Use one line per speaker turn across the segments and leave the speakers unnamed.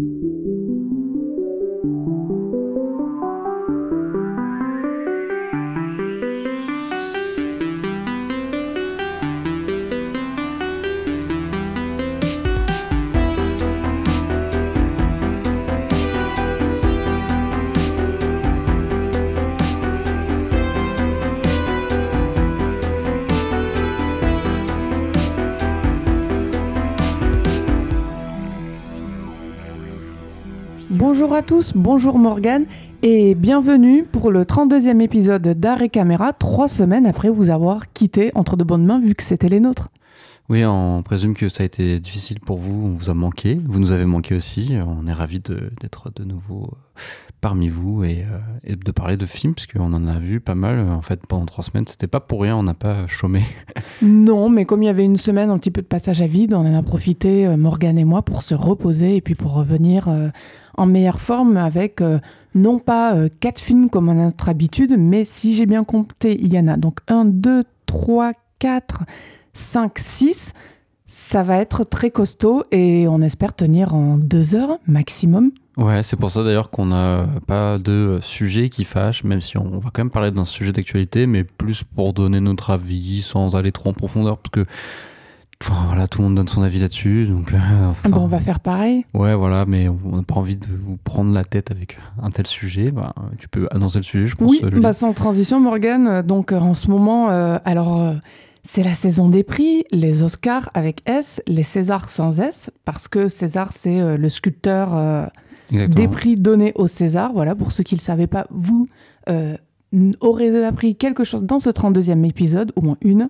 Bonjour à tous, bonjour Morgane et bienvenue pour le 32e épisode d'Art et Caméra, 3 semaines après vous avoir quitté entre de bonnes mains vu que c'était les nôtres.
Oui, on présume que ça a été difficile pour vous, on vous a manqué, vous nous avez manqué aussi, on est ravis d'être de nouveau parmi vous et de parler de films, parce qu'on en a vu pas mal en fait pendant 3 semaines, c'était pas pour rien, on n'a pas chômé.
Non, mais comme il y avait une semaine un petit peu de passage à vide, on en a profité, Morgane et moi, pour se reposer et puis pour revenir en meilleure forme avec non pas 4 films comme à notre habitude, mais si j'ai bien compté, il y en a donc 1, 2, 3, 4, 5, 6. Ça va être très costaud et on espère tenir en 2 heures maximum.
Ouais, c'est pour ça d'ailleurs qu'on n'a pas de sujet qui fâche, même si on va quand même parler d'un sujet d'actualité, mais plus pour donner notre avis sans aller trop en profondeur, parce que enfin, voilà, tout le monde donne son avis là-dessus, donc...
on va faire pareil.
Ouais, voilà, mais on n'a pas envie de vous prendre la tête avec un tel sujet. Bah, tu peux annoncer le sujet, je pense.
Oui, sans transition, Morgane. Donc, en ce moment, c'est la saison des prix, les Oscars avec S, les Césars sans S, parce que César, c'est le sculpteur des prix donnés au César. Voilà, pour ceux qui ne le savaient pas, vous aurez appris quelque chose dans ce 32e épisode, au moins une.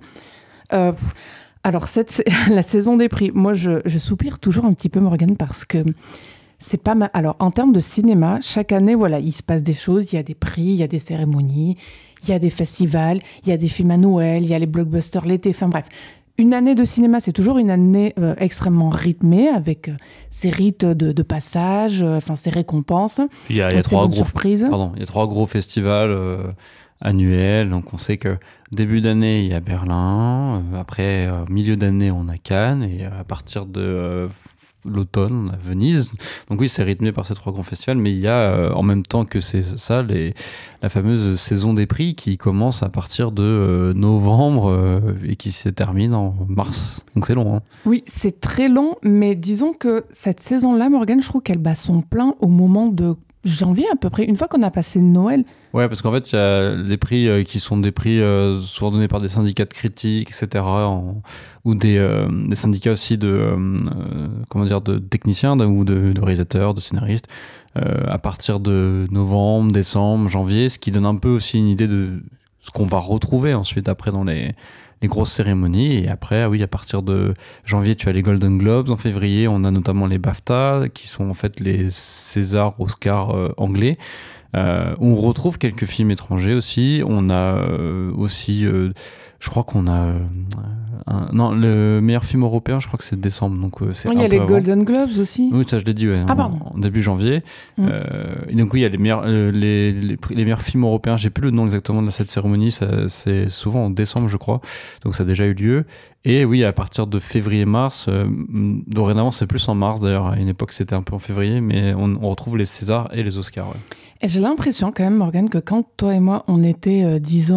Alors, la saison des prix, moi, je soupire toujours un petit peu, Morgane, parce que c'est pas mal. Alors, en termes de cinéma, chaque année, voilà, il se passe des choses. Il y a des prix, il y a des cérémonies, il y a des festivals, il y a des films à Noël, il y a les blockbusters l'été. Enfin bref, une année de cinéma, c'est toujours une année extrêmement rythmée, avec ses rites de passage, ses récompenses,
il y a
ses bonnes surprises.
Pardon, il y a 3 gros festivals annuel, donc on sait que début d'année il y a Berlin, après milieu d'année on a Cannes et à partir de l'automne on a Venise, donc oui c'est rythmé par ces 3 grands festivals, mais il y a en même temps que c'est ça la fameuse saison des prix qui commence à partir de novembre et qui se termine en mars, donc c'est long hein.
Oui, c'est très long, mais disons que cette saison-là, Morgane, je trouve qu'elle bat son plein au moment de janvier à peu près, une fois qu'on a passé Noël.
Ouais, parce qu'en fait, il y a des prix qui sont des prix souvent donnés par des syndicats de critiques, etc., ou des syndicats aussi de techniciens ou de réalisateurs, de scénaristes, à partir de novembre, décembre, janvier, ce qui donne un peu aussi une idée de ce qu'on va retrouver ensuite après dans les grosses cérémonies. Et après, oui, à partir de janvier, tu as les Golden Globes. En février, on a notamment les BAFTA, qui sont en fait les César, Oscar anglais. On retrouve quelques films étrangers aussi. On a aussi, je crois qu'on a le meilleur film européen, je crois que c'est décembre, donc c'est
il y a les Golden Globes aussi.
Oui, ça je l'ai dit, ouais, en début janvier. Et donc oui, il y a les meilleurs films européens. J'ai plus le nom exactement de cette cérémonie. C'est souvent en décembre, je crois. Donc ça a déjà eu lieu. Et oui, à partir de février-mars, dorénavant c'est plus en mars d'ailleurs. À une époque c'était un peu en février, mais on retrouve les Césars et les Oscars. Ouais.
Et j'ai l'impression quand même, Morgane, que quand toi et moi on était,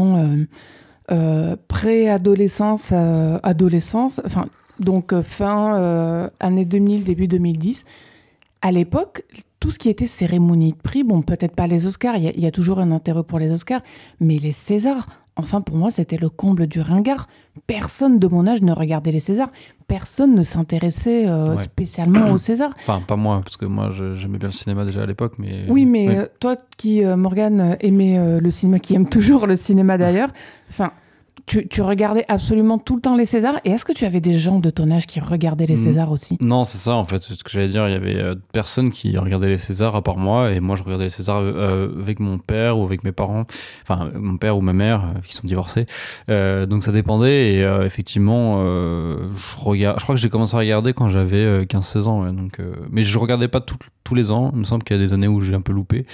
pré-adolescence, adolescence, donc fin année 2000, début 2010, à l'époque, tout ce qui était cérémonie de prix, bon, peut-être pas les Oscars, il y a toujours un intérêt pour les Oscars, mais les Césars, enfin pour moi, c'était le comble du ringard. Personne de mon âge ne regardait les Césars. Personne ne s'intéressait spécialement aux Césars.
Enfin, pas moi, parce que moi, j'aimais bien le cinéma déjà à l'époque. Mais
oui, mais toi qui, Morgane, aimais le cinéma, qui aime toujours le cinéma d'ailleurs, tu regardais absolument tout le temps les Césars. Et est-ce que tu avais des gens de ton âge qui regardaient les Césars aussi ?
Non, c'est ça en fait. C'est ce que j'allais dire. Il y avait personne qui regardait les Césars à part moi. Et moi, je regardais les Césars avec mon père ou avec mes parents. Enfin, mon père ou ma mère qui sont divorcés. Donc ça dépendait. Et effectivement, je crois que j'ai commencé à regarder quand j'avais 15-16 ans. Ouais, donc, mais je regardais pas tous les ans. Il me semble qu'il y a des années où j'ai un peu loupé.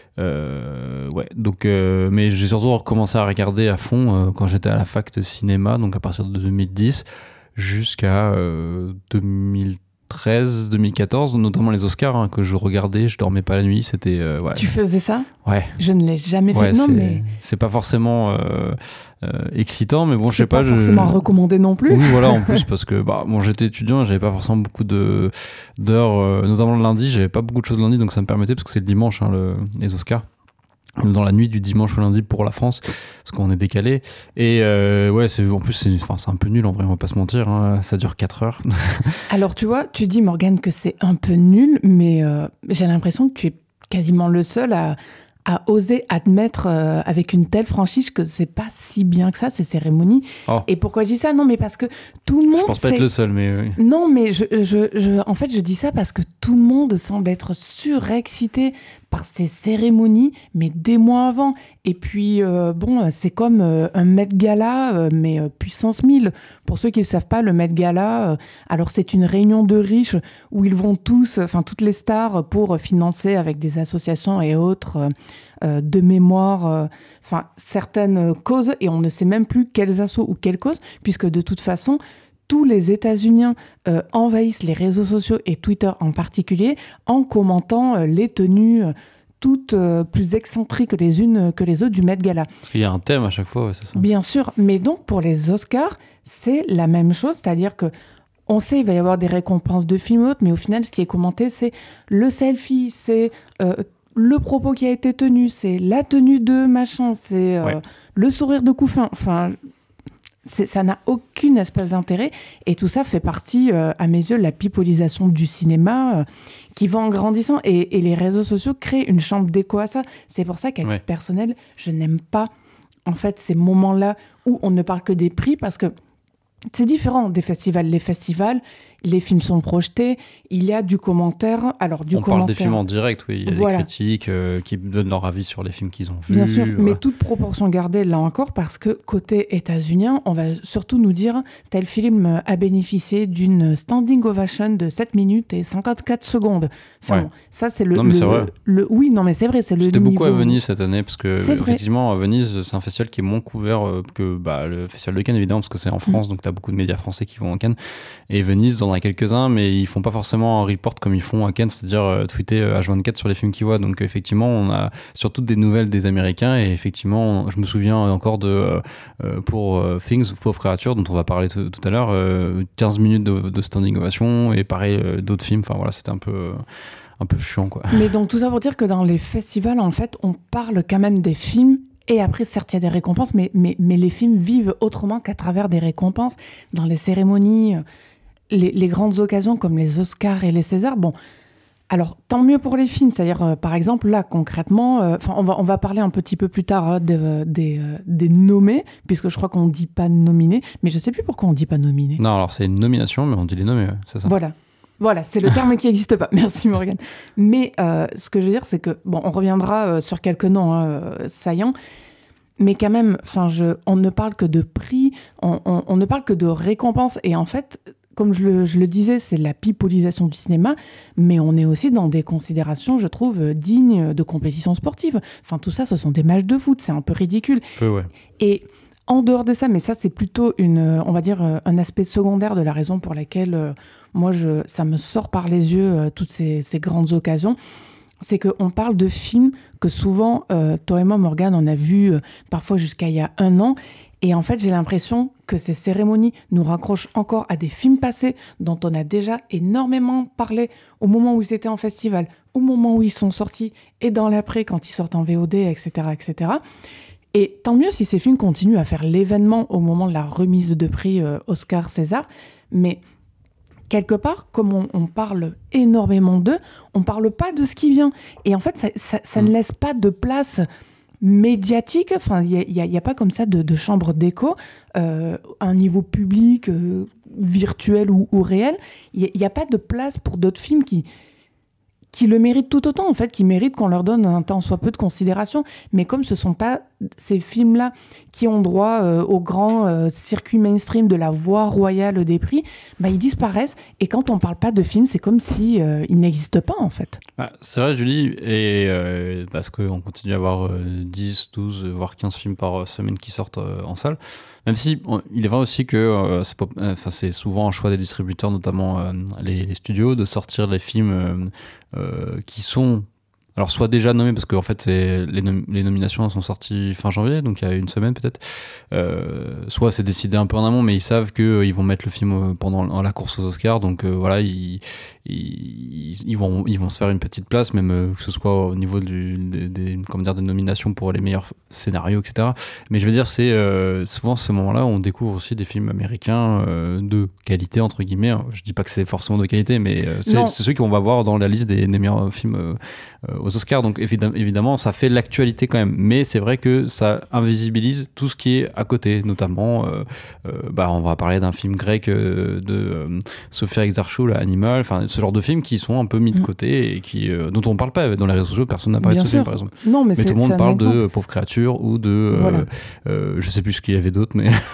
Mais j'ai surtout recommencé à regarder à fond quand j'étais à la fac de cinéma, donc à partir de 2010 jusqu'à 2013 2013-2014, notamment les Oscars, hein, que je regardais, je dormais pas la nuit, c'était... ouais.
Tu faisais ça ?
Ouais.
Je ne l'ai jamais fait.
Ouais,
Non, mais...
C'est pas forcément excitant, mais bon, je sais pas.
C'est pas forcément recommandé non plus.
Oui, voilà, en plus, parce que bon, j'étais étudiant, j'avais pas forcément beaucoup d'heures, notamment le lundi, j'avais pas beaucoup de choses le lundi, donc ça me permettait, parce que c'est le dimanche, hein, les Oscars. Dans la nuit du dimanche au lundi pour la France, parce qu'on est décalé. Et ouais, en plus, c'est un peu nul en vrai, on va pas se mentir, hein, ça dure 4 heures.
Alors, tu vois, tu dis, Morgane, que c'est un peu nul, mais j'ai l'impression que tu es quasiment le seul à oser admettre avec une telle franchise que c'est pas si bien que ça, ces cérémonies.
Oh.
Et pourquoi je dis ça ? Non, mais parce que tout le monde...
Je pense pas être le seul, mais... Oui.
Non, mais en fait, je dis ça parce que tout le monde semble être surexcité par ces cérémonies, mais des mois avant. Et puis, bon, c'est comme un Met Gala, mais puissance 1000. Pour ceux qui ne savent pas, le Met Gala, alors c'est une réunion de riches où ils vont toutes les stars pour financer avec des associations et autres de mémoire, certaines causes, et on ne sait même plus quels assos ou quelles causes, puisque de toute façon, tous les États-Unis envahissent les réseaux sociaux et Twitter en particulier en commentant les tenues toutes plus excentriques les unes que les autres du Met Gala.
Parce qu'il y a un thème à chaque fois, ouais, c'est ça.
Bien sûr, mais donc pour les Oscars, c'est la même chose, c'est-à-dire que on sait qu'il va y avoir des récompenses de films et autres, mais au final, ce qui est commenté, c'est le selfie, c'est le propos qui a été tenu, c'est la tenue de machin, c'est le sourire de Couffin, enfin... ça n'a aucune espèce d'intérêt, et tout ça fait partie, à mes yeux, de la pipolisation du cinéma qui va en grandissant, et les réseaux sociaux créent une chambre d'écho à ça. C'est pour ça qu'à titre personnel, je n'aime pas en fait ces moments-là où on ne parle que des prix, parce que c'est différent des festivals. Les festivals, les films sont projetés, il y a du commentaire. Alors,
on parle des films en direct, oui. Il y a des critiques qui donnent leur avis sur les films qu'ils ont vus.
Bien sûr, mais toute proportion gardée, là encore, parce que côté états-unien, on va surtout nous dire tel film a bénéficié d'une standing ovation de 7 minutes et 54 secondes. Enfin, bon, ça, c'est
Non, mais c'est vrai.
Oui, non, mais c'est vrai, c'est le niveau...
J'étais beaucoup à Venise cette année, parce que, effectivement, à Venise, c'est un festival qui est moins couvert que le festival de Cannes, évidemment, parce que c'est en France, donc t'as beaucoup de médias français qui vont à Cannes. Et Venise, dans quelques-uns, mais ils font pas forcément un report comme ils font à Cannes, c'est-à-dire tweeter H24 sur les films qu'ils voient. Donc effectivement, on a surtout des nouvelles des Américains, et effectivement, je me souviens encore de pour Things, Pauvre créature, dont on va parler tout à l'heure, 15 minutes de standing ovation, et pareil d'autres films. Enfin voilà, c'était un peu chiant, quoi.
Mais donc tout ça pour dire que dans les festivals, en fait, on parle quand même des films. Et après, certes, il y a des récompenses, mais les films vivent autrement qu'à travers des récompenses. Dans les cérémonies, les grandes occasions comme les Oscars et les Césars, bon, alors tant mieux pour les films. C'est-à-dire, par exemple, là, concrètement, on va parler un petit peu plus tard des nommés, puisque je crois qu'on ne dit pas nominés, mais je ne sais plus pourquoi on ne dit pas nominés.
Non, alors c'est une nomination, mais on dit les nommés, c'est ça.
Voilà, c'est le terme qui n'existe pas. Merci Morgane. Mais ce que je veux dire, c'est que, bon, on reviendra sur quelques noms saillants, mais quand même, on ne parle que de prix, on ne parle que de récompenses. Et en fait, comme je le disais, c'est la pipolisation du cinéma, mais on est aussi dans des considérations, je trouve, dignes de compétitions sportives. Enfin, tout ça, ce sont des matchs de foot, c'est un peu ridicule.
Ouais.
Et en dehors de ça, mais ça, c'est plutôt on va dire, un aspect secondaire de la raison pour laquelle... moi, ça me sort par les yeux toutes ces grandes occasions, c'est qu'on parle de films que souvent, toi et moi, Morgane, on a vu parfois jusqu'à il y a 1 an. Et en fait, j'ai l'impression que ces cérémonies nous raccrochent encore à des films passés dont on a déjà énormément parlé au moment où ils étaient en festival, au moment où ils sont sortis, et dans l'après, quand ils sortent en VOD, etc., etc. Et tant mieux si ces films continuent à faire l'événement au moment de la remise de prix Oscar, César, mais... quelque part, comme on parle énormément d'eux, on ne parle pas de ce qui vient. Et en fait, ça ne laisse pas de place médiatique. Enfin, il n'y a pas comme ça de chambre d'écho à un niveau public, virtuel ou réel. Il n'y a pas de place pour d'autres films qui le méritent tout autant, en fait, qui méritent qu'on leur donne un tant soit peu de considération. Mais comme ce ne sont pas ces films-là qui ont droit au grand circuit mainstream de la voie royale des prix, ils disparaissent. Et quand on ne parle pas de films, c'est comme si ils n'existent pas, en fait.
C'est vrai, Julie, et parce qu'on continue à avoir 10, 12, voire 15 films par semaine qui sortent en salle. Même si il est vrai aussi que c'est souvent un choix des distributeurs, notamment les studios, de sortir les films qui sont alors soit déjà nommés, parce qu'en fait les nominations elles sont sorties fin janvier, donc il y a une semaine peut-être, soit c'est décidé un peu en amont, mais ils savent qu'ils vont mettre le film pendant la course aux Oscars, donc voilà, ils vont se faire une petite place, même que ce soit au niveau des nominations pour les meilleurs scénarios, etc. Mais je veux dire, c'est souvent ce moment-là où on découvre aussi des films américains de qualité, entre guillemets. Je dis pas que c'est forcément de qualité, mais c'est ceux qu'on va voir dans la liste des meilleurs films aux Oscars. Donc évidemment, ça fait l'actualité quand même. Mais c'est vrai que ça invisibilise tout ce qui est à côté, notamment, on va parler d'un film grec de Sofia Exarchou, Animal, enfin ce genre de films qui sont un peu mis de côté et dont on parle pas dans les réseaux sociaux. Personne n'a parlé de ce film, par exemple.
Non, mais
tout le monde parle de Pauvre créature ou de je sais plus ce qu'il y avait d'autre,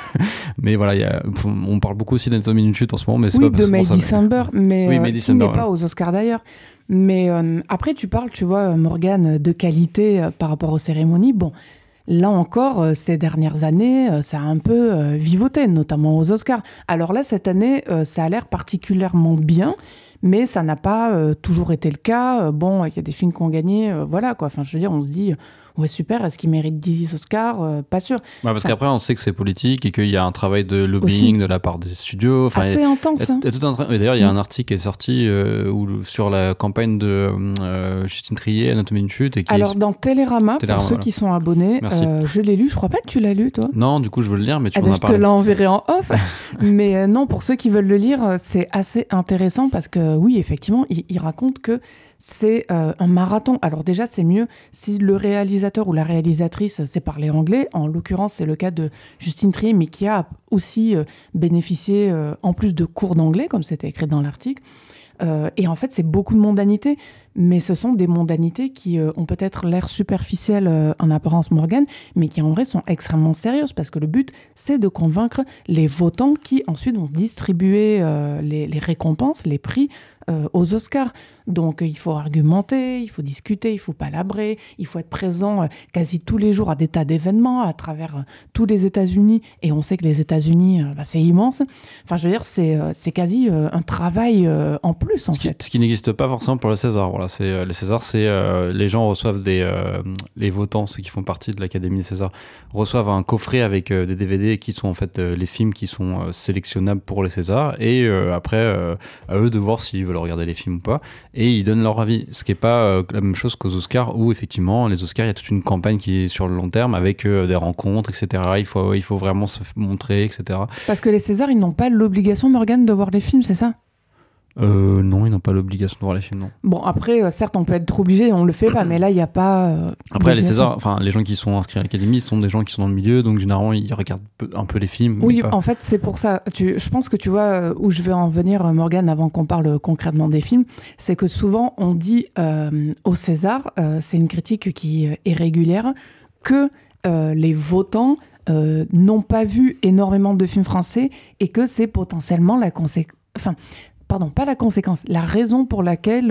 mais voilà, on parle beaucoup aussi d'Anatomy d'une chute en ce moment, mais c'est pas
de May December, mais qui n'est pas aux Oscars d'ailleurs. Mais après, tu parles, tu vois, Morgane, de qualité par rapport aux cérémonies. Bon, là encore, ces dernières années, ça a un peu vivoté, notamment aux Oscars. Alors là, cette année, ça a l'air particulièrement bien, mais ça n'a pas toujours été le cas. Bon, il y a des films qui ont gagné, voilà, quoi. Enfin, je veux dire, on se dit... Ouais, super, est-ce qu'il mérite 10 Oscars Pas sûr.
Parce qu'après, on sait que c'est politique et qu'il y a un travail de lobbying de la part des studios.
Assez intense.
Et d'ailleurs, il y a un article qui est sorti sur la campagne de Justine Triet, Anatomie d'une chute. Alors,
dans Télérama, pour ceux qui sont abonnés, je l'ai lu. Je crois pas que tu l'as lu, toi.
Non, du coup, je veux le lire, mais tu m'en as parlé.
Je te l'enverrai en off. Mais non, pour ceux qui veulent le lire, c'est assez intéressant parce que, oui, effectivement, il raconte que c'est un marathon. Alors déjà, c'est mieux si le réalisateur ou la réalisatrice sait parler anglais. En l'occurrence, c'est le cas de Justine Triet, mais qui a aussi bénéficié, en plus de cours d'anglais, comme c'était écrit dans l'article. Et en fait, c'est beaucoup de mondanité, mais ce sont des mondanités qui ont peut-être l'air superficielles en apparence, Morgane, mais qui en vrai sont extrêmement sérieuses, parce que le but, c'est de convaincre les votants qui ensuite vont distribuer les récompenses, les prix aux Oscars. Donc il faut argumenter, il faut discuter, il faut palabrer, il faut être présent quasi tous les jours à des tas d'événements à travers tous les États-Unis, et on sait que les États-Unis, c'est immense. Enfin, je veux dire, c'est quasi un travail en plus, en fait.
Ce qui n'existe pas forcément pour le César. Voilà, les Césars, c'est les gens reçoivent les votants, ceux qui font partie de l'Académie des Césars, reçoivent un coffret avec des DVD qui sont en fait les films qui sont sélectionnables pour les Césars, et après à eux de voir s'ils veulent regarder les films ou pas, et ils donnent leur avis, ce qui n'est pas la même chose qu'aux Oscars, où effectivement les Oscars, il y a toute une campagne qui est sur le long terme avec des rencontres, etc. Il faut vraiment se montrer, etc.
Parce que les Césars, ils n'ont pas l'obligation, Morgane, de voir les films, c'est ça ?
Non, ils n'ont pas l'obligation de voir les films, non.
Bon, après, certes, on peut être trop obligé, on le fait pas, mais là, il n'y a pas...
Après, les Césars, les gens qui sont inscrits à l'Académie sont des gens qui sont dans le milieu, donc généralement, ils regardent un peu les films.
Oui, en fait, c'est pour ça. Je pense que tu vois où je vais en venir, Morgane, avant qu'on parle concrètement des films, c'est que souvent, on dit au César, c'est une critique qui est régulière, que les votants n'ont pas vu énormément de films français et que c'est potentiellement la conséquence... Pardon, pas la conséquence, la raison pour laquelle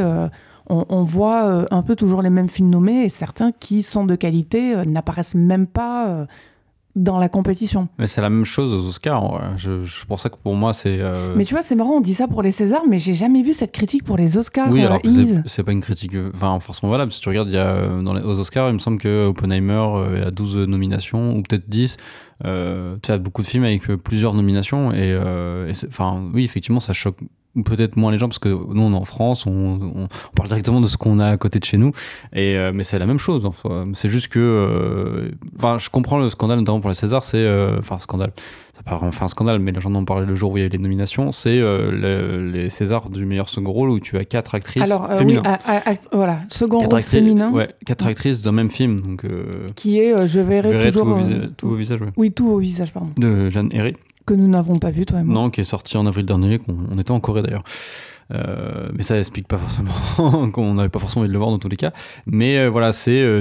on voit un peu toujours les mêmes films nommés, et certains qui sont de qualité n'apparaissent même pas dans la compétition.
Mais c'est la même chose aux Oscars. C'est pour ça que pour moi, c'est...
Mais tu vois, c'est marrant, on dit ça pour les Césars, mais j'ai jamais vu cette critique pour les Oscars.
Oui, alors c'est pas une critique forcément valable. Si tu regardes, il y a, aux Oscars, il me semble que Oppenheimer a 12 nominations, ou peut-être 10. Tu as beaucoup de films avec plusieurs nominations, et oui, effectivement, ça choque peut-être moins les gens, parce que nous on est en France, on parle directement de ce qu'on a à côté de chez nous, mais c'est la même chose en soi. C'est juste que je comprends le scandale, notamment pour les Césars, c'est scandale, ça n'a pas vraiment fait un scandale, mais les gens en parlaient le jour où il y avait les nominations, c'est les Césars du meilleur second rôle, où tu as 4 actrices féminines.
Voilà, second rôle féminin.
Ouais, 4 actrices d'un même film, donc
qui est Je verrai toujours
tous vos visages.
Oui, tous vos visages, pardon.
De Jeanne Herré.
Que nous n'avons pas vu, toi et moi.
Non, qui est sorti en avril dernier, on était en Corée d'ailleurs. Mais ça explique pas forcément qu'on n'avait pas forcément envie de le voir dans tous les cas. Mais voilà, c'est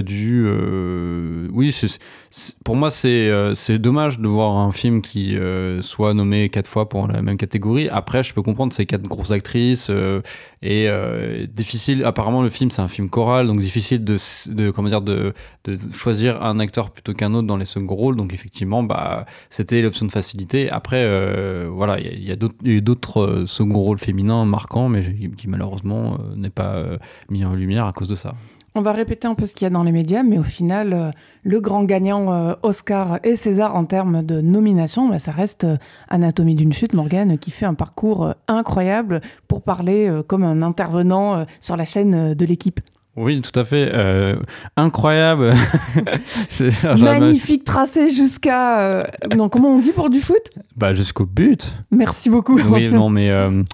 oui, pour moi, c'est dommage de voir un film qui soit nommé 4 fois pour la même catégorie. Après, je peux comprendre, c'est 4 grosses actrices et difficile. Apparemment, le film, c'est un film choral, donc difficile de choisir un acteur plutôt qu'un autre dans les seconds rôles. Donc effectivement, c'était l'option de facilité. Après, voilà, il y a eu d'autres second rôles féminins marquants, mais qui malheureusement n'est pas mis en lumière à cause de ça.
On va répéter un peu ce qu'il y a dans les médias, mais au final, le grand gagnant Oscar et César en termes de nomination, ça reste Anatomie d'une chute, Morgane, qui fait un parcours incroyable pour parler comme un intervenant sur la chaîne de l'équipe.
Oui, tout à fait. Incroyable.
Magnifique tracé jusqu'à... Non, comment on dit pour du foot ?
Jusqu'au but.
Merci beaucoup.
Oui, non, mais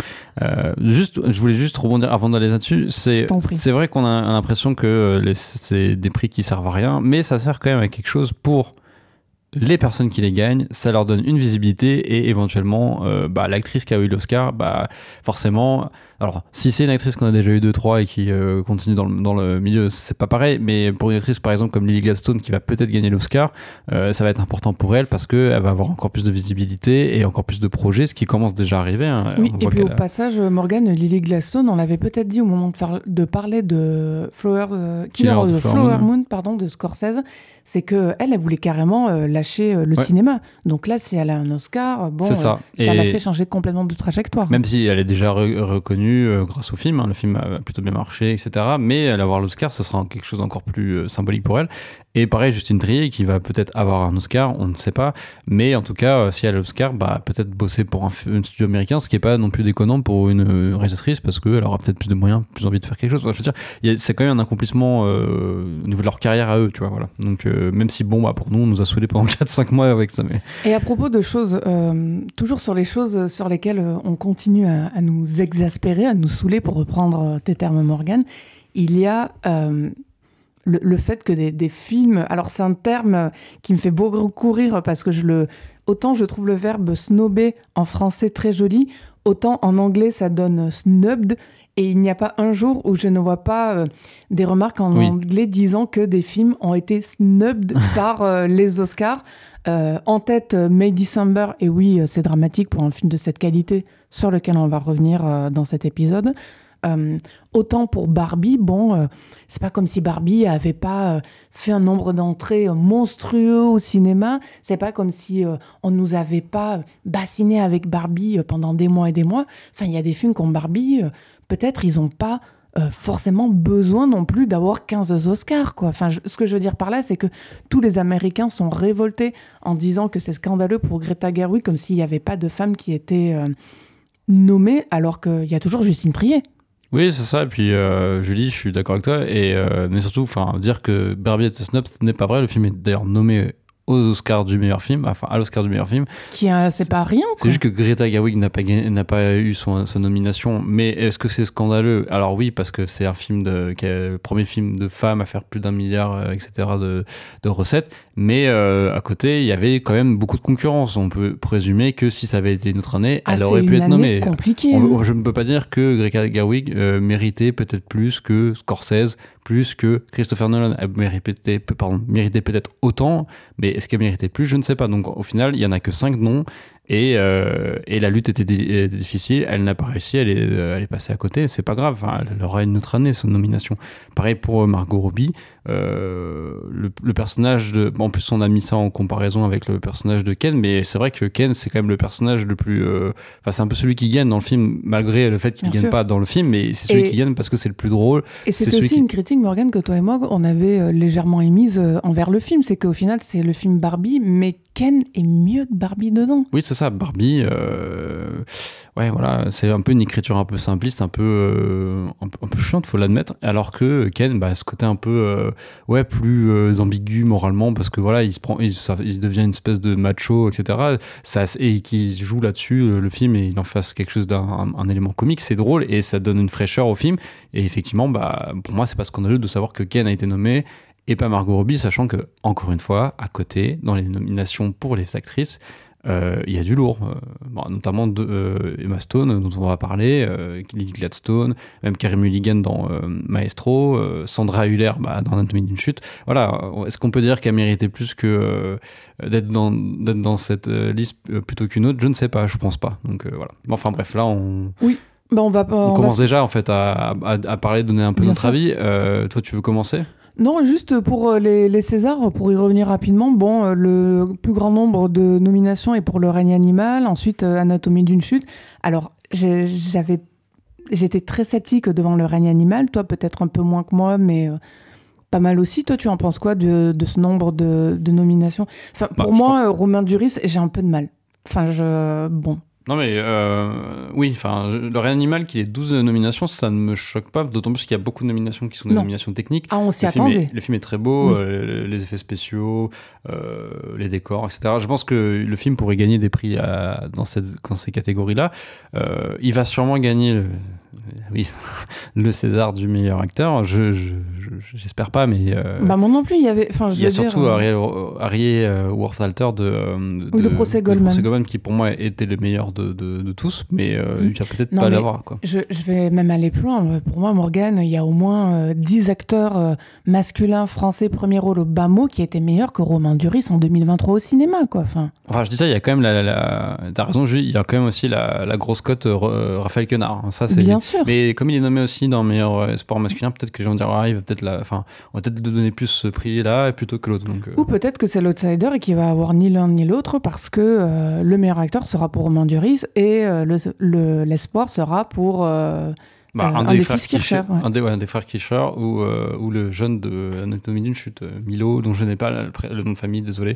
je voulais juste rebondir avant d'aller là-dessus. C'est vrai qu'on a l'impression que c'est des prix qui servent à rien, mais ça sert quand même à quelque chose pour les personnes qui les gagnent. Ça leur donne une visibilité et éventuellement l'actrice qui a eu l'Oscar, forcément... Alors, si c'est une actrice qu'on a déjà eu 2-3 et qui continue dans le milieu, c'est pas pareil, mais pour une actrice par exemple comme Lily Gladstone qui va peut-être gagner l'Oscar, ça va être important pour elle parce qu'elle va avoir encore plus de visibilité et encore plus de projets, ce qui commence déjà à arriver. Hein.
Oui, et puis au passage, Morgane, Lily Gladstone, on l'avait peut-être dit au moment de parler de Killer of the Flower Moon, de Scorsese, c'est qu'elle voulait carrément lâcher le cinéma. Donc là, si elle a un Oscar, ça l'a fait changer complètement de trajectoire.
Même si elle est déjà reconnue grâce au film, le film a plutôt bien marché, etc. Mais elle avoir l'Oscar, ce sera quelque chose d'encore plus symbolique pour elle. Et pareil, Justine Triet, qui va peut-être avoir un Oscar, on ne sait pas. Mais en tout cas, si elle a l'Oscar, peut-être bosser pour un studio américain, ce qui n'est pas non plus déconnant pour une réalisatrice, parce qu'elle aura peut-être plus de moyens, plus envie de faire quelque chose. Enfin, je veux dire, c'est quand même un accomplissement au niveau de leur carrière à eux, tu vois, voilà. Donc, même si, pour nous, on nous a saoulés pendant 4-5 mois avec ça. Mais...
Et à propos de choses, toujours sur les choses sur lesquelles on continue à nous exaspérer, à nous saouler, pour reprendre tes termes, Morgane, il y a le fait que des films... Alors, c'est un terme qui me fait beaucoup rire parce que autant je trouve le verbe snobber en français très joli, autant en anglais ça donne snubbed. Et il n'y a pas un jour où je ne vois pas des remarques en anglais disant que des films ont été snubbed par les Oscars. En tête, May December, et oui, c'est dramatique pour un film de cette qualité sur lequel on va revenir dans cet épisode. Autant pour Barbie, c'est pas comme si Barbie avait pas fait un nombre d'entrées monstrueux au cinéma. C'est pas comme si on nous avait pas bassiné avec Barbie pendant des mois et des mois. Enfin, il y a des films comme Barbie, peut-être ils ont pas forcément besoin non plus d'avoir 15 Oscars, quoi. Enfin, ce que je veux dire par là, c'est que tous les Américains sont révoltés en disant que c'est scandaleux pour Greta Gerwig, comme s'il n'y avait pas de femmes qui étaient nommées, alors qu'il y a toujours Justine Triet.
Oui, c'est ça. Et puis, Julie, je suis d'accord avec toi. Mais surtout, dire que Barbie était snob, ce n'est pas vrai. Le film est d'ailleurs nommé aux Oscars du meilleur film, à l'Oscar du meilleur film.
Ce qui c'est pas rien, quoi.
C'est juste que Greta Gerwig n'a pas eu sa nomination. Mais est-ce que c'est scandaleux ? Alors oui, parce que c'est un film qui est le premier film de femme à faire plus d'1 milliard, etc. de recettes. Mais à côté, il y avait quand même beaucoup de concurrence. On peut présumer que si ça avait été une autre année, elle aurait pu être nommée.
C'est compliqué.
Je ne peux pas dire que Greta Gerwig méritait peut-être plus que Scorsese, plus que Christopher Nolan. Elle méritait peut-être autant, mais est-ce qu'elle méritait plus ? Je ne sais pas. Donc au final, il n'y en a que 5 noms. Et la lutte était difficile. Elle n'a pas réussi. Elle est passée à côté. C'est pas grave. Elle aura une autre année, son nomination. Pareil pour Margot Robbie. Le personnage de... En plus, on a mis ça en comparaison avec le personnage de Ken. Mais c'est vrai que Ken, c'est quand même le personnage le plus... c'est un peu celui qui gagne dans le film, malgré le fait qu'il ne gagne pas dans le film. Mais c'est celui qui gagne parce que c'est le plus drôle.
Et c'est aussi une critique, Morgane, que toi et moi, on avait légèrement émise envers le film. C'est qu'au final, c'est le film Barbie, mais Ken est mieux que Barbie dedans.
Oui, c'est ça, Barbie, voilà, c'est un peu une écriture un peu simpliste, un peu chiante, faut l'admettre, alors que Ken, ce côté un peu plus ambigu moralement, parce que voilà, il devient une espèce de macho, etc. Et qui joue là-dessus, le film, et il en fasse quelque chose un élément comique, c'est drôle, et ça donne une fraîcheur au film, et effectivement, pour moi, c'est pas scandaleux de savoir que Ken a été nommé, et pas Margot Robbie, sachant que, encore une fois, à côté, dans les nominations pour les actrices, il y a du lourd, notamment Emma Stone, dont on va parler, Lily Gladstone, même Carey Mulligan dans Maestro, Sandra Hüller dans Anatomie d'une chute. Voilà, est-ce qu'on peut dire qu'elle méritait plus que d'être dans cette liste plutôt qu'une autre? Je ne sais pas, je pense pas. Donc voilà. Enfin bref, là
Oui.
On commence déjà en fait à parler, donner un peu
Bien
notre
sûr.
avis. Toi, tu veux commencer?
Non, juste pour les Césars, pour y revenir rapidement, le plus grand nombre de nominations est pour Le règne animal, ensuite Anatomie d'une chute. Alors, j'étais très sceptique devant Le règne animal, toi peut-être un peu moins que moi, mais pas mal aussi. Toi, tu en penses quoi de ce nombre de nominations? Enfin, pour moi, Romain Duris, j'ai un peu de mal. Bon.
Non mais oui, le règne animal qui ait 12 nominations, ça ne me choque pas, d'autant plus qu'il y a beaucoup de nominations qui sont des nominations techniques.
Ah, on s'y attendait.
Le film est très beau,
Oui.
les effets spéciaux, les décors, etc. Je pense que le film pourrait gagner des prix dans ces catégories-là. Il va sûrement gagner le César du meilleur acteur. J'espère pas, mais...
moi non plus, il y a
surtout Harry Worthalter
de Procès Goldman,
qui pour moi était le meilleur de tous, mais il va peut-être pas l'avoir.
Je vais même aller plus loin. Pour moi, Morgane, il y a au moins 10 acteurs masculins français premier rôle au bas mot qui étaient meilleurs que Romain Duris en 2023 au cinéma. Enfin,
je dis ça, il y a quand même t'as raison, Julie, il y a quand même aussi la grosse cote Raphaël Quenard. Ça, c'est
bien sûr.
Mais comme il est nommé aussi dans meilleur sport masculin, peut-être que les gens diront, il va peut-être on va peut-être lui donner plus ce prix-là plutôt que l'autre.
Ou peut-être que c'est l'outsider et qu'il va avoir ni l'un ni l'autre parce que le meilleur acteur sera pour Romain Duris et l'espoir sera pour
un
des fils Kircher.
Un des frères Kircher ou le jeune de Anatomie d'une chute, Milo, dont je n'ai pas le nom de famille, désolé.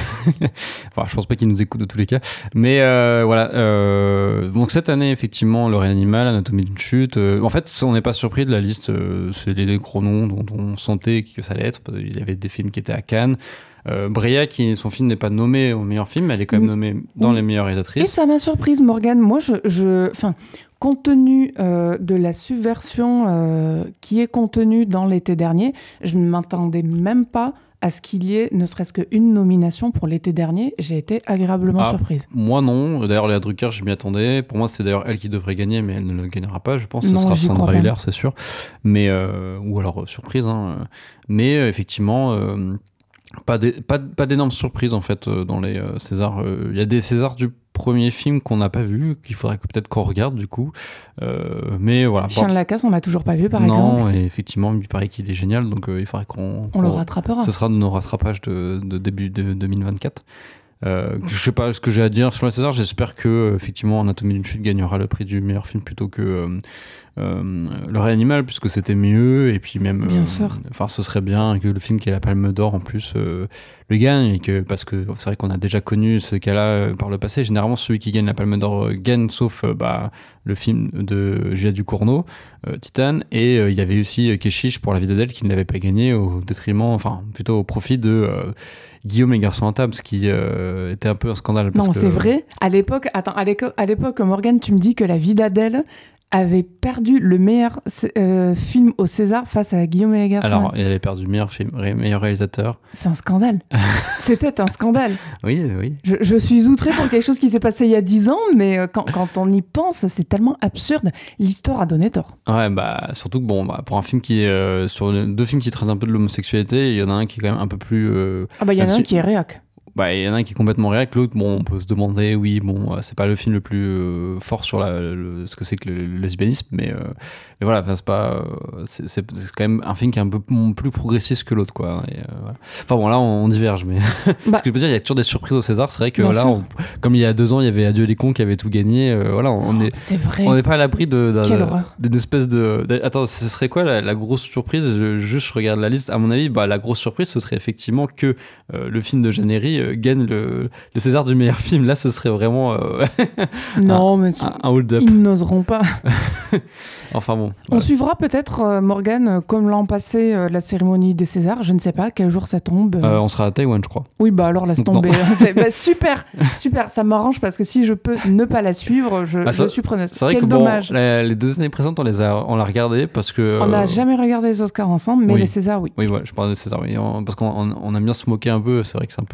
Je pense pas qu'il nous écoute de tous les cas. Mais voilà. Donc cette année, effectivement, Le règne animal, Anatomie d'une chute. En fait, on n'est pas surpris de la liste. C'est les gros noms dont on sentait que ça allait être. Il y avait des films qui étaient à Cannes. Brea, son film n'est pas nommé au meilleur film, mais elle est quand même nommée dans les meilleures réalisatrices.
Et ça m'a surprise, Morgane. Moi, compte tenu de la subversion qui est contenue dans l'été dernier, je ne m'attendais même pas à ce qu'il y ait ne serait-ce qu'une nomination pour l'été dernier. J'ai été agréablement surprise.
Moi non, d'ailleurs Léa Drucker, je m'y attendais. Pour moi c'est d'ailleurs elle qui devrait gagner, mais elle ne le gagnera pas, je pense. Ce sera Sandra Hüller, c'est sûr. Mais, ou alors surprise. Mais effectivement... Pas d'énormes surprises en fait dans les Césars. Il y a des Césars du premier film qu'on n'a pas vu, qu'il faudrait peut-être qu'on regarde du coup. Mais voilà.
Chien de la casse, on l'a toujours pas vu par exemple.
Non, et effectivement, il paraît qu'il est génial, donc il faudrait qu'on
le rattrapera.
Ce sera nos rattrapages de début de 2024. Je sais pas ce que j'ai à dire sur les Césars. J'espère que effectivement Anatomie d'une chute gagnera le prix du meilleur film plutôt que Le règne animal, puisque c'était mieux, et puis même ce serait bien que le film qui a la Palme d'Or en plus le gagne, parce que c'est vrai qu'on a déjà connu ce cas-là par le passé. Généralement celui qui gagne la Palme d'Or gagne, sauf le film de Julia Ducournau, Titane, et il y avait aussi Keshish pour La vie d'Adèle qui ne l'avait pas gagné plutôt au profit de Guillaume et Garçons à table, ce qui était un peu un scandale.
C'est vrai. À l'époque, Morgane, tu me dis que La vie d'Adèle avait perdu le meilleur film au César face à Guillaume et les Garçons.
Alors, il avait perdu meilleur film, meilleur réalisateur.
C'est un scandale. C'était un scandale.
Oui.
Je suis outrée pour quelque chose qui s'est passé il y a 10 ans, mais quand on y pense, c'est tellement absurde. L'histoire a donné tort.
Ouais, surtout que pour un film qui est sur deux films qui traitent un peu de l'homosexualité, il y en a un qui est quand même un peu plus...
il y en a un qui est réac.
Il y en a un qui est complètement réac, l'autre, on peut se demander, c'est pas le film le plus fort sur ce que c'est que le lesbianisme, mais voilà, c'est pas, c'est quand même un film qui est un peu plus progressiste que l'autre, quoi. Et, voilà. Là, on diverge, mais ce que je veux dire, il y a toujours des surprises au César. C'est vrai que comme il y a 2 ans, il y avait Adieu les cons qui avait tout gagné.
C'est vrai.
On n'est pas à l'abri
d'une
espèce de. Attends, ce serait quoi la grosse surprise? Je regarde la liste. À mon avis, la grosse surprise, ce serait effectivement que le film de Jeannery gagne le César du meilleur film. Là, ce serait vraiment
mais
un hold-up.
Ils n'oseront pas.
Enfin bon.
On suivra peut-être, Morgane, comme l'an passé, la cérémonie des Césars. Je ne sais pas quel jour ça tombe.
On sera à Taïwan, je crois.
Oui, alors laisse tomber. Super. Ça m'arrange parce que si je peux ne pas la suivre, je suis preneuse.
C'est vrai
Quel
que
dommage.
Les 2 années présentes, on l'a regardé parce que...
On n'a jamais regardé les Oscars ensemble, mais les Césars, oui.
Oui, je parle des Césars, oui. Parce qu'on aime bien se moquer un peu. C'est vrai que c'est un peu méchant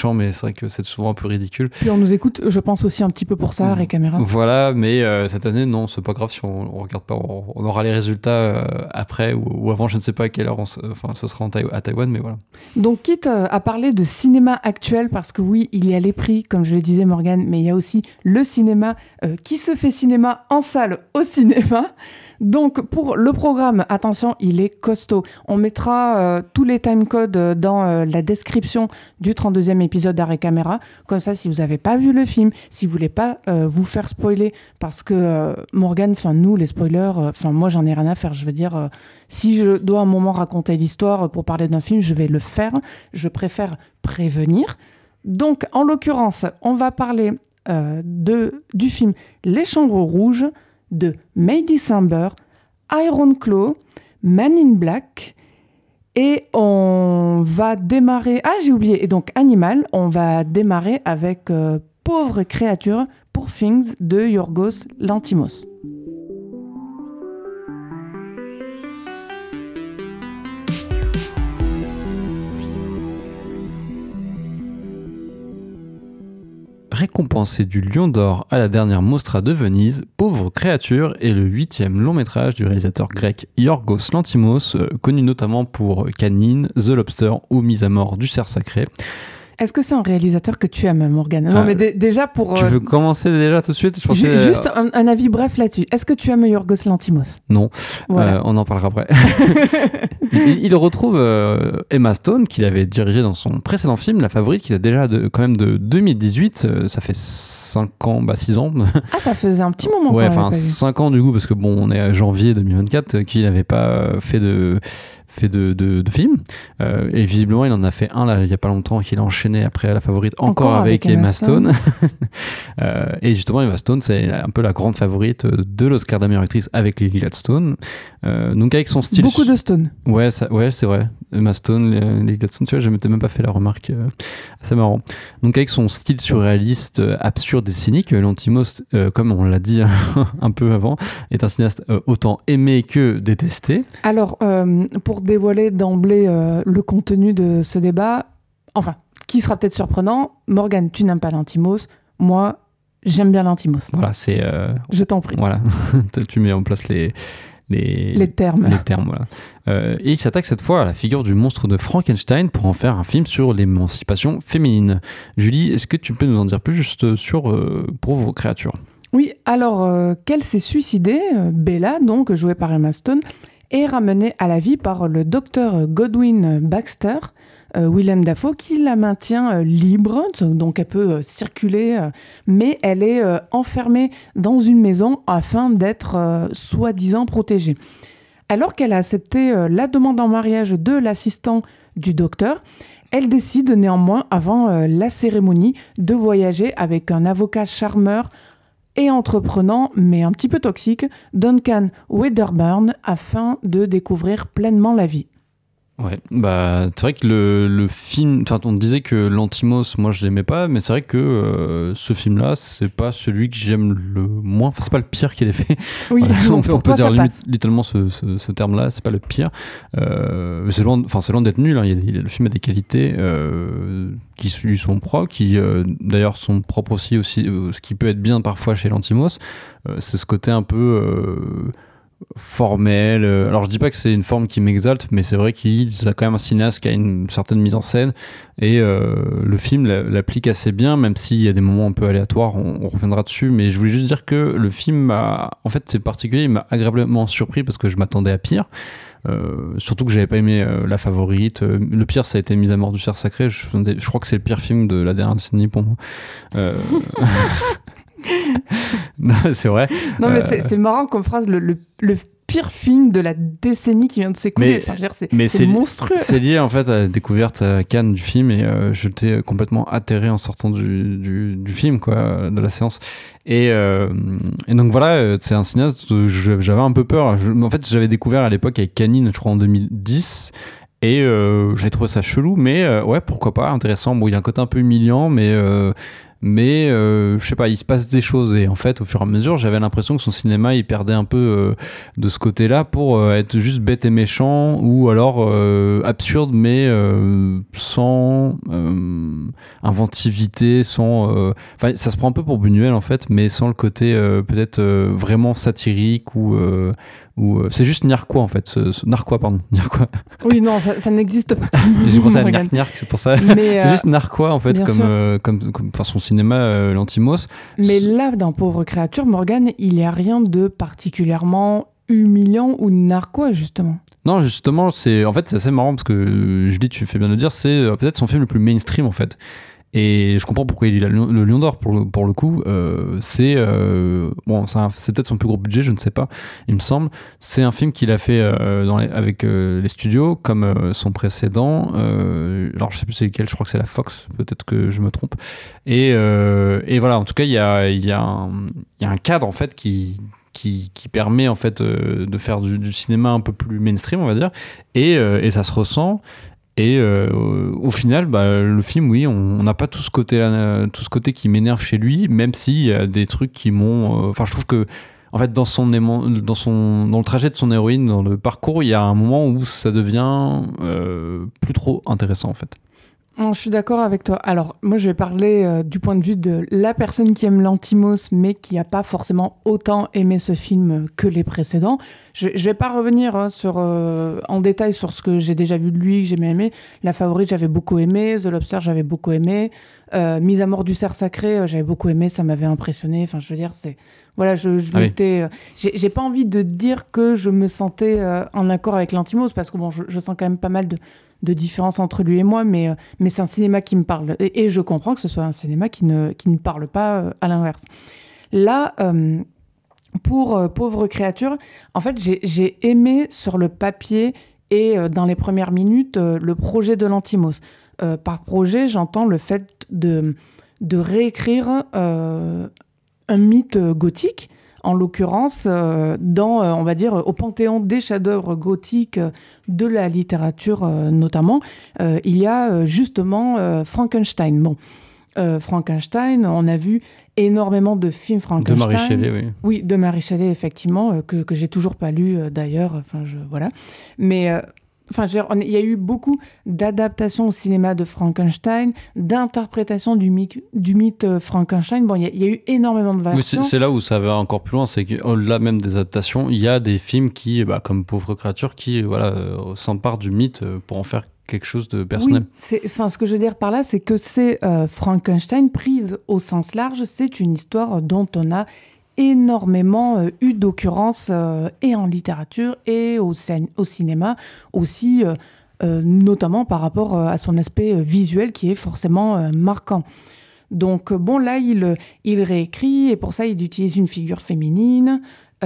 méchant, mais c'est vrai que c'est souvent un peu ridicule.
Puis on nous écoute, je pense aussi un petit peu pour ça, Arrêt Caméra.
Voilà, mais cette année, non, c'est pas grave si on regarde pas. On aura les résultats après ou avant, je ne sais pas à quelle heure ce sera à Taïwan, mais voilà.
Donc, quitte à parler de cinéma actuel, parce que oui, il y a les prix, comme je le disais Morgane, mais il y a aussi le cinéma qui se fait cinéma en salle au cinéma. Donc, pour le programme, attention, il est costaud. On mettra tous les timecodes dans la description du 32e épisode d'Arrêt Caméra. Comme ça, si vous n'avez pas vu le film, si vous voulez pas vous faire spoiler, parce que Morgane, nous, les spoilers, moi, j'en ai rien à faire. Je veux dire, si je dois à un moment raconter l'histoire pour parler d'un film, je vais le faire. Je préfère prévenir. Donc, en l'occurrence, on va parler du film Les Chambres Rouges, de May December, Iron Claw, Man in Black, et on va démarrer... Ah, j'ai oublié. Et donc, Animal, on va démarrer avec Pauvre créature, Poor Things de Yorgos Lanthimos.
Récompensé du Lion d'Or à la dernière Mostra de Venise, Pauvre créature est le 8e long-métrage du réalisateur grec Yorgos Lanthimos, connu notamment pour Canine, The Lobster ou Mise à mort du cerf sacré.
Est-ce que c'est un réalisateur que tu aimes, Morgane ? Non, mais déjà pour...
Tu veux commencer déjà tout de suite ?
Juste un avis bref là-dessus. Est-ce que tu aimes Yorgos Lanthimos ?
Non,
voilà.
On en parlera après. il retrouve Emma Stone, qu'il avait dirigé dans son précédent film, La Favorite, qui est déjà quand même de 2018. Ça fait 5 ans, 6 ans.
Ah, ça faisait un petit moment.
Ouais, enfin 5 ans du coup, parce que bon, on est à janvier 2024, qu'il n'avait pas fait de films, et visiblement il en a fait un là il y a pas longtemps qu'il a enchaîné après La Favorite encore avec Emma Stone. Et justement Emma Stone c'est un peu la grande favorite de l'Oscar de la meilleure actrice avec Lily Gladstone, donc avec son style
beaucoup de Stone.
Ouais c'est vrai, Emma Stone, Lily Gladstone, tu vois, je m'étais même pas fait la remarque, assez marrant. Donc avec son style surréaliste, absurde et cynique, Lanthimos, comme on l'a dit un peu avant, est un cinéaste autant aimé que détesté.
Alors pour dévoiler d'emblée le contenu de ce débat, enfin, qui sera peut-être surprenant, Morgane, tu n'aimes pas Lanthimos, moi, j'aime bien Lanthimos.
Voilà, c'est...
je t'en prie.
Voilà, tu mets en place les
termes.
Les termes, voilà. Et il s'attaque cette fois à la figure du monstre de Frankenstein pour en faire un film sur l'émancipation féminine. Julie, est-ce que tu peux nous en dire plus juste sur Pauvre créature ? Oui,
alors, qu'elle s'est suicidée, Bella, donc, jouée par Emma Stone, est ramenée à la vie par le docteur Godwin Baxter, Willem Dafoe, qui la maintient libre, donc elle peut circuler, mais elle est enfermée dans une maison afin d'être soi-disant protégée. Alors qu'elle a accepté la demande en mariage de l'assistant du docteur, elle décide néanmoins, avant la cérémonie, de voyager avec un avocat charmeur et entreprenant, mais un petit peu toxique, Duncan Wedderburn, afin de découvrir pleinement la vie.
Ouais, c'est vrai que le film, on disait que Lanthimos, moi je l'aimais pas, mais c'est vrai que ce film-là, c'est pas celui que j'aime le moins. Enfin, c'est pas le pire qu'il ait fait.
Oui,
voilà. on peut dire littéralement ce terme-là, c'est pas le pire. C'est loin d'être nul. Hein. Le film a des qualités qui lui sont propres, qui d'ailleurs sont propres aussi ce qui peut être bien parfois chez Lanthimos. C'est ce côté un peu formel. Alors je dis pas que c'est une forme qui m'exalte, mais c'est vrai qu'il a quand même un cinéaste qui a une certaine mise en scène, et le film l'applique assez bien, même s'il y a des moments un peu aléatoires, on reviendra dessus. Mais je voulais juste dire que le film en fait c'est particulier, il m'a agréablement surpris parce que je m'attendais à pire. Surtout que j'avais pas aimé La Favorite. Le pire, ça a été Mise à mort du cerf sacré. Je crois que c'est le pire film de la dernière décennie pour moi. Non, c'est vrai.
Non, mais c'est marrant comme phrase, le pire film de la décennie qui vient de s'écouler. C'est monstrueux.
C'est lié en fait à la découverte à Cannes du film, et j'étais complètement atterré en sortant du film, quoi, de la séance. Et donc voilà, c'est un cinéaste où j'avais un peu peur. En fait, j'avais découvert à l'époque avec Canine, je crois en 2010. Et j'ai trouvé ça chelou, mais ouais, pourquoi pas, intéressant. Bon, il y a un côté un peu humiliant, mais mais je sais pas, il se passe des choses et en fait au fur et à mesure j'avais l'impression que son cinéma il perdait un peu de ce côté-là pour être juste bête et méchant ou alors absurde mais sans inventivité, sans enfin ça se prend un peu pour Buñuel en fait, mais sans le côté peut-être vraiment satirique ou c'est juste Narquois en fait, Narquois pardon, Narquois.
Oui, non, ça n'existe pas.
J'ai pensé à Narc, c'est pour ça.
Mais,
c'est juste Narquois en fait, comme son cinéma, Lantimos.
Mais là, dans Pauvre créature, Morgane, il n'y a rien de particulièrement humiliant ou narquois, justement.
Non, justement, c'est assez marrant parce que Julie, tu fais bien de le dire, c'est peut-être son film le plus mainstream en fait. Et je comprends pourquoi il a le Lion d'Or pour le coup. C'est peut-être son plus gros budget, je ne sais pas. Il me semble. C'est un film qu'il a fait avec les studios, comme son précédent. Alors je sais plus c'est lequel. Je crois que c'est la Fox. Peut-être que je me trompe. Et voilà. En tout cas, il y a un cadre en fait qui permet en fait de faire du cinéma un peu plus mainstream, on va dire. Et ça se ressent. Et au final, le film, oui, on n'a pas tout ce côté qui m'énerve chez lui, même s'il y a des trucs qui m'ont. Enfin, je trouve que, en fait, dans le trajet de son héroïne, dans le parcours, il y a un moment où ça devient plus trop intéressant, en fait.
Je suis d'accord avec toi. Alors, moi, je vais parler du point de vue de la personne qui aime Lantimos, mais qui n'a pas forcément autant aimé ce film que les précédents. Je ne vais pas revenir en détail sur ce que j'ai déjà vu de lui, que j'ai bien aimé. La Favorite, j'avais beaucoup aimé. The Lobster, j'avais beaucoup aimé. Mise à mort du cerf sacré, j'avais beaucoup aimé. Ça m'avait impressionné. Enfin, je veux dire, c'est... Voilà, m'étais... j'ai pas envie de dire que je me sentais en accord avec Lantimos, parce que bon, je sens quand même pas mal de différence entre lui et moi, mais c'est un cinéma qui me parle. Et je comprends que ce soit un cinéma qui ne parle pas à l'inverse. Là, pour Pauvre créature, en fait, j'ai aimé sur le papier et dans les premières minutes le projet de Lantimos. Par projet, j'entends le fait de réécrire un mythe gothique, en l'occurrence, on va dire, au panthéon des chefs-d'œuvre gothiques de la littérature notamment, il y a justement Frankenstein. Bon, Frankenstein, on a vu énormément de films Frankenstein.
De Mary Shelley, oui.
Oui, de Mary Shelley, effectivement, que j'ai toujours pas lu d'ailleurs. Voilà. Mais... il y a eu beaucoup d'adaptations au cinéma de Frankenstein, d'interprétations du mythe Frankenstein. Bon, il y a eu énormément de versions.
Oui, c'est là où ça va encore plus loin, c'est qu'au-delà même des adaptations, il y a des films qui, comme Pauvre créature, qui s'emparent du mythe pour en faire quelque chose de personnel.
Oui, ce que je veux dire par là, c'est que c'est Frankenstein prise au sens large. C'est une histoire dont on a énormément eu d'occurrences et en littérature et au cinéma aussi, notamment par rapport à son aspect visuel qui est forcément marquant. Donc bon, là, il réécrit et pour ça, il utilise une figure féminine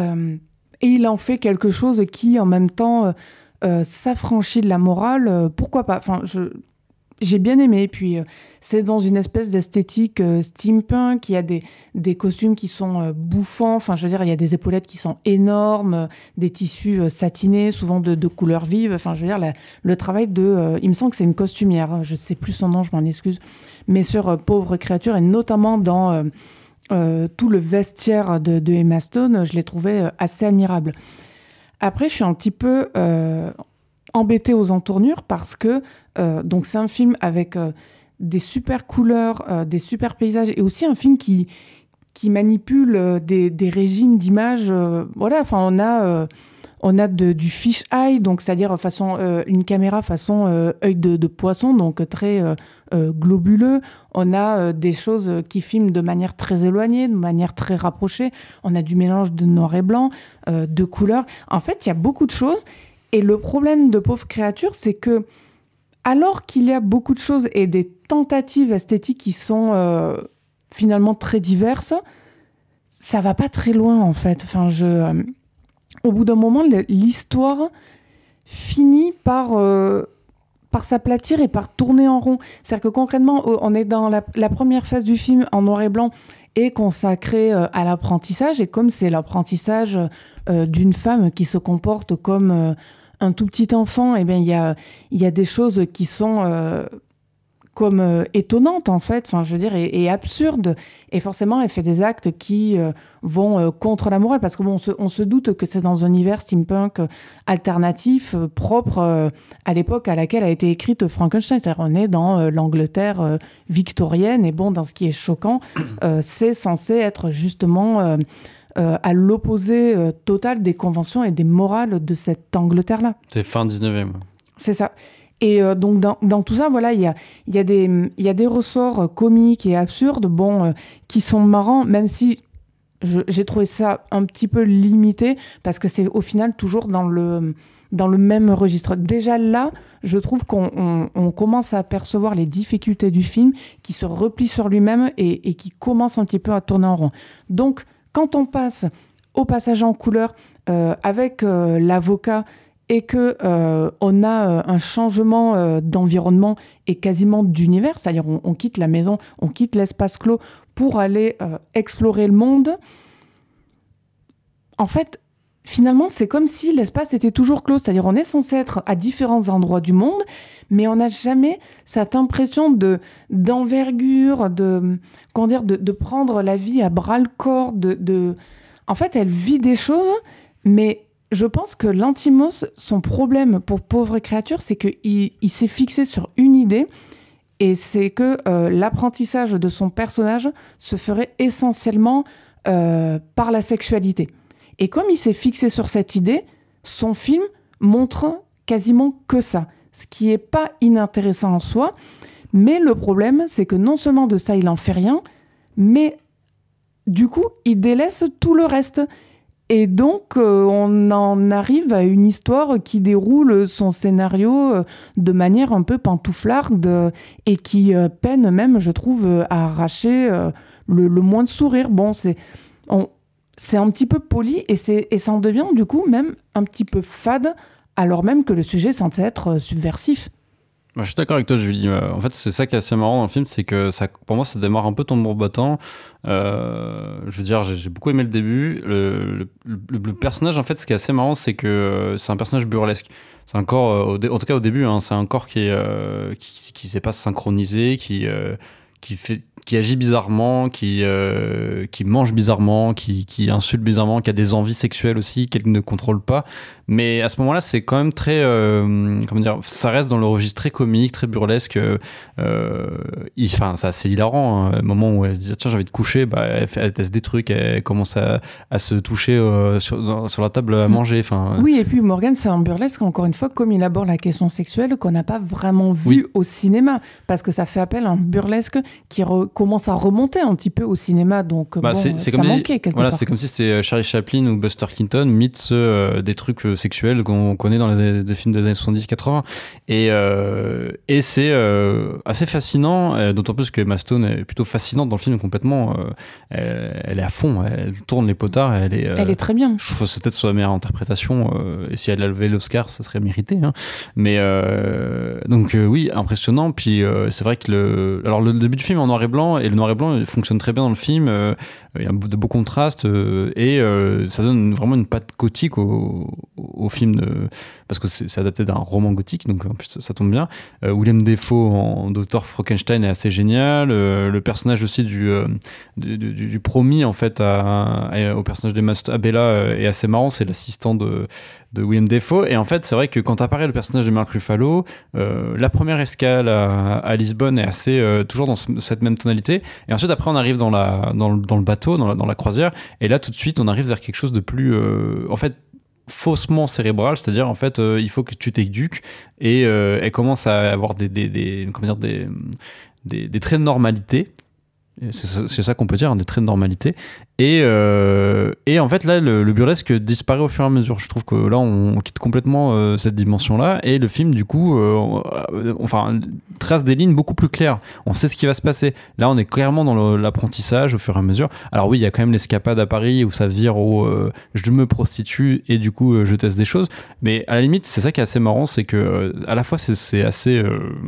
et il en fait quelque chose qui, en même temps, s'affranchit de la morale. Pourquoi pas ? J'ai bien aimé, puis c'est dans une espèce d'esthétique steampunk, il y a des costumes qui sont bouffants, enfin je veux dire, il y a des épaulettes qui sont énormes, des tissus satinés, souvent de couleurs vives, enfin je veux dire, le travail il me semble que c'est une costumière, hein, je sais plus son nom, je m'en excuse, mais sur Pauvre créature, et notamment dans tout le vestiaire de Emma Stone, je l'ai trouvé assez admirable. Après, je suis un petit peu... embêtée aux entournures parce que donc c'est un film avec des super couleurs, des super paysages et aussi un film qui manipule des régimes d'images. Voilà, enfin on a du fish eye, donc c'est-à-dire une caméra façon œil de poisson, donc très globuleux. On a des choses qui filment de manière très éloignée, de manière très rapprochée. On a du mélange de noir et blanc, de couleurs. En fait, il y a beaucoup de choses. Et le problème de Pauvre créature, c'est que, alors qu'il y a beaucoup de choses et des tentatives esthétiques qui sont finalement très diverses, ça va pas très loin, en fait. Au bout d'un moment, l'histoire finit par s'aplatir et par tourner en rond. C'est-à-dire que concrètement, on est dans la première phase du film en noir et blanc est consacrée à l'apprentissage. Et comme c'est l'apprentissage d'une femme qui se comporte comme... un tout petit enfant, eh bien, il y a des choses qui sont comme étonnante en fait, enfin je veux dire, et absurde. Et forcément, elle fait des actes qui vont contre la morale, parce que bon, on se doute que c'est dans un univers steampunk alternatif, propre à l'époque à laquelle a été écrite Frankenstein. C'est-à-dire, on est dans l'Angleterre victorienne, et bon, dans ce qui est choquant, c'est censé être justement à l'opposé total des conventions et des morales de cette Angleterre-là.
C'est fin 19e.
C'est ça. Et donc, dans tout ça, voilà, il y a des ressorts comiques et absurdes, qui sont marrants, même si j'ai trouvé ça un petit peu limité, parce que c'est au final toujours dans le même registre. Déjà là, je trouve qu'on commence à apercevoir les difficultés du film, qui se replie sur lui-même et qui commence un petit peu à tourner en rond. Donc, quand on passe au passage en couleur avec l'avocat, et que on a un changement d'environnement et quasiment d'univers, c'est-à-dire on quitte la maison, on quitte l'espace clos pour aller explorer le monde. En fait, finalement, c'est comme si l'espace était toujours clos, c'est-à-dire on est censé être à différents endroits du monde, mais on n'a jamais cette impression d'envergure, de prendre la vie à bras-le-corps. En fait, elle vit des choses, mais je pense que Lanthimos, son problème pour Pauvre créature, c'est qu'il s'est fixé sur une idée, et c'est que l'apprentissage de son personnage se ferait essentiellement par la sexualité. Et comme il s'est fixé sur cette idée, son film montre quasiment que ça, ce qui n'est pas inintéressant en soi, mais le problème, c'est que non seulement de ça, il n'en fait rien, mais du coup, il délaisse tout le reste. Et donc, on en arrive à une histoire qui déroule son scénario de manière un peu pantouflarde et qui peine même, je trouve, à arracher le moins de sourire. Bon, c'est un petit peu poli et ça en devient du coup même un petit peu fade, alors même que le sujet est censé être subversif.
Je suis d'accord avec toi, Julie. En fait, c'est ça qui est assez marrant dans le film, c'est que pour moi, ça démarre un peu tambour battant. Je veux dire, j'ai beaucoup aimé le début. Le personnage, en fait, ce qui est assez marrant, c'est que c'est un personnage burlesque. C'est un corps, en tout cas au début, c'est un corps qui sait pas se synchroniser, qui agit bizarrement, qui mange bizarrement, qui insulte bizarrement, qui a des envies sexuelles aussi qu'elle ne contrôle pas. Mais à ce moment-là, c'est quand même très, comment dire, ça reste dans le registre très comique, très burlesque. C'est assez hilarant. Hein, le moment où elle se dit tiens, j'ai envie de coucher, elle teste des trucs, elle commence à se toucher sur la table à manger.
Oui, et puis Morgan, c'est un burlesque, encore une fois, comme il aborde la question sexuelle qu'on n'a pas vraiment vu au cinéma, parce que ça fait appel à un burlesque qui commence à remonter un petit peu au cinéma, donc ça manquait quelque part.
C'est comme si c'était Charlie Chaplin ou Buster Keaton, mythes des trucs sexuels qu'on connaît dans les films des années 70-80. Et c'est assez fascinant, d'autant plus que Emma Stone est plutôt fascinante dans le film complètement. Elle est à fond, elle tourne les potards. Elle est très bien. Je trouve que c'est peut-être sa meilleure interprétation. Et si elle a levé l'Oscar, ça serait mérité. Hein. Mais donc oui, impressionnant. Puis c'est vrai que le début du film est en noir et blanc, et le noir et blanc il fonctionne très bien dans le film. Il y a de beaux contrastes et ça donne vraiment une patte gothique au film, parce que c'est adapté d'un roman gothique, donc en plus ça tombe bien. Willem Dafoe en Dr Frankenstein est assez génial. Le personnage aussi du promis en fait au personnage d'Emma Bella est assez marrant. C'est l'assistant de Willem Dafoe, et en fait c'est vrai que quand apparaît le personnage de Mark Ruffalo, la première escale à Lisbonne est assez toujours dans cette même tonalité, et ensuite après on arrive dans le bateau, dans la croisière, et là tout de suite on arrive vers quelque chose de plus en fait faussement cérébral, c'est-à-dire en fait il faut que tu t'éduques, et elle commence à avoir des traits de normalité. C'est ça qu'on peut dire, des traits de normalité. Et en fait, là, le burlesque disparaît au fur et à mesure. Je trouve que là, on quitte complètement cette dimension-là. Et le film, du coup, trace des lignes beaucoup plus claires. On sait ce qui va se passer. Là, on est clairement dans l'apprentissage au fur et à mesure. Alors oui, il y a quand même l'escapade à Paris où ça vire au je me prostitue et du coup, je teste des choses. Mais à la limite, c'est ça qui est assez marrant, c'est que à la fois, c'est assez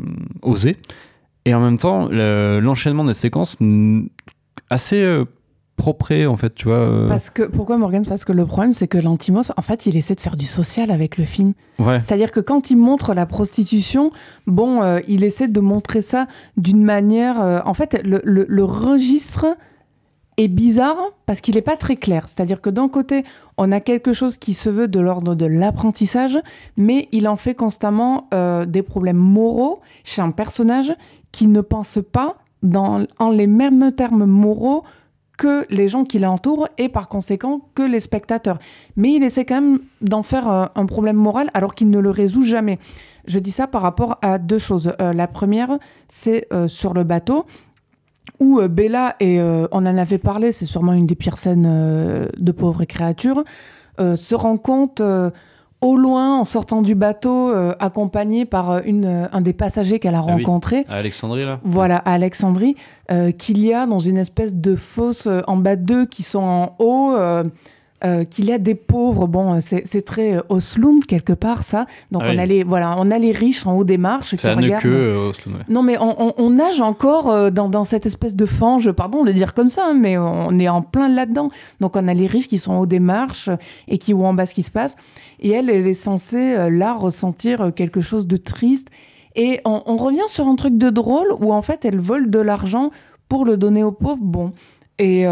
osé. Et en même temps, l'enchaînement des séquences assez propre, en fait, tu vois.
Pourquoi Morgan ? Parce que le problème, c'est que Lanthimos, en fait, il essaie de faire du social avec le film.
Ouais.
C'est-à-dire que quand il montre la prostitution, il essaie de montrer ça d'une manière... en fait, le registre est bizarre parce qu'il n'est pas très clair. C'est-à-dire que d'un côté, on a quelque chose qui se veut de l'ordre de l'apprentissage, mais il en fait constamment des problèmes moraux chez un personnage qui ne pense pas en les mêmes termes moraux que les gens qui l'entourent et par conséquent que les spectateurs. Mais il essaie quand même d'en faire un problème moral alors qu'il ne le résout jamais. Je dis ça par rapport à deux choses. La première, c'est sur le bateau où Bella, et on en avait parlé, c'est sûrement une des pires scènes de Pauvres créatures, se rend compte au loin, en sortant du bateau, accompagnée par un des passagers qu'elle a rencontré.
À Alexandrie, là.
Voilà, à Alexandrie, qu'il y a dans une espèce de fosse en bas d'eux qui sont en haut, qu'il y a des pauvres. Bon, c'est très Oslund, quelque part, ça. Donc, on a les riches en haut des marches qui regardent.
C'est que Oslund, ouais.
Non, mais on nage encore dans cette espèce de fange, pardon de le dire comme ça, mais on est en plein là-dedans. Donc, on a les riches qui sont en haut des marches et qui voient en bas ce qui se passe. Et elle est censée, là, ressentir quelque chose de triste. Et on revient sur un truc de drôle où, en fait, elle vole de l'argent pour le donner aux pauvres. Bon. Et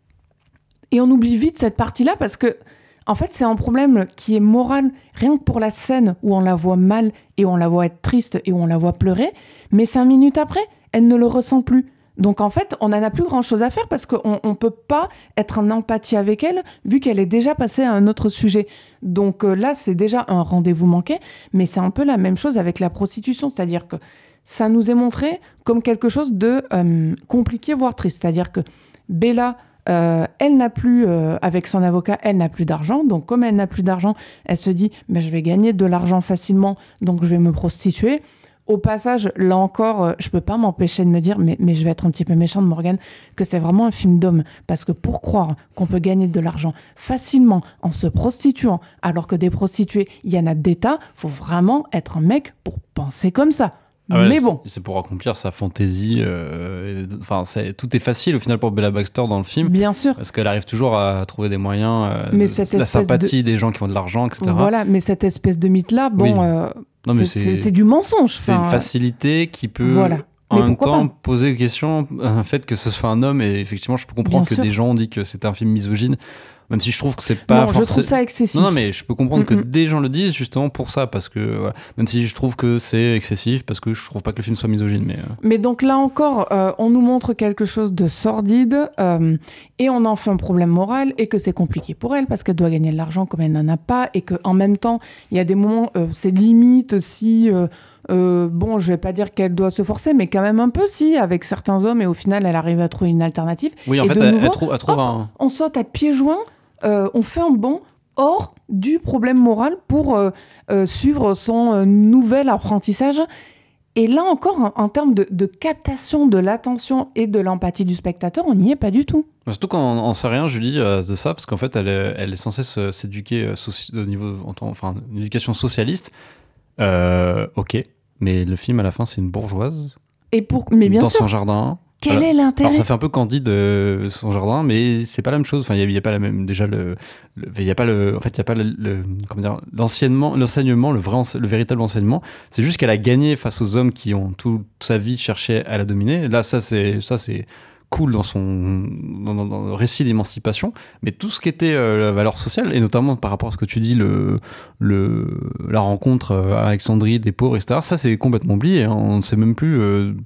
on oublie vite cette partie-là parce que, en fait, c'est un problème qui est moral, rien que pour la scène où on la voit mal et où on la voit être triste et où on la voit pleurer. Mais 5 minutes après, elle ne le ressent plus. Donc, en fait, on n'en a plus grand-chose à faire parce qu'on ne peut pas être en empathie avec elle vu qu'elle est déjà passée à un autre sujet. Donc là, c'est déjà un rendez-vous manqué, mais c'est un peu la même chose avec la prostitution. C'est-à-dire que ça nous est montré comme quelque chose de compliqué, voire triste. C'est-à-dire que Bella... elle n'a plus, avec son avocat, elle n'a plus d'argent. Donc, comme elle n'a plus d'argent, elle se dit « je vais gagner de l'argent facilement, donc je vais me prostituer ». Au passage, là encore, je peux pas m'empêcher de me dire, mais je vais être un petit peu méchante, Morgane, que c'est vraiment un film d'homme. Parce que pour croire qu'on peut gagner de l'argent facilement en se prostituant, alors que des prostituées, il y en a des tas, faut vraiment être un mec pour penser comme ça.
Ah ouais,
mais bon.
C'est pour accomplir sa fantaisie. Tout est facile au final pour Bella Baxter dans le film.
Bien sûr.
Parce qu'elle arrive toujours à trouver des moyens, la sympathie des gens qui ont de l'argent, etc.
Voilà, mais cette espèce de mythe-là, bon,
non, mais
c'est du mensonge.
C'est une facilité qui peut en même temps poser question un fait que ce soit un homme. Et effectivement, je peux comprendre que des gens ont dit que c'était un film misogyne. Même si je trouve que c'est pas...
Non, je trouve ça excessif.
Non, mais je peux comprendre que des gens le disent justement pour ça, parce que, voilà, même si je trouve que c'est excessif, parce que je trouve pas que le film soit misogyne.
Mais donc là encore, on nous montre quelque chose de sordide, et on en fait un problème moral, et que c'est compliqué pour elle, parce qu'elle doit gagner de l'argent comme elle n'en a pas, et qu'en même temps, il y a des moments, c'est limite si... je vais pas dire qu'elle doit se forcer, mais quand même un peu si, avec certains hommes, et au final, elle arrive à trouver une alternative.
Oui, en fait, elle trouve un...
On saute à pieds joints, on fait un bond hors du problème moral pour suivre son nouvel apprentissage. Et là encore, en termes de captation de l'attention et de l'empathie du spectateur, on n'y est pas du tout.
Surtout quand on ne sait rien, Julie, de ça, parce qu'en fait, elle est censée s'éduquer au niveau, une éducation socialiste. Ok, mais le film à la fin, c'est une bourgeoise.
Mais bien
dans
sûr.
Son jardin.
Quel est l'intérêt ?
Alors ça fait un peu Candide son jardin, mais c'est pas la même chose. Enfin, il y a pas la même. Déjà il y a pas le. En fait, il y a pas comment dire, l'enseignement, le véritable enseignement. C'est juste qu'elle a gagné face aux hommes qui ont toute sa vie cherché à la dominer. Là, ça c'est cool dans le récit d'émancipation, mais tout ce qui était la valeur sociale, et notamment par rapport à ce que tu dis, la rencontre à Alexandrie des pauvres, etc., ça c'est complètement oublié, hein. On ne sait même plus...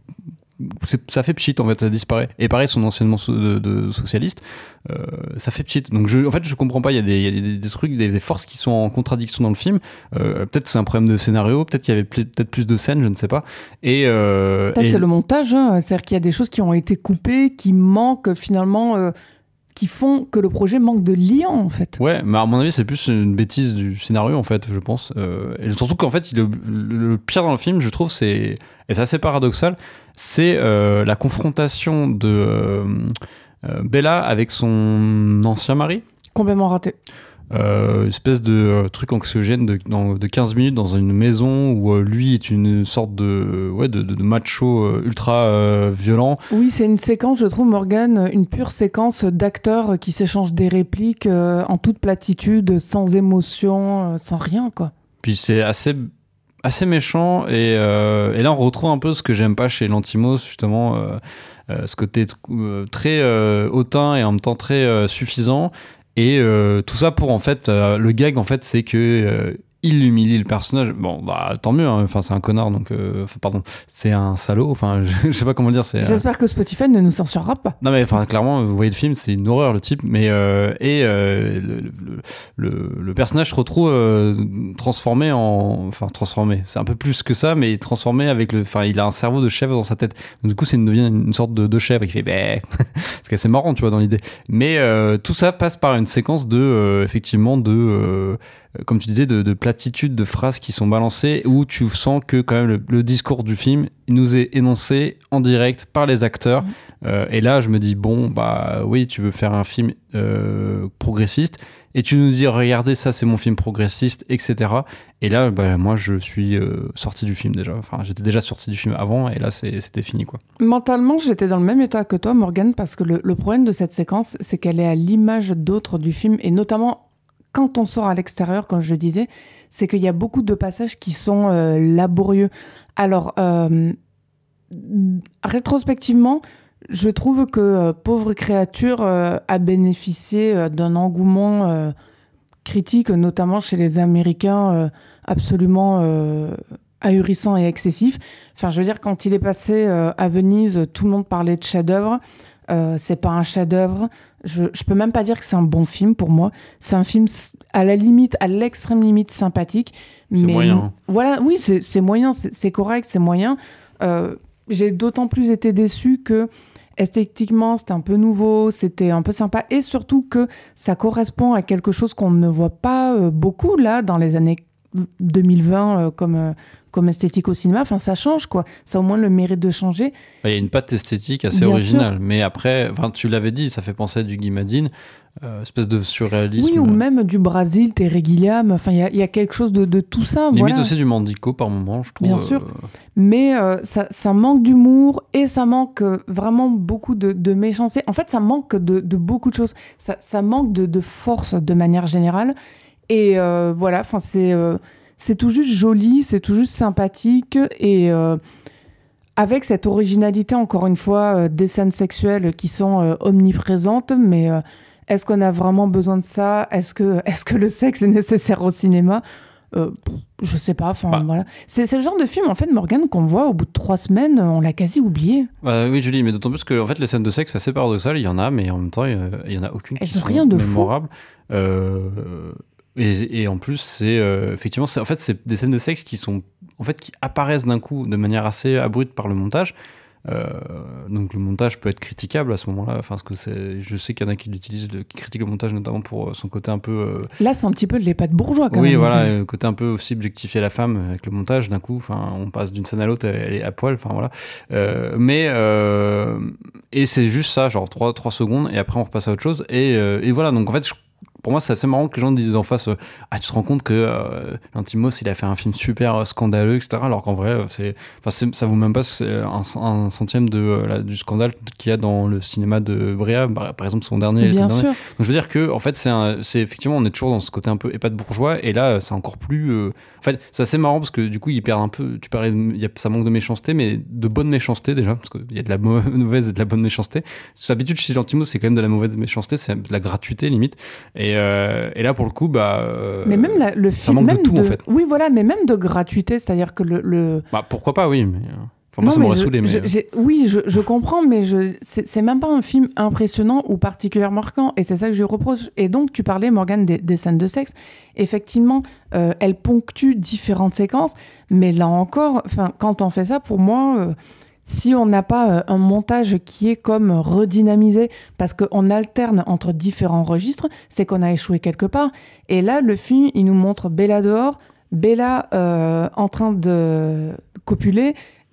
ça fait pchit, en fait, ça disparaît. Et pareil, son enseignement de socialiste, ça fait pchit. Donc en fait, je comprends pas, il y a des trucs, des forces qui sont en contradiction dans le film. Peut-être que c'est un problème de scénario, peut-être qu'il y avait peut-être plus de scènes, je ne sais pas. Peut-être
c'est le montage, hein. C'est-à-dire qu'il y a des choses qui ont été coupées, qui manquent finalement... qui font que le projet manque de liant, en fait.
Ouais, mais à mon avis, c'est plus une bêtise du scénario, en fait, je pense. Et surtout qu'en fait, le pire dans le film, je trouve, et c'est assez paradoxal, c'est la confrontation de Bella avec son ancien mari.
Complètement raté.
espèce de truc anxiogène de 15 minutes dans une maison où lui est une sorte de macho ultra violent.
Oui, c'est une séquence, je trouve, Morgane, une pure séquence d'acteurs qui s'échangent des répliques en toute platitude, sans émotion, sans rien, quoi.
Puis c'est assez méchant et là on retrouve un peu ce que j'aime pas chez Lanthimos, justement, ce côté très hautain et en même temps très suffisant. Et tout ça pour en fait le gag en fait c'est que il humilie le personnage. Bon bah tant mieux, hein. Enfin c'est un connard donc pardon, c'est un salaud, enfin je sais pas comment dire, c'est
J'espère que Spotify ne nous censurera pas.
non mais enfin clairement vous voyez le film, c'est une horreur le type, mais le personnage se retrouve transformé, c'est un peu plus que ça, mais transformé il a un cerveau de chèvre dans sa tête, donc du coup c'est devient une sorte de chèvre qui fait bah c'est assez marrant tu vois dans l'idée, mais tout ça passe par une séquence de effectivement de comme tu disais, de platitudes, de phrases qui sont balancées, où tu sens que quand même le discours du film, il nous est énoncé en direct par les acteurs. Et là, je me dis, bon, bah oui, tu veux faire un film progressiste, et tu nous dis, regardez, ça c'est mon film progressiste, etc. Et là, bah, moi, je suis sorti du film déjà. Enfin, j'étais déjà sorti du film avant, et là, c'était fini, quoi.
Mentalement, j'étais dans le même état que toi, Morgane, parce que le problème de cette séquence, c'est qu'elle est à l'image d'autres du film, et notamment quand on sort à l'extérieur, comme je le disais, c'est qu'il y a beaucoup de passages qui sont laborieux. Alors, rétrospectivement, je trouve que Pauvre créature a bénéficié d'un engouement critique, notamment chez les Américains, absolument ahurissant et excessif. Enfin, je veux dire, quand il est passé à Venise, tout le monde parlait de chef-d'œuvre. C'est pas un chef-d'œuvre. Je peux même pas dire que c'est un bon film pour moi. C'est un film à la limite, à l'extrême limite sympathique.
C'est
mais
moyen.
Voilà, oui, c'est moyen, c'est correct, c'est moyen. J'ai d'autant plus été déçue que esthétiquement, c'était un peu nouveau, c'était un peu sympa, et surtout que ça correspond à quelque chose qu'on ne voit pas beaucoup là dans les années 2020 comme esthétique au cinéma. Enfin, ça change, quoi. Ça a au moins le mérite de changer.
Il y a une patte esthétique assez
Bien
originale,
sûr.
Mais après, tu l'avais dit, ça fait penser à du Guy Madine, espèce de surréalisme.
Oui, ou même du Brésil, Terry Gilliam. Enfin, il y a quelque chose de tout ça.
Limite
voilà.
aussi du Mandico par moment, je trouve.
Bien sûr. Mais ça manque d'humour et ça manque vraiment beaucoup de méchanceté. En fait, ça manque de beaucoup de choses. Ça manque de force de manière générale. Et voilà, enfin, c'est tout juste joli, c'est tout juste sympathique. Et avec cette originalité, encore une fois, des scènes sexuelles qui sont omniprésentes. Mais est-ce qu'on a vraiment besoin de ça ? Est-ce que le sexe est nécessaire au cinéma ? Je sais pas, enfin voilà. C'est le genre de film, en fait, Morgane, qu'on voit au bout de 3 semaines, on l'a quasi oublié.
Oui, Julie, mais d'autant plus que en fait, les scènes de sexe, c'est assez paradoxal, il y en a, mais en même temps, il y en a aucune qui sont
rien de
mémorables. Et en plus, c'est effectivement, c'est des scènes de sexe qui apparaissent d'un coup de manière assez abrupte par le montage. Donc le montage peut être critiquable à ce moment-là. Enfin, parce que je sais qu'il y en a qui qui critiquent le montage notamment pour son côté un peu.
Là, c'est un petit peu de l'EHPAD bourgeois quand même.
Oui, voilà, côté un peu aussi objectifier la femme avec le montage. D'un coup, enfin, on passe d'une scène à l'autre, elle est à poil. Enfin voilà. Et c'est juste ça, genre 3 secondes, et après on repasse à autre chose. Et voilà. Donc en fait, pour moi, c'est assez marrant que les gens disent en face ah, tu te rends compte que Lanthimos, il a fait un film super scandaleux, etc. Alors qu'en vrai, ça vaut même pas un centième du scandale qu'il y a dans le cinéma de Bréa, par exemple, son dernier.
Bien sûr.
Donc je veux dire que, en fait, c'est effectivement, on est toujours dans ce côté un peu EHPAD bourgeois, et là, c'est encore plus. En fait, c'est assez marrant parce que du coup, il perd un peu. Tu parlais, ça manque de méchanceté, mais de bonne méchanceté déjà, parce qu'il y a de la mauvaise et de la bonne méchanceté. D'habitude, chez Lanthimos, c'est quand même de la mauvaise méchanceté, c'est de la gratuité limite. Et là, pour le coup,
mais même le film,
ça manque de tout, en fait.
Oui, voilà, mais même de gratuité, c'est-à-dire que
pourquoi pas, oui, mais. Moi, ça m'aurait saoulé.
Oui, je comprends, mais c'est même pas un film impressionnant ou particulièrement marquant, et c'est ça que je reproche. Et donc, tu parlais, Morgane, des scènes de sexe. Effectivement, elles ponctuent différentes séquences, mais là encore, quand on fait ça, pour moi, si on n'a pas un montage qui est comme redynamisé, parce qu'on alterne entre différents registres, c'est qu'on a échoué quelque part. Et là, le film, il nous montre Bella dehors, Bella en train de copuler,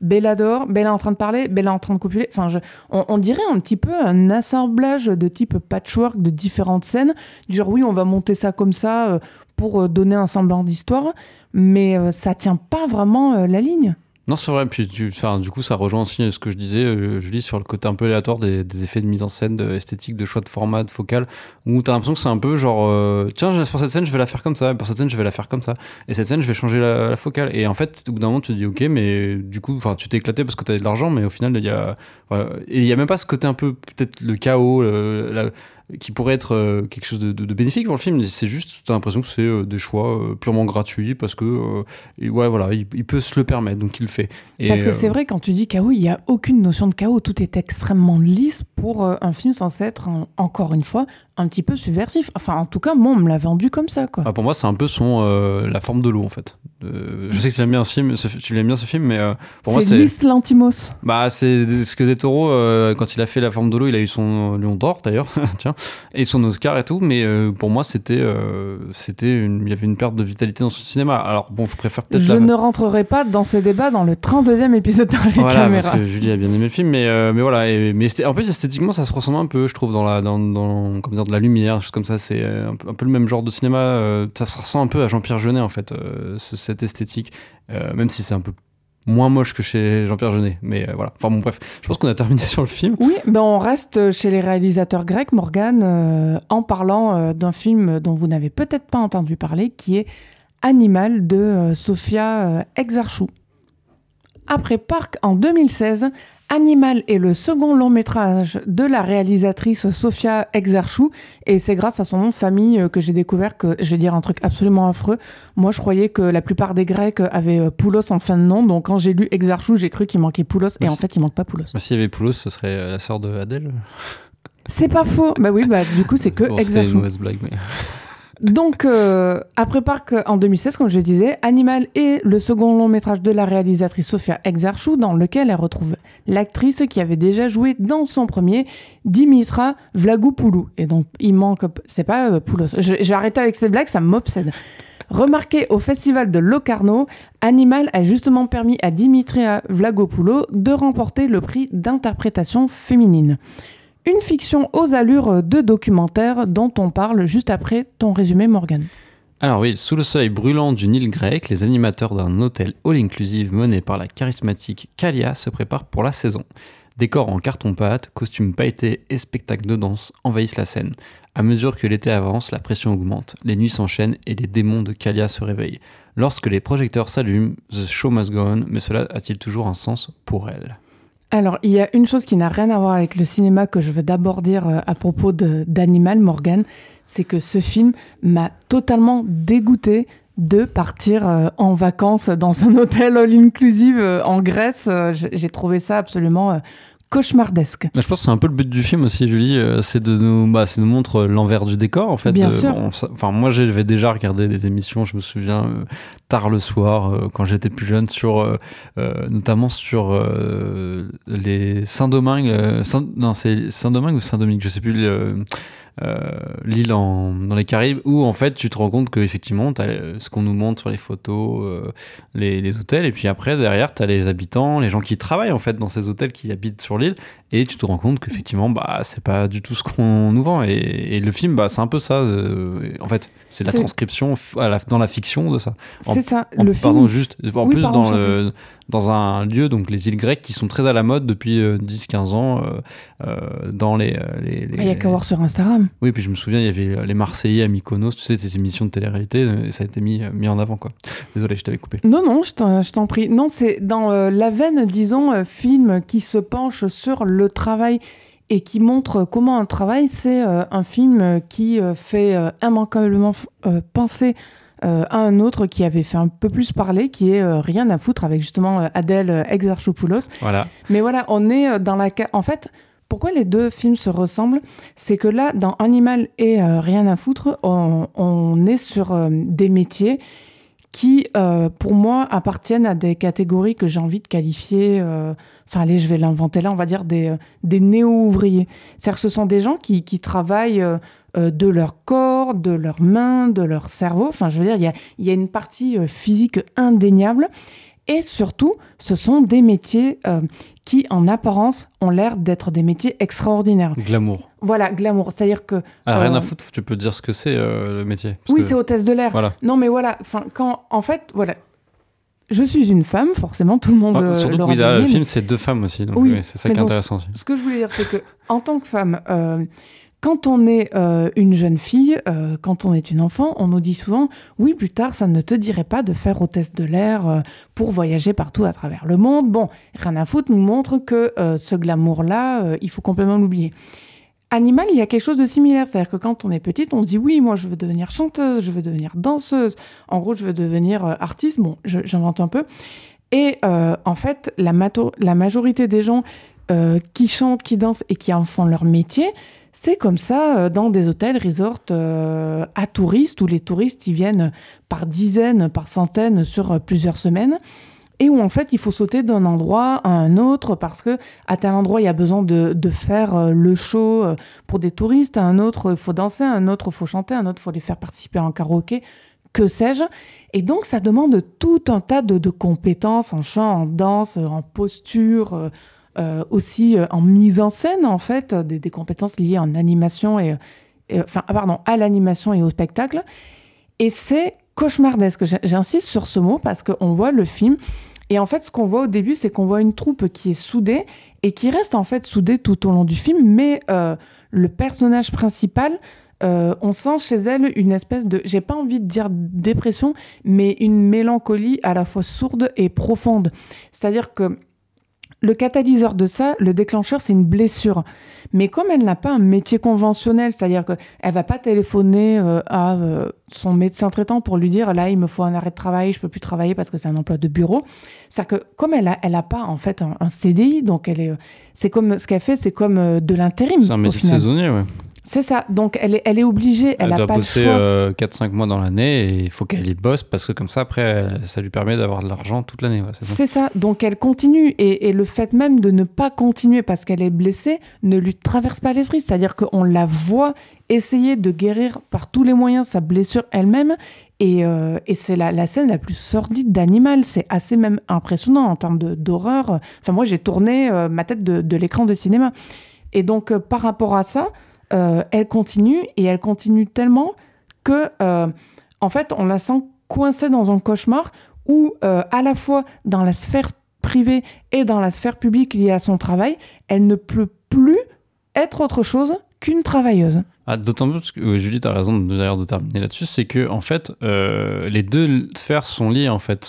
Bella dehors, Bella en train de parler, Bella en train de copuler. Enfin, on dirait un petit peu un assemblage de type patchwork de différentes scènes. Du genre, oui, on va monter ça comme ça pour donner un semblant d'histoire, mais ça tient pas vraiment la ligne.
Non, c'est vrai. Puis, du coup, ça rejoint aussi ce que je disais, Julie, sur le côté un peu aléatoire des effets de mise en scène, esthétique, de choix de format, de focal, où t'as l'impression que c'est un peu genre, tiens, pour cette scène, je vais la faire comme ça, et pour cette scène, je vais la faire comme ça, et cette scène, je vais changer la focale. Et en fait, au bout d'un moment, tu te dis, ok, mais du coup, tu t'es éclaté parce que t'avais de l'argent, mais au final, voilà, et il y a même pas ce côté un peu, peut-être le chaos, qui pourrait être quelque chose de bénéfique pour le film. C'est juste, t'as l'impression que c'est des choix purement gratuits parce que ouais, voilà, il peut se le permettre, donc il le fait.
Parce que c'est vrai, quand tu dis chaos, il n'y a aucune notion de chaos, tout est extrêmement lisse pour un film censé être, encore une fois, un petit peu subversif. Enfin, en tout cas, moi, on me l'a vendu comme ça, quoi.
Pour moi, c'est un peu la forme de l'eau, en fait. Je sais que tu l'aimes bien ce film, mais pour moi, c'est
lisse Lantimos.
Bah, c'est ce que Del Toro, quand il a fait La forme de l'eau, il a eu son Lion d'or, d'ailleurs, tiens, et son Oscar et tout, mais pour moi, il y avait une perte de vitalité dans ce cinéma. Alors, bon, je préfère peut-être...
Je ne rentrerai pas dans ces débats dans le 32e épisode de la
voilà,
caméra.
Parce que Julie a bien aimé le film, mais voilà. En plus, esthétiquement, ça se ressemble un peu, je trouve, comme dire, de la lumière, des choses comme ça. C'est un peu le même genre de cinéma. Ça se ressemble un peu à Jean-Pierre Jeunet, en fait, cette esthétique, même si c'est un peu moins moche que chez Jean-Pierre Jeunet, mais voilà. Enfin bon, bref, je pense qu'on a terminé sur le film.
Oui, on reste chez les réalisateurs grecs, Morgane, en parlant d'un film dont vous n'avez peut-être pas entendu parler, qui est Animal de Sofia Exarchou. Après Parc en 2016, Animal est le second long métrage de la réalisatrice Sofia Exarchou, et c'est grâce à son nom de famille que j'ai découvert que, je vais dire un truc absolument affreux, moi je croyais que la plupart des Grecs avaient Poulos en fin de nom, donc quand j'ai lu Exarchou, j'ai cru qu'il manquait Poulos, et en fait il manque pas Poulos.
S'il y avait Poulos, ce serait la sœur de Adèle.
C'est pas faux. Bah oui, du coup c'est que Exarchou.
C'était une mauvaise blague, mais...
Donc, après Parc en 2016, comme je disais, Animal est le second long métrage de la réalisatrice Sofia Exarchou, dans lequel elle retrouve l'actrice qui avait déjà joué dans son premier, Dimitra Vlagopoulou. Et donc, il manque... C'est pas Poulos. Je vais arrêter avec ces blagues, ça m'obsède. Remarqué au festival de Locarno, Animal a justement permis à Dimitra Vlagopoulou de remporter le prix d'interprétation féminine. Une fiction aux allures de documentaire dont on parle juste après ton résumé, Morgane.
Alors oui, sous le soleil brûlant d'une île grecque, les animateurs d'un hôtel all-inclusive mené par la charismatique Kalia se préparent pour la saison. Décors en carton-pâte, costumes pailletés et spectacles de danse envahissent la scène. À mesure que l'été avance, la pression augmente, les nuits s'enchaînent et les démons de Kalia se réveillent. Lorsque les projecteurs s'allument, the show must go on, mais cela a-t-il toujours un sens pour elle ?
Alors, il y a une chose qui n'a rien à voir avec le cinéma que je veux d'abord dire à propos d'Animal, Morgane, c'est que ce film m'a totalement dégoûtée de partir en vacances dans un hôtel all-inclusive en Grèce. J'ai trouvé ça absolument cauchemardesque.
Je pense que c'est un peu le but du film aussi, Julie, c'est de nous montrer l'envers du décor, en fait.
Bien sûr.
Moi, j'avais déjà regardé des émissions, je me souviens, tard le soir, quand j'étais plus jeune, notamment sur les Saint-Domingue. C'est Saint-Domingue ou Saint-Dominique, je sais plus. L'île dans les Caraïbes, où en fait tu te rends compte que effectivement t'as ce qu'on nous montre sur les photos, les hôtels, et puis après derrière t'as les habitants, les gens qui travaillent en fait dans ces hôtels, qui habitent sur l'île, et tu te rends compte qu'effectivement c'est pas du tout ce qu'on nous vend, et le film c'est un peu ça, en fait c'est la transcription dans la fiction de ça.
C'est ça,
le film. Dans un lieu, donc les îles grecques, qui sont très à la mode depuis 10-15 ans, dans les...
Il y a qu'à voir sur Instagram.
Oui, puis je me souviens, il y avait les Marseillais à Mykonos, tu sais, ces émissions de télé-réalité, et ça a été mis en avant, quoi. Désolé, je t'avais coupé.
Non, je t'en prie. Non, c'est dans la veine, disons, film qui se penche sur le travail et qui montre comment un travail, c'est un film qui fait immanquablement penser à un autre qui avait fait un peu plus parler, qui est Rien à foutre, avec justement Adèle Exarchopoulos.
Voilà.
Mais voilà, on est dans la... En fait, pourquoi les deux films se ressemblent ? C'est que là, dans Animal et Rien à foutre, on est sur des métiers qui, pour moi, appartiennent à des catégories que j'ai envie de qualifier... allez, je vais l'inventer là, on va dire des néo-ouvriers. C'est-à-dire que ce sont des gens qui travaillent... de leur corps, de leurs mains, de leur cerveau. Enfin, je veux dire, il y a une partie physique indéniable. Et surtout, ce sont des métiers qui, en apparence, ont l'air d'être des métiers extraordinaires.
Glamour.
Voilà, glamour. C'est-à-dire que...
rien à foutre, tu peux dire ce que c'est, le métier.
Oui, c'est hôtesse de l'air.
Voilà.
Non, mais voilà, en fait, voilà... Je suis une femme, forcément, tout le monde
surtout que le film, c'est 2 femmes aussi, donc oui, c'est ça qui est intéressant aussi.
Ce que je voulais dire, c'est que en tant que femme, quand on est une jeune fille, quand on est une enfant, on nous dit souvent « Oui, plus tard, ça ne te dirait pas de faire hôtesse de l'air pour voyager partout à travers le monde. » Bon, Rien à foutre nous montre que ce glamour-là, il faut complètement l'oublier. Animal, il y a quelque chose de similaire. C'est-à-dire que quand on est petite, on se dit « Oui, moi, je veux devenir chanteuse, je veux devenir danseuse. En gros, je veux devenir artiste. » Bon, j'invente un peu. Et en fait, la majorité des gens qui chantent, qui dansent et qui en font leur métier, c'est comme ça dans des hôtels, resorts à touristes, où les touristes ils viennent par dizaines, par centaines sur plusieurs semaines, et où en fait il faut sauter d'un endroit à un autre parce que à tel endroit il y a besoin de faire le show pour des touristes, à un autre il faut danser, à un autre il faut chanter, à un autre il faut les faire participer en karaoké, que sais-je. Et donc ça demande tout un tas de compétences en chant, en danse, en posture, aussi en mise en scène, en fait, des compétences liées en animation à l'animation et au spectacle. Et c'est cauchemardesque. J'insiste sur ce mot parce qu'on voit le film. Et en fait, ce qu'on voit au début, c'est qu'on voit une troupe qui est soudée et qui reste en fait soudée tout au long du film. Mais le personnage principal, on sent chez elle une espèce de, j'ai pas envie de dire dépression, mais une mélancolie à la fois sourde et profonde. C'est-à-dire que le catalyseur de ça, le déclencheur, c'est une blessure. Mais comme elle n'a pas un métier conventionnel, c'est-à-dire qu'elle ne va pas téléphoner à son médecin traitant pour lui dire « là, il me faut un arrêt de travail, je ne peux plus travailler parce que c'est un emploi de bureau ». C'est-à-dire que comme elle a pas en fait un CDI, donc c'est comme, ce qu'elle fait, c'est comme de l'intérim.
C'est un métier saisonnier, ouais.
C'est ça, donc elle est obligée, elle n'a pas le choix.
Elle doit bosser 4-5 mois dans l'année et il faut qu'elle y bosse parce que comme ça, après, ça lui permet d'avoir de l'argent toute l'année. Ouais,
c'est ça, donc elle continue et le fait même de ne pas continuer parce qu'elle est blessée ne lui traverse pas l'esprit, c'est-à-dire qu'on la voit essayer de guérir par tous les moyens sa blessure elle-même et c'est la scène la plus sordide d'Animal, c'est assez même impressionnant en termes d'horreur. Enfin moi j'ai tourné ma tête de l'écran de cinéma et donc par rapport à ça, elle continue et elle continue tellement que, en fait, on la sent coincée dans un cauchemar où, à la fois dans la sphère privée et dans la sphère publique liée à son travail, elle ne peut plus être autre chose qu'une travailleuse.
D'autant plus que Julie, tu as raison d'ailleurs de terminer là-dessus, c'est que en fait, les deux sphères sont liées en fait,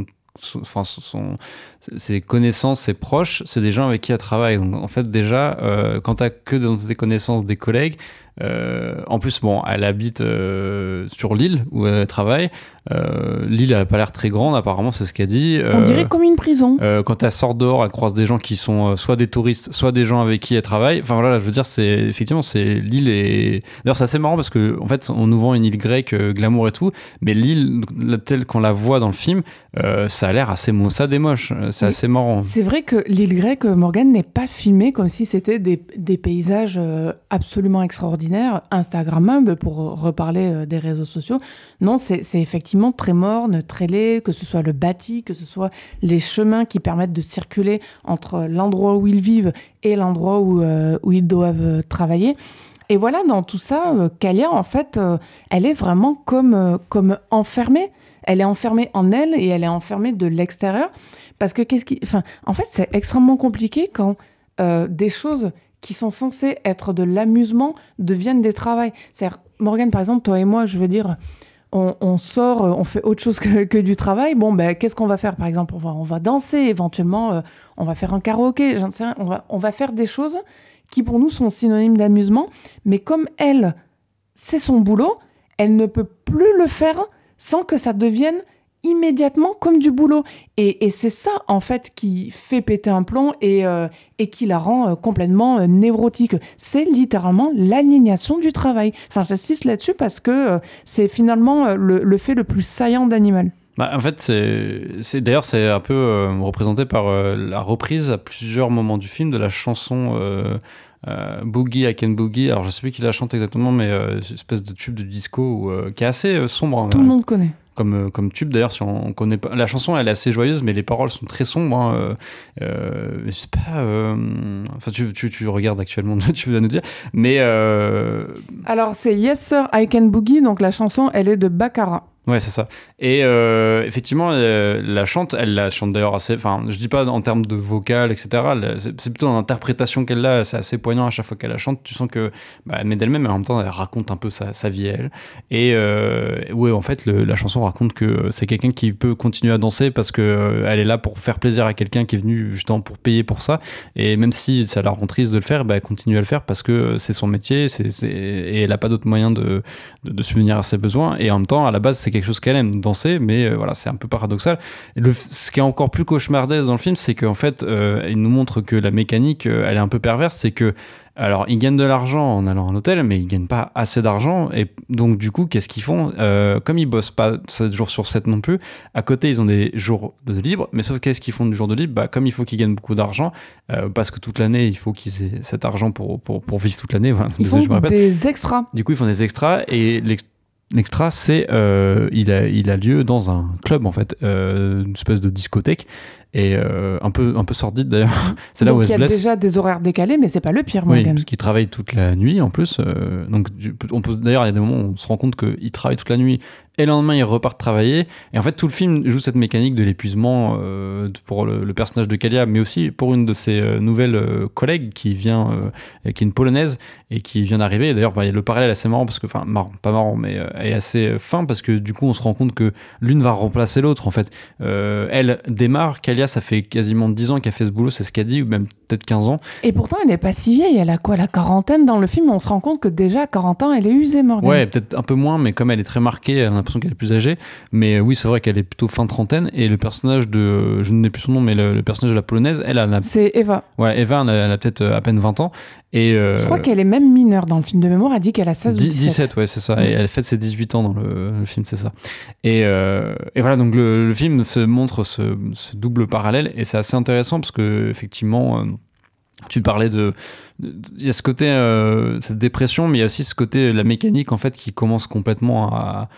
ses connaissances, ses proches, c'est des gens avec qui elle travaille. Donc en fait déjà, quand t'as que dans tes connaissances des collègues, en plus bon, elle habite sur l'île où elle travaille. L'île elle a pas l'air très grande apparemment, c'est ce qu'elle dit.
On dirait comme une prison.
Quand elle sort dehors, elle croise des gens qui sont soit des touristes, soit des gens avec qui elle travaille. Enfin voilà, je veux dire, c'est l'île est. D'ailleurs c'est assez marrant parce que en fait on nous vend une île grecque glamour et tout, mais l'île telle qu'on la voit dans le film, ça a l'air assez maussade et moche. C'est assez marrant.
C'est vrai que l'île grecque, Morgane, n'est pas filmée comme si c'était des paysages absolument extraordinaires, instagrammables pour reparler des réseaux sociaux. Non, c'est effectivement très morne, très laid, que ce soit le bâti, que ce soit les chemins qui permettent de circuler entre l'endroit où ils vivent et l'endroit où ils doivent travailler. Et voilà, dans tout ça, Kalia, en fait, elle est vraiment comme enfermée. Elle est enfermée en elle et elle est enfermée de l'extérieur. Parce que en fait, c'est extrêmement compliqué quand des choses qui sont censées être de l'amusement deviennent des travails. C'est-à-dire, Morgane, par exemple, toi et moi, je veux dire, on sort, on fait autre chose que du travail. Bon, ben, qu'est-ce qu'on va faire? Par exemple, on va danser, éventuellement, on va faire un karaoké, j'en sais rien. On va faire des choses qui, pour nous, sont synonymes d'amusement. Mais comme elle, c'est son boulot, elle ne peut plus le faire sans que ça devienne immédiatement comme du boulot. Et c'est ça, en fait, qui fait péter un plomb et qui la rend complètement névrotique. C'est littéralement l'aliénation du travail. Enfin, j'insiste là-dessus parce que c'est finalement le fait le plus saillant d'Animal.
En fait, d'ailleurs, c'est un peu représenté par la reprise à plusieurs moments du film de la chanson Boogie, I Can Boogie. Alors, je sais plus qui la chante exactement, mais c'est une espèce de tube de disco qui est assez sombre.
Tout le monde connaît.
comme tube. D'ailleurs, si on connaît pas la chanson, elle est assez joyeuse, mais les paroles sont très sombres. Hein. Je sais pas. Enfin, tu regardes actuellement, tu vas nous dire. Mais
Alors, c'est Yes Sir, I Can Boogie, donc la chanson, elle est de Baccarat.
ouais, c'est ça. Et effectivement, elle la chante d'ailleurs assez. Enfin, je dis pas en termes de vocal, etc. C'est plutôt dans l'interprétation qu'elle a. C'est assez poignant à chaque fois qu'elle la chante. Tu sens que elle met d'elle-même, mais en même temps, elle raconte un peu sa vie à elle. Et ouais, en fait, la chanson raconte que c'est quelqu'un qui peut continuer à danser parce que elle est là pour faire plaisir à quelqu'un qui est venu justement pour payer pour ça. Et même si ça la rend triste de le faire, elle continue à le faire parce que c'est son métier. Et elle a pas d'autre moyen de subvenir à ses besoins. Et en même temps, à la base, c'est quelque chose qu'elle aime danser, mais voilà, c'est un peu paradoxal. Et ce qui est encore plus cauchemardesque dans le film, c'est qu'en fait, il nous montre que la mécanique, elle est un peu perverse. C'est que, alors, ils gagnent de l'argent en allant à l'hôtel, mais ils gagnent pas assez d'argent. Et donc, du coup, qu'est-ce qu'ils font ? Comme ils bossent pas 7 jours sur 7 non plus, à côté, ils ont des jours de libre. Mais sauf qu'est-ce qu'ils font du jour de libre ? Comme il faut qu'ils gagnent beaucoup d'argent, parce que toute l'année, il faut qu'ils aient cet argent pour vivre toute l'année. Voilà.
Ils font des extras.
Du coup, ils font des extras et l'extra, c'est il a lieu dans un club en fait, une espèce de discothèque et un peu sordide d'ailleurs. C'est là où elle se blesse.
Il y a déjà des horaires décalés, mais c'est pas le pire, Morgan.
Oui, parce qu'il travaille toute la nuit en plus. Donc d'ailleurs, il y a des moments où on se rend compte qu'il travaille toute la nuit et le lendemain il repart travailler. Et en fait, tout le film joue cette mécanique de l'épuisement pour le personnage de Kalia, mais aussi pour une de ses nouvelles collègues qui vient, qui est une polonaise et qui vient d'arriver. Et d'ailleurs, il y a le parallèle assez marrant parce que, enfin, pas marrant, mais est assez fin parce que du coup, on se rend compte que l'une va remplacer l'autre en fait. Elle démarre, Kalia, ça fait quasiment 10 ans qu'elle fait ce boulot, c'est ce qu'elle dit, ou même peut-être 15 ans.
Et pourtant, elle n'est pas si vieille. Elle a quoi, la quarantaine dans le film ? On se rend compte que déjà à 40 ans, elle est usée, Morgan.
Ouais, peut-être un peu moins, mais comme elle est très marquée, elle a l'impression qu'elle est plus âgée. Mais oui, c'est vrai qu'elle est plutôt fin trentaine. Et le personnage de, je n'ai plus son nom, mais le personnage de la polonaise,
c'est Eva.
Ouais, Eva, elle a peut-être à peine 20 ans. Et
je crois qu'elle est même mineure dans le film de mémoire. Elle dit qu'elle a 16 ou 17.
17, ouais, c'est ça. Et elle fête ses 18 ans dans le film, c'est ça. Et voilà, donc le film se montre ce double parallèle. Et c'est assez intéressant parce que, effectivement, tu parlais il y a ce côté, cette dépression, mais il y a aussi ce côté, la mécanique, en fait, qui commence complètement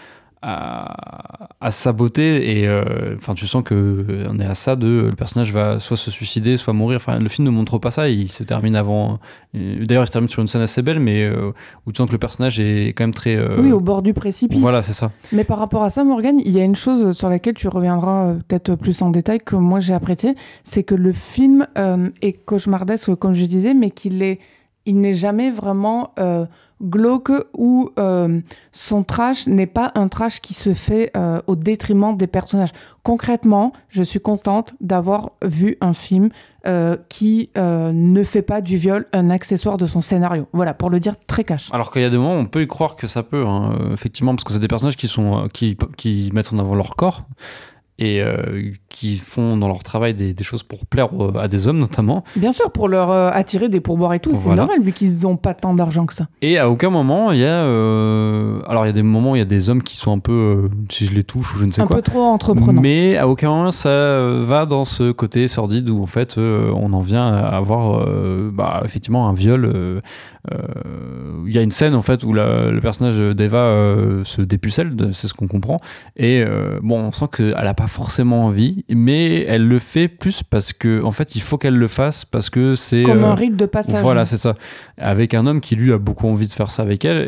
à saboter. Et enfin, tu sens qu'on est à ça le personnage va soit se suicider, soit mourir. Enfin, le film ne montre pas ça, il se termine avant. D'ailleurs, il se termine sur une scène assez belle, mais où tu sens que le personnage est quand même très.
Oui, au bord du précipice.
Voilà, c'est ça.
Mais par rapport à ça, Morgane, il y a une chose sur laquelle tu reviendras peut-être plus en détail que moi j'ai apprécié, c'est que le film est cauchemardesque, comme je disais, mais il n'est jamais vraiment glauque ou son trash n'est pas un trash qui se fait au détriment des personnages. Concrètement, je suis contente d'avoir vu un film qui ne fait pas du viol un accessoire de son scénario. Voilà, pour le dire très cash.
Alors qu'il y a des moments, on peut y croire que ça peut, hein, effectivement, parce que c'est des personnages qui mettent en avant leur corps et qui font dans leur travail des choses pour plaire à des hommes notamment.
Bien sûr, pour leur attirer des pourboires et tout, c'est normal vu qu'ils n'ont pas tant d'argent que ça.
Et à aucun moment il y a alors il y a des moments où il y a des hommes qui sont un peu si je les touche ou je ne sais quoi,
un peu trop entreprenants,
mais à aucun moment ça va dans ce côté sordide où en fait on en vient à avoir effectivement un viol. Il y a une scène en fait où le personnage d'Eva se dépucelle, c'est ce qu'on comprend, et on sent qu'elle a pas forcément envie, mais elle le fait plus parce que en fait il faut qu'elle le fasse parce que c'est
comme un rite de passage.
Voilà, c'est ça, avec un homme qui lui a beaucoup envie de faire ça avec elle,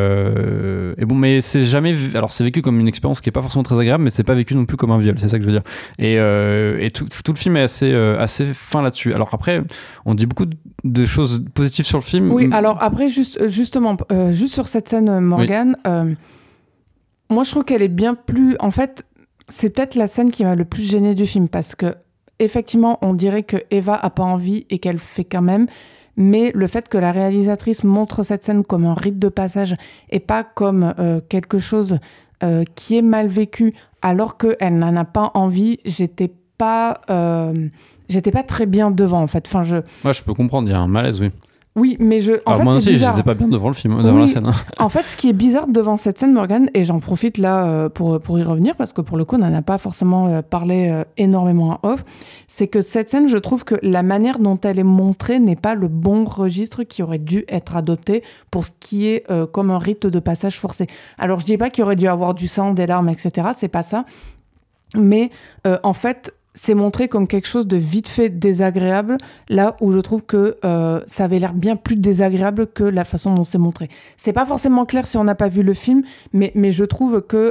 et bon, mais c'est jamais alors c'est vécu comme une expérience qui est pas forcément très agréable, mais c'est pas vécu non plus comme un viol, c'est ça que je veux dire, et tout le film est assez fin là-dessus. Alors après on dit beaucoup de choses positives sur le film.
Oui, alors après justement juste sur cette scène, Morgane, oui. Moi je trouve qu'elle est bien plus, en fait c'est peut-être la scène qui m'a le plus gênée du film, parce que effectivement on dirait que Eva a pas envie et qu'elle fait quand même, mais le fait que la réalisatrice montre cette scène comme un rite de passage et pas comme quelque chose qui est mal vécu alors qu'elle n'en a pas envie, j'étais pas très bien devant en fait.
Ouais, je peux comprendre, il y a un malaise, oui.
Oui, mais en fait,
moi
c'est
aussi,
bizarre.
j'étais pas bien devant le film, devant la scène.
En fait, ce qui est bizarre devant cette scène, Morgane, et j'en profite là pour y revenir, parce que pour le coup, on n'en a pas forcément parlé énormément en off, c'est que cette scène, je trouve que la manière dont elle est montrée n'est pas le bon registre qui aurait dû être adopté pour ce qui est comme un rite de passage forcé. Alors, je dis pas qu'il aurait dû avoir du sang, des larmes, etc. C'est pas ça. Mais en fait, c'est montré comme quelque chose de vite fait désagréable, là où je trouve que ça avait l'air bien plus désagréable que la façon dont c'est montré. C'est pas forcément clair si on n'a pas vu le film, mais je trouve que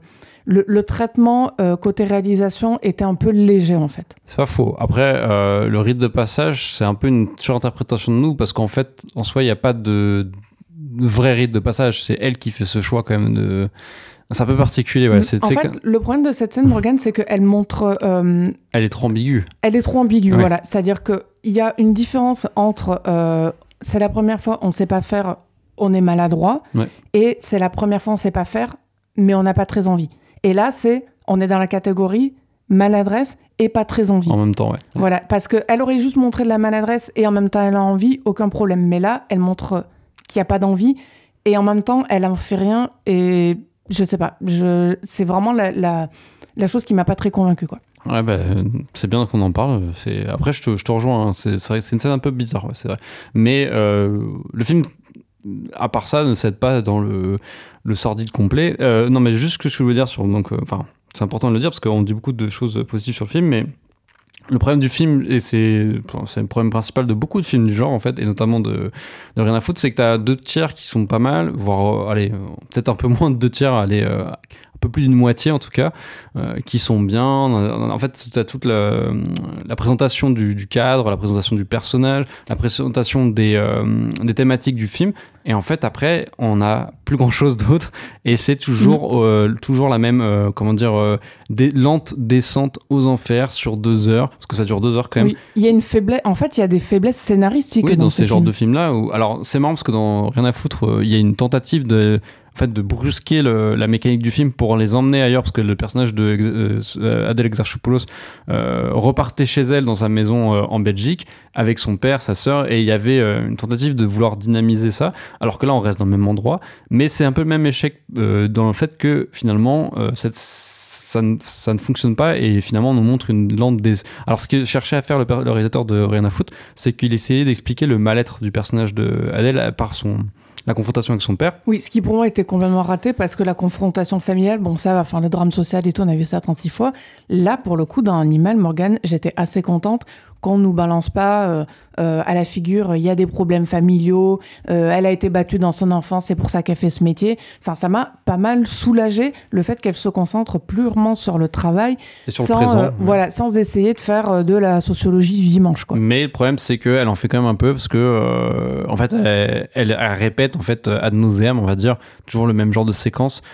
le traitement côté réalisation était un peu léger, en fait.
C'est pas faux. Après, le rite de passage, c'est un peu une surinterprétation de nous, parce qu'en fait, en soi, il n'y a pas de vrai rite de passage. C'est elle qui fait ce choix quand même de... C'est un peu particulier, ouais.
Le problème de cette scène, Morgane, c'est qu'elle montre...
Elle est trop ambiguë.
Elle est trop ambiguë,
ouais.
voilà. C'est-à-dire qu'il y a une différence entre... c'est la première fois, on ne sait pas faire, on est maladroit.
Ouais.
Et c'est la première fois, on ne sait pas faire, mais on n'a pas très envie. Et là, on est dans la catégorie maladresse et pas très envie.
En même temps, ouais.
Voilà, parce qu'elle aurait juste montré de la maladresse et en même temps, elle a envie, aucun problème. Mais là, elle montre qu'il n'y a pas d'envie et en même temps, elle n'en fait rien et... Je sais pas, c'est vraiment la chose qui m'a pas très convaincue, quoi.
Ouais, c'est bien qu'on en parle. Après, je te rejoins. Hein. C'est vrai que c'est une scène un peu bizarre, ouais, c'est vrai. Mais le film, à part ça, ne cède pas dans le sordide complet. Non, mais juste ce que je veux dire sur... c'est important de le dire parce qu'on dit beaucoup de choses positives sur le film, mais le problème du film, et c'est le problème principal de beaucoup de films du genre, en fait, et notamment de Rien à foutre, c'est que t'as 2/3 qui sont pas mal, voire, peut-être un peu moins de 2/3, un peu plus d'une moitié en tout cas, qui sont bien. En fait, t'as toute la présentation du cadre, la présentation du personnage, la présentation des thématiques du film, et en fait, après, on n'a plus grand-chose d'autre, et c'est toujours la même, lente descente aux enfers sur 2 heures, parce que ça dure 2 heures quand même.
Oui, il y a une faiblesse. En fait, il y a des faiblesses scénaristiques
dans ces genres
film.
de films-là. Alors, c'est marrant parce que dans Rien à foutre, il y a une tentative de brusquer la mécanique du film pour les emmener ailleurs, parce que le personnage de Adèle Exarchopoulos repartait chez elle dans sa maison en Belgique avec son père, sa sœur, et il y avait une tentative de vouloir dynamiser ça, alors que là on reste dans le même endroit, mais c'est un peu le même échec dans le fait que finalement ça ne fonctionne pas, et finalement on nous montre une lente Alors ce que cherchait à faire le réalisateur de Rien à foutre, c'est qu'il essayait d'expliquer le mal-être du personnage de Adèle par la confrontation avec son père.
Oui, ce qui pour moi était complètement raté, parce que la confrontation familiale, bon ça va, enfin le drame social et tout, on a vu ça 36 fois. Là, pour le coup, dans Animal, Morgane, j'étais assez contente qu'on nous balance pas à la figure, il y a des problèmes familiaux, elle a été battue dans son enfance, c'est pour ça qu'elle fait ce métier. Enfin, ça m'a pas mal soulagé, le fait qu'elle se concentre purement sur le travail,
et sur le présent,
voilà, sans essayer de faire de la sociologie du dimanche, quoi.
Mais le problème, c'est qu'elle en fait quand même un peu, parce que en fait, elle répète en fait ad nauseam, on va dire, toujours le même genre de séquences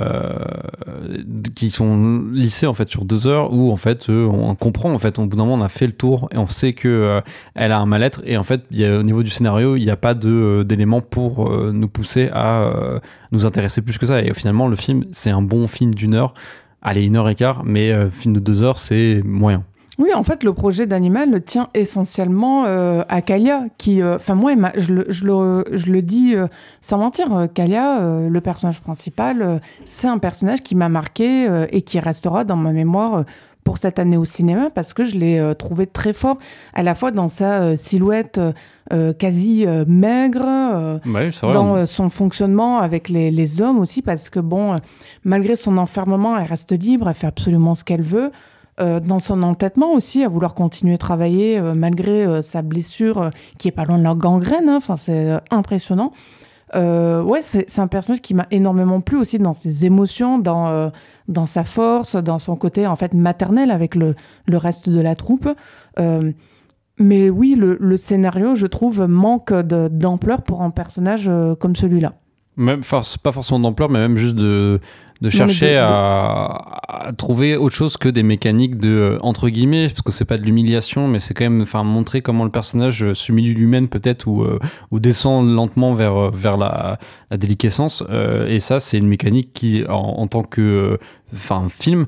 qui sont lissées en fait sur 2 heures, où en fait on comprend, en fait au bout d'un moment on a fait le tour et on sait que elle a un mal-être, et en fait au niveau du scénario il n'y a pas d'éléments pour nous pousser à nous intéresser plus que ça, et finalement le film, c'est un bon film d'1 heure, allez 1h15, mais film de 2 heures c'est moyen.
Oui, en fait, le projet d'Animal tient essentiellement à Kalia, qui, moi, je le dis sans mentir, Kalia, le personnage principal, c'est un personnage qui m'a marqué et qui restera dans ma mémoire pour cette année au cinéma, parce que je l'ai trouvé très fort, à la fois dans sa silhouette quasi maigre,
ouais, c'est vrai,
dans son fonctionnement avec les hommes aussi, parce que bon, malgré son enfermement, elle reste libre, elle fait absolument ce qu'elle veut. Dans son entêtement aussi, à vouloir continuer à travailler malgré sa blessure qui est pas loin de la gangrène, hein. Enfin, c'est impressionnant. Ouais, c'est un personnage qui m'a énormément plu aussi dans ses émotions, dans sa force, dans son côté en fait maternel avec le reste de la troupe. Mais oui, le scénario, je trouve, manque d'ampleur pour un personnage comme celui-là.
Même, pas forcément d'ampleur, mais même juste de chercher à trouver autre chose que des mécaniques de entre guillemets, parce que c'est pas de l'humiliation, mais c'est quand même montrer comment le personnage s'humilie lui-même peut-être, ou descend lentement vers la déliquescence, et ça c'est une mécanique qui en tant que film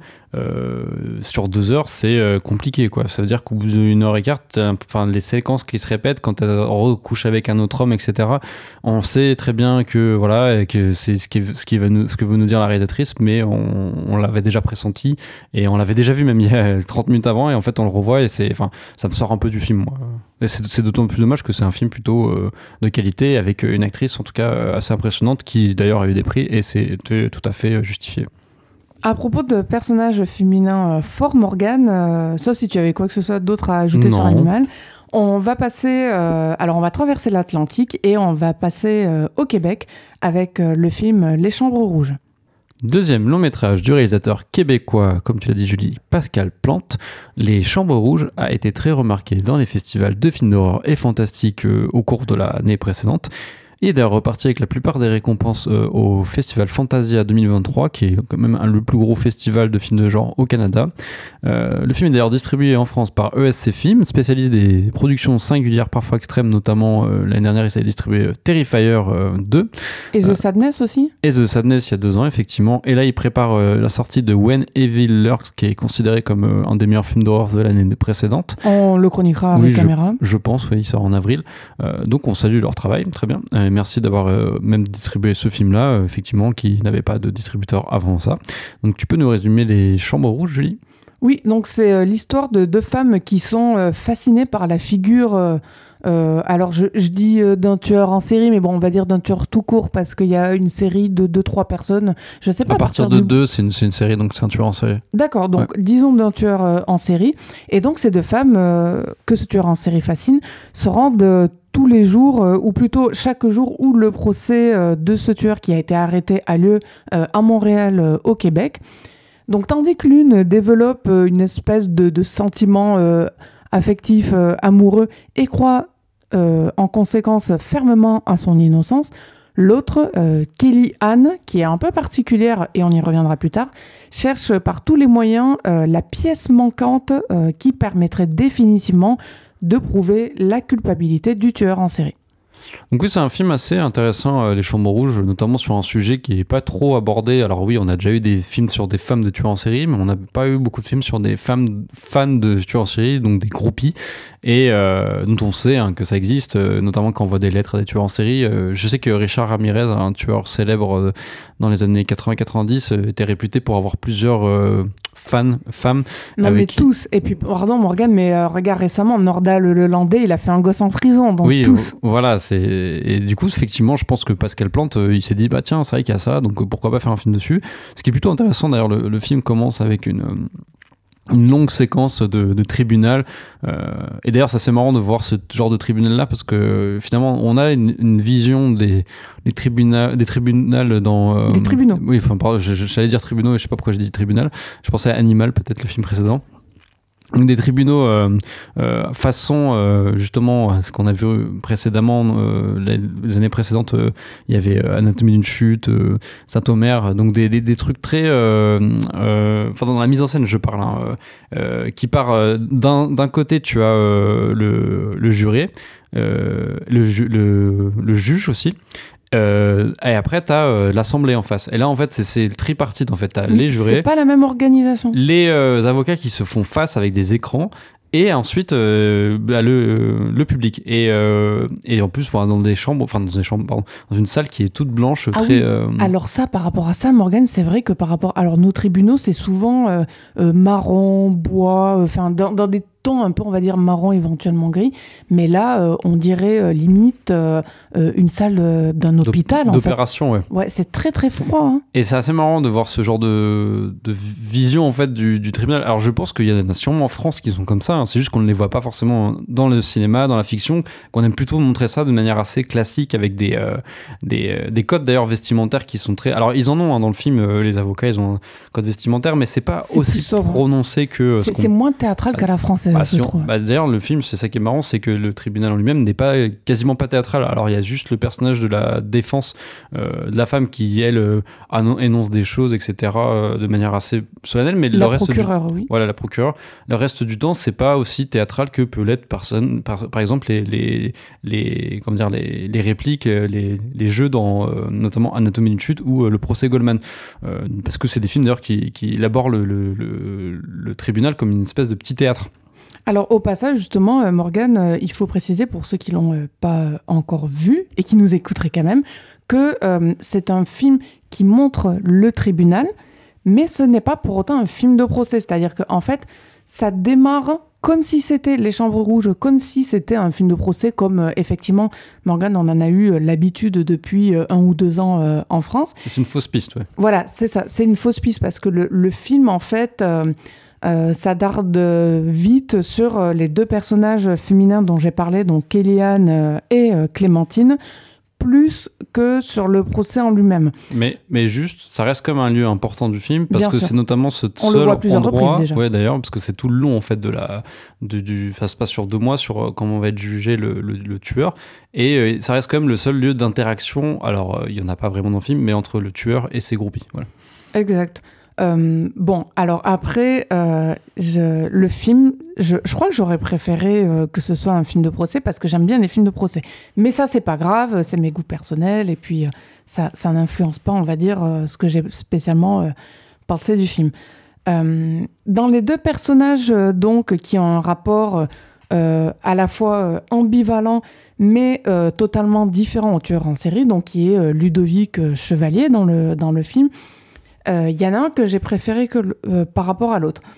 sur 2 heures, c'est compliqué, quoi. Ça veut dire qu'au bout d'une heure et quart, les séquences qui se répètent quand elle recouche avec un autre homme, etc. On sait très bien que voilà, que c'est ce que veut nous dire la réalisatrice, mais on l'avait déjà pressenti et on l'avait déjà vu même il y a 30 minutes avant, et en fait on le revoit et ça me sort un peu du film, moi. Et c'est d'autant plus dommage que c'est un film plutôt de qualité, avec une actrice en tout cas assez impressionnante, qui d'ailleurs a eu des prix, et c'est tout à fait justifié.
À propos de personnages féminins forts, Morgane, sauf si tu avais quoi que ce soit d'autre à ajouter sur Animal, on va passer, on va traverser l'Atlantique et on va passer au Québec avec le film Les Chambres Rouges.
Deuxième long métrage du réalisateur québécois, comme tu l'as dit Julie, Pascal Plante, Les Chambres Rouges a été très remarqué dans les festivals de films d'horreur et fantastique au cours de l'année précédente. Il est d'ailleurs reparti avec la plupart des récompenses au Festival Fantasia 2023, qui est quand même le plus gros festival de films de genre au Canada. Le film est d'ailleurs distribué en France par ESC Films, spécialiste des productions singulières, parfois extrêmes, notamment l'année dernière, il s'est distribué Terrifier 2.
Et The Sadness aussi.
Et The Sadness il y a 2 ans, effectivement. Et là, il prépare la sortie de When Evil Lurks, qui est considéré comme un des meilleurs films d'horreur de l'année précédente.
On le chroniquera avec caméra.
Je pense, oui, il sort en avril. Donc on salue leur travail, très bien. Merci d'avoir même distribué ce film-là, effectivement, qui n'avait pas de distributeur avant ça. Donc tu peux nous résumer Les Chambres Rouges, Julie ?
Oui, donc c'est l'histoire de 2 femmes qui sont fascinées par la figure... alors je dis d'un tueur en série, mais bon, on va dire d'un tueur tout court, parce qu'il y a une série de 2-3 personnes. Je sais pas.
À partir de 2, c'est une série, donc c'est un tueur en série.
D'accord, donc disons d'un tueur en série. Et donc ces 2 femmes que ce tueur en série fascine se rendent tous les jours, ou plutôt chaque jour où le procès de ce tueur qui a été arrêté a lieu à Montréal, au Québec. Donc tandis que l'une développe une espèce de sentiment affectif, amoureux, et croit en conséquence fermement à son innocence, l'autre, Kelly Ann, qui est un peu particulière, et on y reviendra plus tard, cherche par tous les moyens la pièce manquante qui permettrait définitivement de prouver la culpabilité du tueur en série.
Donc oui, c'est un film assez intéressant, Les Chambres Rouges, notamment sur un sujet qui n'est pas trop abordé. Alors oui, on a déjà eu des films sur des femmes de tueurs en série, mais on n'a pas eu beaucoup de films sur des femmes fans de tueurs en série, donc des groupies, et dont on sait que ça existe, notamment quand on voit des lettres à des tueurs en série. Je sais que Richard Ramirez, un tueur célèbre dans les années 80-90, était réputé pour avoir plusieurs femmes.
Non mais tous. Et puis, pardon Morgane, mais regarde récemment, Nordal le Landais, il a fait un gosse en prison, donc
oui,
tous.
Voilà, et du coup, effectivement, je pense que Pascal Plante, il s'est dit, bah tiens, c'est vrai qu'il y a ça, donc pourquoi pas faire un film dessus. Ce qui est plutôt intéressant, d'ailleurs, le film commence avec une longue séquence de tribunal, et d'ailleurs ça c'est marrant de voir ce genre de tribunal là, parce que finalement on a une vision des tribunaux dans
des tribunaux.
Oui, enfin pardon, j'allais dire tribunaux et je sais pas pourquoi j'ai dit tribunal, je pensais à Animal, peut-être le film précédent. Des tribunaux façon justement ce qu'on a vu précédemment, les années précédentes, il y avait Anatomie d'une chute, Saint-Omer, donc des trucs très dans la mise en scène je parle, qui part d'un côté tu as le juré, le juge aussi. Et après t'as l'assemblée en face, et là en fait c'est le tripartite, en fait t'as les jurés,
c'est pas la même organisation,
les avocats qui se font face avec des écrans, et ensuite le public, et en plus dans une salle qui est toute blanche, très
Alors ça, par rapport à ça, Morgane, c'est vrai que alors nos tribunaux, c'est souvent marron, bois, dans des tons un peu, on va dire, marron, éventuellement gris, mais là on dirait limite une salle d'un hôpital
d'opération,
en fait. Ouais, c'est très très froid, hein.
Et c'est assez marrant de voir ce genre de vision en fait du tribunal. Alors je pense qu'il y en a sûrement en France qui sont comme ça, hein. C'est juste qu'on ne les voit pas forcément dans le cinéma, dans la fiction, qu'on aime plutôt montrer ça de manière assez classique, avec des codes d'ailleurs vestimentaires qui sont très... Alors ils en ont, hein, dans le film, les avocats ils ont un code vestimentaire, mais c'est pas aussi prononcé que...
C'est moins théâtral qu'à la française. je trouve.
D'ailleurs, le film, c'est ça qui est marrant, c'est que le tribunal en lui-même n'est pas quasiment pas théâtral. Alors, il y a juste le personnage de la défense de la femme qui, elle, énonce des choses, etc., de manière assez solennelle. Mais
La procureure, oui.
Voilà, la procureure. Le reste du temps, c'est pas aussi théâtral que peut l'être par exemple les répliques, les jeux dans notamment Anatomie d'une chute ou le procès Goldman. Parce que c'est des films d'ailleurs qui élaborent le tribunal comme une espèce de petit théâtre.
Alors au passage justement, Morgane, il faut préciser pour ceux qui l'ont pas encore vu et qui nous écouteraient quand même, que c'est un film qui montre le tribunal, mais ce n'est pas pour autant un film de procès. C'est-à-dire qu'en fait, ça démarre comme si c'était Les Chambres Rouges, comme si c'était un film de procès, comme effectivement, Morgane, on en a eu l'habitude depuis 1 ou 2 ans en France.
C'est une fausse piste, ouais.
Voilà, c'est ça, c'est une fausse piste, parce que le film, en fait, ça darde vite sur les 2 personnages féminins dont j'ai parlé, donc Kellyanne et Clémentine, plus que sur le procès en lui-même.
Mais juste, ça reste comme un lieu important du film, parce
Bien
que
sûr.
c'est notamment ce
On
seul
le voit à plusieurs
endroit,
reprises, déjà.
ouais, d'ailleurs, parce que c'est tout le long en fait ça se passe sur 2 mois sur comment va être jugé le tueur, et ça reste quand même le seul lieu d'interaction. Alors il y en a pas vraiment dans le film, mais entre le tueur et ses groupies. Voilà.
Exact. Bon, alors après, le film, je crois que j'aurais préféré que ce soit un film de procès, parce que j'aime bien les films de procès. Mais ça, c'est pas grave, c'est mes goûts personnels, et puis ça n'influence pas, on va dire, ce que j'ai spécialement pensé du film. Dans les 2 personnages, donc, qui ont un rapport à la fois ambivalent, mais totalement différent au tueur en série, donc qui est Ludovic Chevalier dans le film, y en a un que j'ai préféré par rapport à l'autre.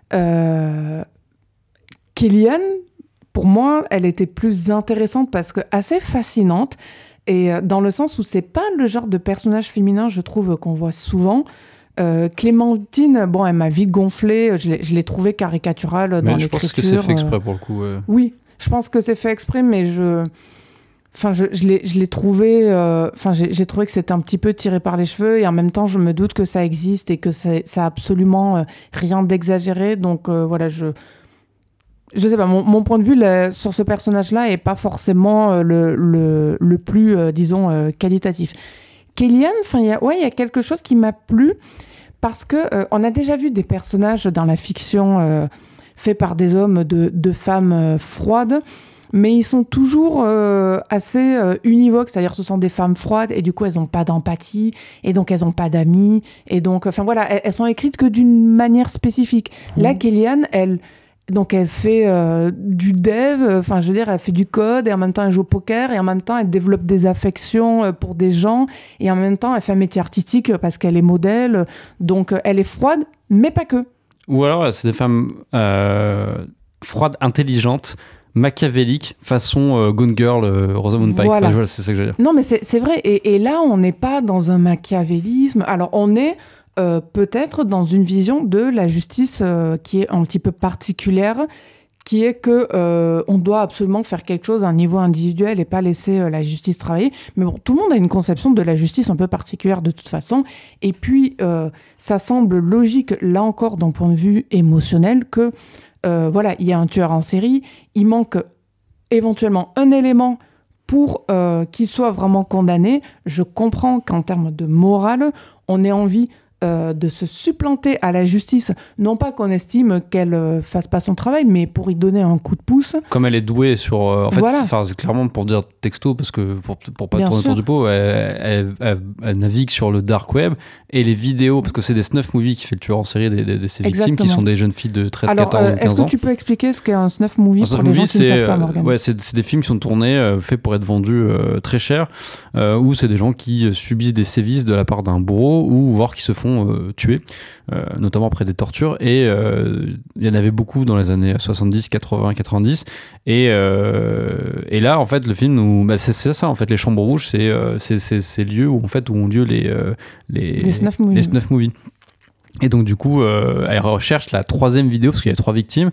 Kellyanne, pour moi, elle était plus intéressante parce que assez fascinante, et dans le sens où c'est pas le genre de personnage féminin, je trouve, qu'on voit souvent. Clémentine, bon, elle m'a vite gonflée, je l'ai trouvée caricaturale dans l'écriture.
Mais je pense que c'est fait exprès pour le coup.
Oui, je pense que c'est fait exprès, mais je l'ai trouvé, j'ai trouvé que c'était un petit peu tiré par les cheveux, et en même temps, je me doute que ça existe et que ça a absolument rien d'exagéré. Donc voilà, je sais pas, mon point de vue sur ce personnage-là est pas forcément le plus, disons, qualitatif. Kellyanne, il y a quelque chose qui m'a plu, parce que on a déjà vu des personnages dans la fiction faits par des hommes de femmes froides, mais ils sont toujours assez univoques, c'est-à-dire ce sont des femmes froides, et du coup elles n'ont pas d'empathie, et donc elles n'ont pas d'amis, et donc voilà, elles sont écrites que d'une manière spécifique. Là, Kellyanne, elle fait du dev, je veux dire, elle fait du code, et en même temps elle joue au poker, et en même temps elle développe des affections pour des gens, et en même temps elle fait un métier artistique parce qu'elle est modèle, donc elle est froide, mais pas que.
Ou alors c'est des femmes froides, intelligentes, machiavélique façon Gone Girl, Rosamund Pike.
Voilà.
Voilà, c'est ça que je veux dire.
Non, mais c'est vrai. Et là, on n'est pas dans un machiavélisme. Alors, on est peut-être dans une vision de la justice qui est un petit peu particulière, qui est que on doit absolument faire quelque chose à un niveau individuel et pas laisser la justice travailler. Mais bon, tout le monde a une conception de la justice un peu particulière de toute façon. Et puis, ça semble logique, là encore, d'un point de vue émotionnel, que voilà, il y a un tueur en série, il manque éventuellement un élément pour qu'il soit vraiment condamné. Je comprends qu'en termes de morale, on ait envie de se supplanter à la justice, non pas qu'on estime qu'elle fasse pas son travail, mais pour y donner un coup de pouce.
Comme elle est douée sur... en fait,
voilà.
c'est clairement pour dire texto, parce que pour pas
Bien
tourner
sûr.
autour du pot, elle navigue sur le dark web, et les vidéos, parce que c'est des snuff movies qui fait le tueur en série de ces victimes, qui sont des jeunes filles de 13,
Alors,
14 ou 15 ans.
est-ce que tu peux expliquer ce qu'est un snuff movie pour les gens qui ne savent pas, Morgane ?
Ouais, c'est des films qui sont tournés, faits pour être vendus très cher, où c'est des gens qui subissent des sévices de la part d'un bourreau, ou voire qui se font tuer. Notamment après des tortures, et il y en avait beaucoup dans les années 70, 80, 90, et là en fait le film c'est ça en fait, les chambres rouges, c'est lieux où en fait où ont lieu les
snuff movies.
Les snuff movies. Et donc du coup, elle recherche la 3e vidéo, parce qu'il y a 3 victimes,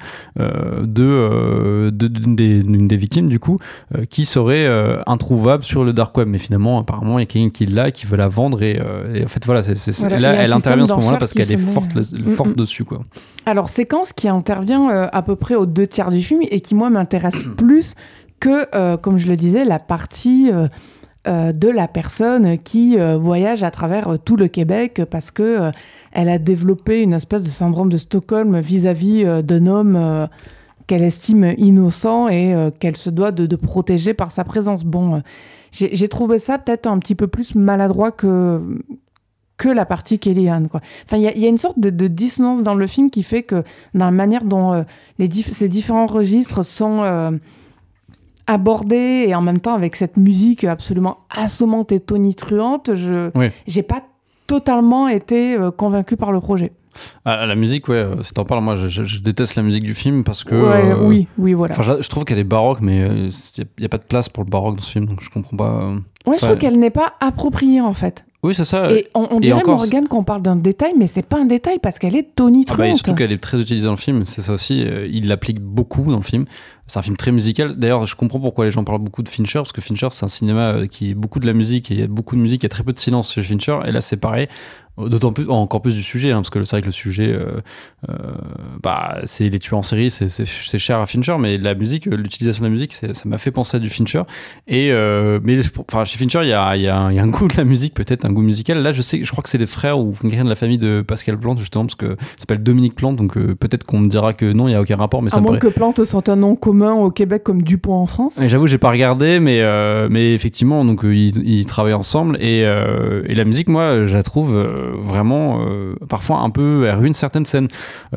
d'une des victimes du coup, qui serait introuvable sur le dark web. Mais finalement, apparemment, il y a quelqu'un qui l'a, qui veut la vendre, et en fait voilà,
Voilà,
là, elle intervient à ce moment-là parce qu'elle est forte dessus, quoi.
Alors, séquence qui intervient à peu près aux 2/3 du film et qui, moi, m'intéresse plus que, comme je le disais, la partie de la personne qui voyage à travers tout le Québec parce que elle a développé une espèce de syndrome de Stockholm vis-à-vis d'un homme qu'elle estime innocent et qu'elle se doit de protéger par sa présence. Bon, j'ai trouvé ça peut-être un petit peu plus maladroit que la partie Kellyanne, quoi. Enfin, il y a une sorte de dissonance dans le film qui fait que dans la manière dont ces différents registres sont abordés et en même temps avec cette musique absolument assommante et tonitruante, j'ai pas totalement été convaincue par le projet.
Ah, la musique, ouais, si t'en parles, moi je déteste la musique du film parce que...
oui, voilà.
Je trouve qu'elle est baroque, mais il n'y a pas de place pour le baroque dans ce film, donc je comprends pas...
je trouve qu'elle n'est pas appropriée, en fait.
Oui, c'est ça.
Et on dirait, Morgane, qu'on parle d'un détail, mais c'est pas un détail parce qu'elle est tonitruante.
Et surtout qu'elle est très utilisée dans le film, c'est ça aussi. Il l'applique beaucoup dans le film. C'est un film très musical. D'ailleurs, je comprends pourquoi les gens parlent beaucoup de Fincher, parce que Fincher, c'est un cinéma qui est beaucoup de la musique, et il y a beaucoup de musique, il y a très peu de silence chez Fincher, et là, c'est pareil. D'autant plus, encore plus du sujet, parce que c'est vrai que le sujet, c'est les tueurs en série, c'est cher à Fincher, mais la musique, l'utilisation de la musique, ça m'a fait penser à du Fincher. Mais chez Fincher, il y a un goût de la musique, peut-être un goût musical. Là, je crois que c'est les frères ou quelqu'un de la famille de Pascal Plante, justement, parce que ça s'appelle Dominique Plante, donc peut-être qu'on me dira que non, il n'y a aucun rapport. Mais
à moins que Plante soit un nom commun au Québec comme Dupont en France.
Et j'avoue, j'ai pas regardé, mais effectivement, donc ils travaillent ensemble, et la musique, moi, je la trouve vraiment parfois un peu, elle ruine certaines scènes,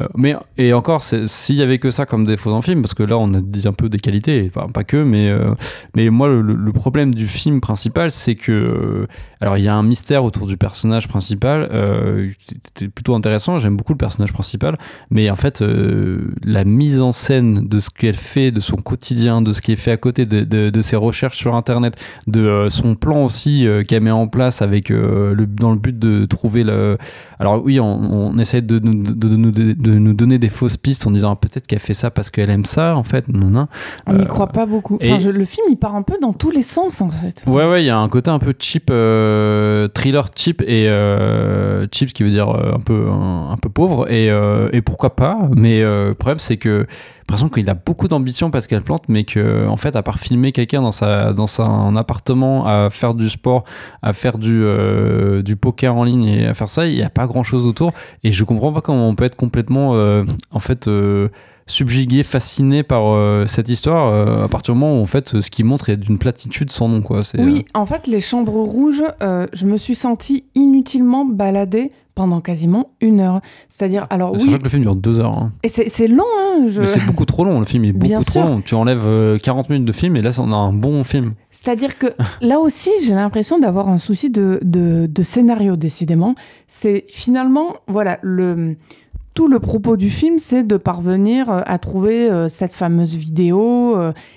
et encore, s'il y avait que ça comme défaut dans le film, parce que là on a dit un peu des qualités, pas que, mais moi le problème du film principal, c'est que alors il y a un mystère autour du personnage principal, c'était plutôt intéressant, j'aime beaucoup le personnage principal, mais en fait la mise en scène de ce qu'elle fait, de son quotidien, de ce qui est fait à côté, de ses recherches sur internet, de son plan aussi qu'elle met en place avec dans le but de trouver alors oui, on essaie de nous donner des fausses pistes en disant peut-être qu'elle fait ça parce qu'elle aime ça, en fait. Non.
On n'y croit pas beaucoup. Le film, il part un peu dans tous les sens, en fait.
Ouais, il y a un côté un peu cheap, thriller cheap, et cheap, ce qui veut dire un peu pauvre, et pourquoi pas, mais le problème, c'est que j'ai l'impression qu'il a beaucoup d'ambition, Pascal Plante, mais que en fait, à part filmer quelqu'un dans son appartement, à faire du sport, à faire du poker en ligne et à faire ça, il n'y a pas grand chose autour, et je comprends pas comment on peut être complètement subjugué, fasciné par cette histoire à partir du moment où en fait ce qu'il montre est d'une platitude sans nom, quoi.
Oui, en fait, les Chambres rouges, je me suis sentie inutilement baladée pendant quasiment 1 heure. C'est-à-dire, alors
sachant que le film dure 2 heures. Hein.
Et c'est long, hein.
Mais c'est beaucoup trop long, le film est beaucoup trop long. Tu enlèves 40 minutes de film et là, on a un bon film.
C'est-à-dire que là aussi, j'ai l'impression d'avoir un souci de scénario, décidément. C'est finalement, voilà, tout le propos du film, c'est de parvenir à trouver cette fameuse vidéo.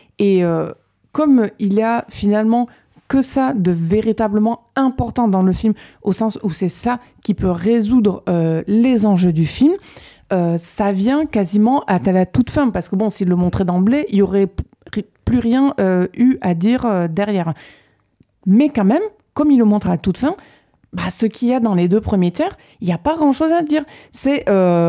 Comme il y a finalement que ça de véritablement important dans le film, au sens où c'est ça qui peut résoudre les enjeux du film, ça vient quasiment à la toute fin. Parce que bon, s'il le montrait d'emblée, il n'y aurait plus rien eu à dire derrière. Mais quand même, comme il le montre à la toute fin, ce qu'il y a dans les 2 premiers tiers, il n'y a pas grand-chose à dire. C'est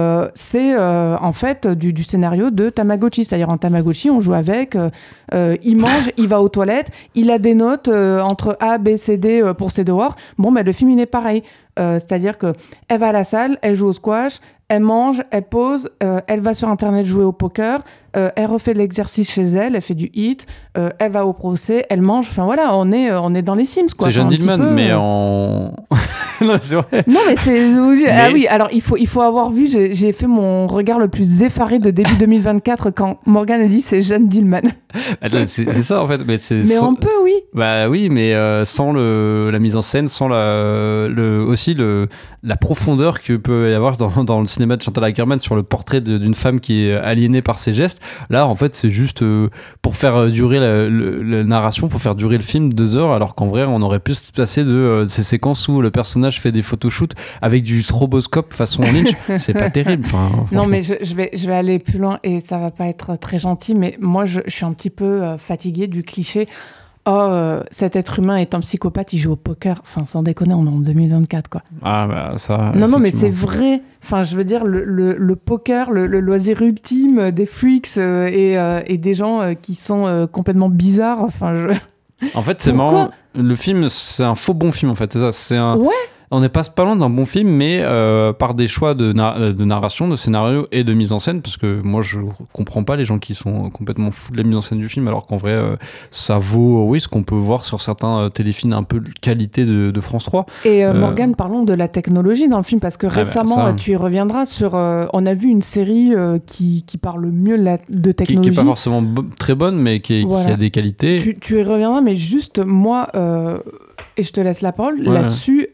en fait du scénario de Tamagotchi. C'est-à-dire en Tamagotchi, on joue avec, il mange, il va aux toilettes, il a des notes entre A, B, C, D pour ses devoirs. Bon, le film, il est pareil. C'est-à-dire qu'elle va à la salle, elle joue au squash, elle mange, elle pose, elle va sur Internet jouer au poker, elle refait de l'exercice chez elle fait du hit, elle va au procès, elle mange. Enfin voilà, on est dans les Sims, quoi.
C'est Jeanne Dillman, mais en...
Non, c'est vrai. Non, mais c'est... Ah oui, alors il faut avoir vu, j'ai fait mon regard le plus effaré de début 2024 quand Morgane a dit c'est Jeanne Dillman.
Attends, c'est ça en fait.
Mais on peut, oui.
Bah oui, mais sans la mise en scène, sans aussi la profondeur que peut y avoir dans le cinéma de Chantal Akerman sur le portrait d'une femme qui est aliénée par ses gestes. Là, en fait, c'est juste pour faire durer la narration, pour faire durer le film 2 heures, alors qu'en vrai, on aurait pu se passer de ces séquences où le personnage fait des photoshoots avec du stroboscope façon Lynch. C'est pas terrible.
Non, mais je vais aller plus loin et ça va pas être très gentil, mais moi, je suis un petit peu fatiguée du cliché. Oh, cet être humain est un psychopathe, il joue au poker. Enfin, sans déconner, on est en 2024, quoi.
Ah, bah ça.
Non, mais c'est vrai. Enfin, je veux dire, le poker, le loisir ultime des freaks et des gens qui sont complètement bizarres. Enfin,
En fait, c'est marrant. Le film, c'est un faux bon film, en fait. C'est ça.
Ouais.
On n'est pas loin d'un bon film, mais par des choix de narration, de scénario et de mise en scène, parce que moi je comprends pas les gens qui sont complètement fous de la mise en scène du film, alors qu'en vrai ça vaut ce qu'on peut voir sur certains téléfilms un peu de qualité de France 3.
Et Morgane, parlons de la technologie dans le film, parce que récemment, tu y reviendras, on a vu une série qui parle mieux de technologie.
Qui est pas forcément très bonne, mais qui a des qualités.
Tu y reviendras, mais juste moi... et je te laisse la parole là-dessus.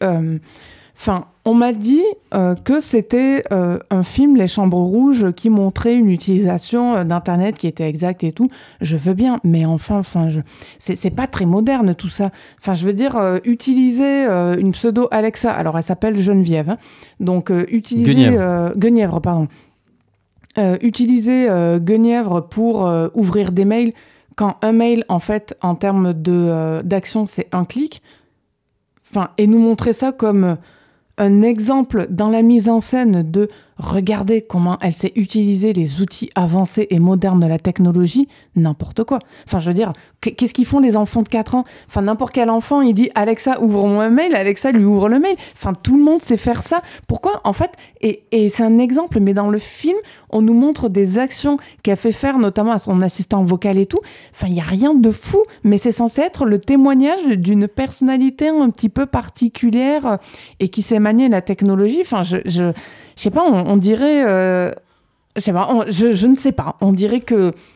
On m'a dit que c'était un film, Les Chambres Rouges, qui montrait une utilisation d'Internet qui était exacte et tout. Je veux bien, mais c'est pas très moderne tout ça. Enfin, je veux dire, utiliser une pseudo Alexa. Alors, elle s'appelle Geneviève. Hein. Donc, utiliser... Guenièvre, pardon. Utiliser Guenièvre pour ouvrir des mails, quand un mail, en fait, en termes d'action, c'est un clic. Et nous montrer ça comme un exemple dans la mise en scène de regarder comment elle sait utiliser les outils avancés et modernes de la technologie, n'importe quoi. Enfin, je veux dire, qu'est-ce qu'ils font les enfants de 4 ans ? Enfin, n'importe quel enfant, il dit « Alexa, ouvre-moi un mail », Alexa lui ouvre le mail. Enfin, tout le monde sait faire ça. Pourquoi ? En fait, et c'est un exemple, mais dans le film, on nous montre des actions qu'a fait faire, notamment à son assistant vocal et tout. Enfin, il n'y a rien de fou, mais c'est censé être le témoignage d'une personnalité un petit peu particulière et qui sait manier la technologie. Enfin, je sais pas, on dirait... je ne sais pas. On dirait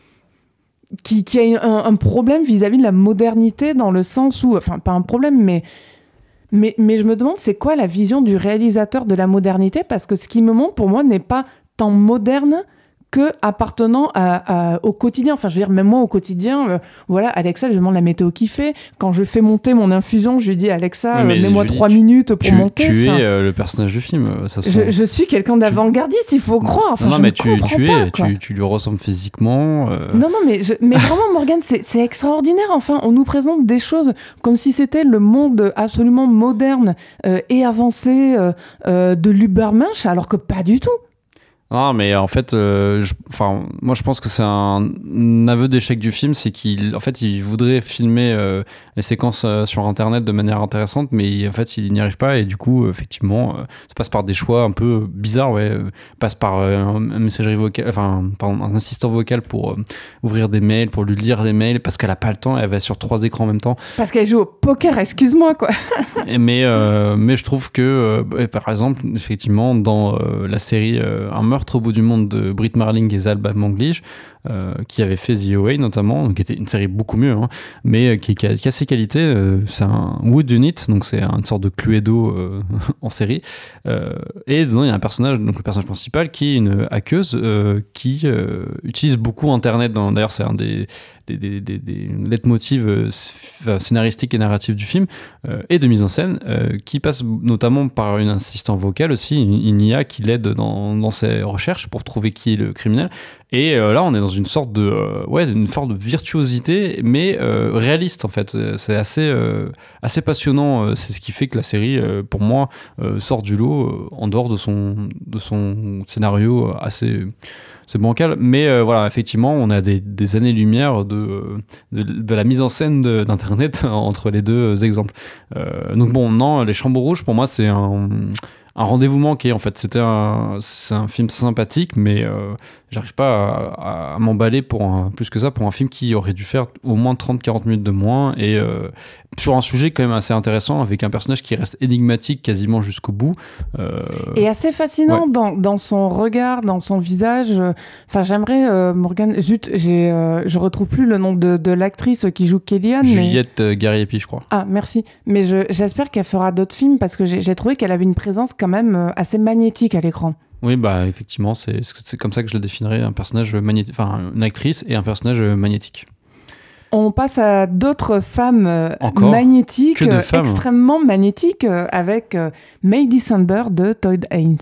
qu'il y a un problème vis-à-vis de la modernité, dans le sens où... Enfin, pas un problème, mais je me demande, c'est quoi la vision du réalisateur de la modernité ? Parce que ce qui me montre, pour moi, n'est pas tant moderne que appartenant au quotidien. Enfin, je veux dire, même moi, au quotidien, voilà, Alexa, je demande la météo qu'il fait. Quand je fais monter mon infusion, je lui dis, Alexa, mets-moi 3 minutes pour monter.
Tu es le personnage du film.
Je suis quelqu'un d'avant-gardiste, il faut croire. Enfin,
non, mais tu lui ressembles physiquement.
Non, mais vraiment, Morgane, c'est extraordinaire. Enfin, on nous présente des choses comme si c'était le monde absolument moderne et avancé de l'Ubermensch, alors que pas du tout.
Non, mais en fait, moi je pense que c'est un aveu d'échec du film, c'est qu'il voudrait filmer les séquences sur Internet de manière intéressante, mais en fait il n'y arrive pas, et du coup, effectivement, ça passe par des choix un peu bizarres, passe par un messagerie vocale, un assistant vocal pour ouvrir des mails, pour lui lire des mails, parce qu'elle a pas le temps, elle va sur 3 écrans en même temps.
Parce qu'elle joue au poker, excuse-moi, quoi.
mais je trouve que, par exemple, effectivement, dans la série Un meurtre au bout du monde de Brit Marling et Zalba Manglish, qui avait fait The Away notamment, qui était une série beaucoup mieux, hein, mais qui a ses qualités. C'est un Wood Unit, donc c'est une sorte de Cluedo en série. Et dedans, il y a un personnage, donc le personnage principal, qui est une hackeuse qui utilise beaucoup Internet. D'ailleurs, c'est un des leitmotivs scénaristiques et narratifs du film, et de mise en scène, qui passe notamment par une assistante vocale aussi, une IA qui l'aide dans ses recherches pour trouver qui est le criminel. Et là, on est dans une sorte de virtuosité, mais réaliste en fait. C'est assez passionnant. C'est ce qui fait que la série, pour moi, sort du lot en dehors de son scénario assez bancal. Mais voilà, effectivement, on a des années-lumière de la mise en scène d'Internet entre les deux exemples. Donc bon, non, Les Chambres Rouges, pour moi, c'est un rendez-vous manqué en fait. C'est un film sympathique, mais j'arrive pas à m'emballer plus que ça pour un film qui aurait dû faire au moins 30-40 minutes de moins, et sur un sujet quand même assez intéressant, avec un personnage qui reste énigmatique quasiment jusqu'au bout.
Et assez fascinant dans son regard, dans son visage. Enfin, j'aimerais, Morgane, je retrouve plus le nom de l'actrice qui joue Kellyanne.
Juliette Gariepi, je crois.
Ah, merci. Mais j'espère qu'elle fera d'autres films, parce que j'ai trouvé qu'elle avait une présence quand même assez magnétique à l'écran.
Oui, bah effectivement, c'est comme ça que je le définirais, un personnage magnétique, enfin une actrice et un personnage magnétique.
On passe à d'autres femmes
Encore
magnétiques,
que de femmes.
extrêmement magnétiques, avec May December de Todd Haynes.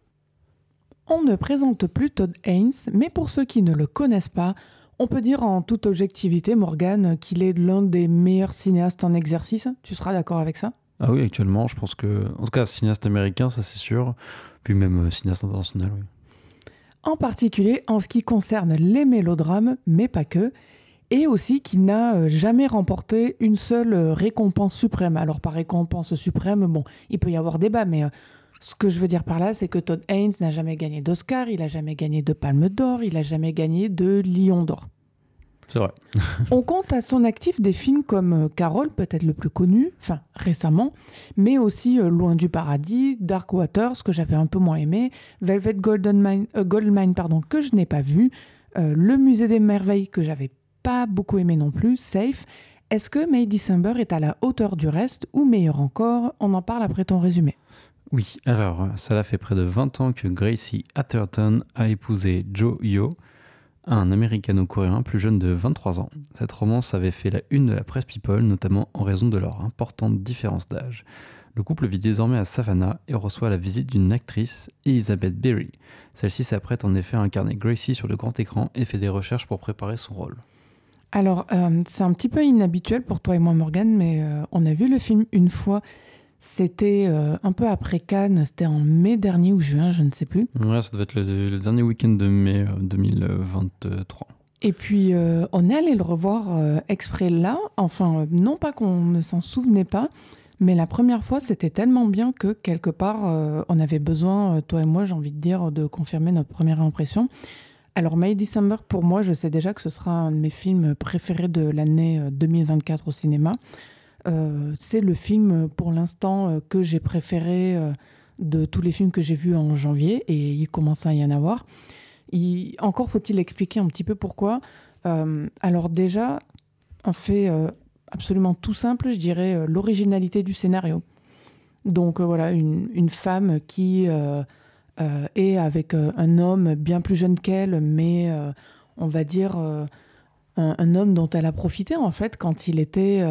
On ne présente plus Todd Haynes, mais pour ceux qui ne le connaissent pas, on peut dire en toute objectivité, Morgane, qu'il est l'un des meilleurs cinéastes en exercice. Tu seras d'accord avec ça ?
Ah oui, actuellement, je pense que, en tout cas, cinéaste américain, ça c'est sûr, puis même cinéaste international, oui.
En particulier en ce qui concerne les mélodrames, mais pas que, et aussi qu'il n'a jamais remporté une seule récompense suprême. Alors par récompense suprême, bon, il peut y avoir débat, mais ce que je veux dire par là, c'est que Todd Haynes n'a jamais gagné d'Oscar, il n'a jamais gagné de Palme d'Or, il n'a jamais gagné de Lion d'Or.
C'est vrai.
On compte à son actif des films comme Carol, peut-être le plus connu, enfin récemment, mais aussi Loin du paradis, Dark Water, ce que j'avais un peu moins aimé, Velvet Goldmine, pardon, que je n'ai pas vu, Le Musée des Merveilles, que j'avais pas beaucoup aimé non plus, Safe. Est-ce que May December est à la hauteur du reste, ou meilleur encore? On en parle après ton résumé.
Oui, alors, ça fait près de 20 ans que Gracie Atherton a épousé Joe Yo, un américano-coréen plus jeune de 23 ans. Cette romance avait fait la une de la presse People, notamment en raison de leur importante différence d'âge. Le couple vit désormais à Savannah et reçoit la visite d'une actrice, Elizabeth Berry. Celle-ci s'apprête en effet à incarner Gracie sur le grand écran et fait des recherches pour préparer son rôle.
Alors, c'est un petit peu inhabituel pour toi et moi, Morgane, mais on a vu le film une fois. C'était un peu après Cannes, c'était en mai dernier ou juin, je ne sais plus.
Ouais, ça devait être le dernier week-end de mai 2023.
Et puis, on est allé le revoir exprès là. Enfin, non pas qu'on ne s'en souvenait pas, mais la première fois, c'était tellement bien que quelque part, on avait besoin, toi et moi, j'ai envie de dire, de confirmer notre première impression. Alors, May December, pour moi, je sais déjà que ce sera un de mes films préférés de l'année 2024 au cinéma. C'est le film, pour l'instant, que j'ai préféré de tous les films que j'ai vus en janvier, et il commence à y en avoir. Encore faut-il expliquer un petit peu pourquoi. Alors déjà, on fait absolument tout simple, je dirais, l'originalité du scénario. Donc voilà, une femme qui est avec un homme bien plus jeune qu'elle, mais on va dire un homme dont elle a profité en fait quand il était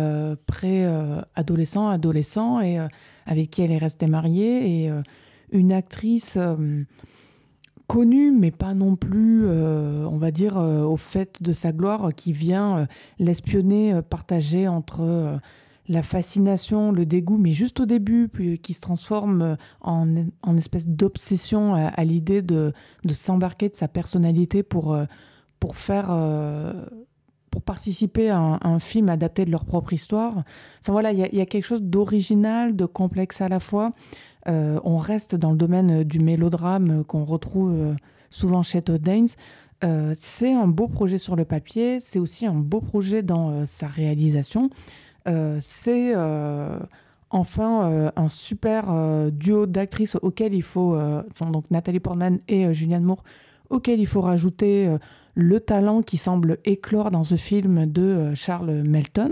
adolescent, et avec qui elle est restée mariée, et une actrice connue mais pas non plus on va dire au fait de sa gloire, qui vient l'espionner, partager entre la fascination, le dégoût, mais juste au début, puis qui se transforme en espèce d'obsession à l'idée de s'embarquer de sa personnalité pour faire pour participer à un film adapté de leur propre histoire. Enfin voilà, il y a quelque chose d'original, de complexe à la fois. On reste dans le domaine du mélodrame qu'on retrouve souvent chez Todd Haynes. C'est un beau projet sur le papier, c'est aussi un beau projet dans sa réalisation. C'est enfin un super duo d'actrices auquel il faut, donc Nathalie Portman et Julianne Moore, auquel il faut rajouter le talent qui semble éclore dans ce film de Charles Melton.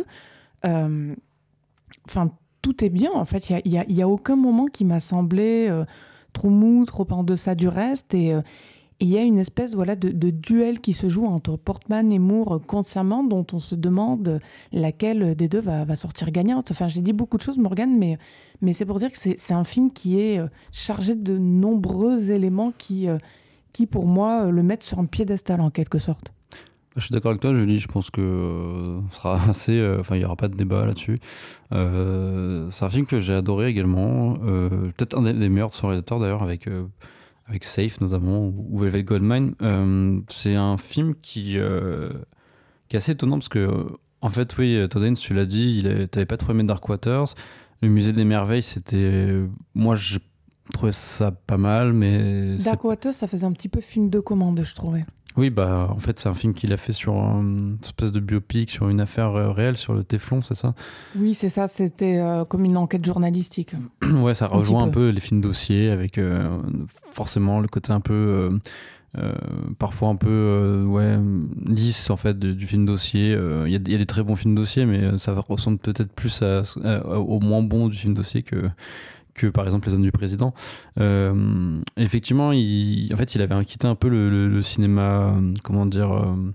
Enfin, tout est bien, en fait. Il y a aucun moment qui m'a semblé trop mou, trop en deçà du reste. Et il y a une espèce de duel qui se joue entre Portman et Moore consciemment, dont on se demande laquelle des deux va sortir gagnante. Enfin, j'ai dit beaucoup de choses, Morgane, mais c'est pour dire que c'est un film qui est chargé de nombreux éléments qui pour moi, le mettent sur un piédestal en quelque sorte.
Je suis d'accord avec toi, Julie. Je pense que ce sera assez. Enfin, il n'y aura pas de débat là-dessus. C'est un film que j'ai adoré également. Peut-être un des meilleurs de son réalisateur d'ailleurs, avec Safe notamment, ou Velvet Goldmine. C'est un film qui est assez étonnant parce que, en fait, oui, Todd Haynes, tu l'as dit, t'avais pas trop aimé Dark Waters. Le Musée des Merveilles, c'était. Moi, j'ai trouvé ça pas mal, mais.
Dark Waters, ça faisait un petit peu film de commande, je trouvais.
Oui, bah en fait c'est un film qu'il a fait sur une espèce de biopic sur une affaire réelle sur le Téflon, c'est ça?
Oui, c'est ça, c'était comme une enquête journalistique.
Ouais, ça rejoint un peu les films dossiers avec forcément le côté un peu parfois un peu lisse en fait du film dossier. Il y a des très bons films dossiers, mais ça ressemble peut-être plus au moins bon du film dossier que par exemple Les Hommes du Président. Effectivement, il avait quitté un peu le cinéma, comment dire,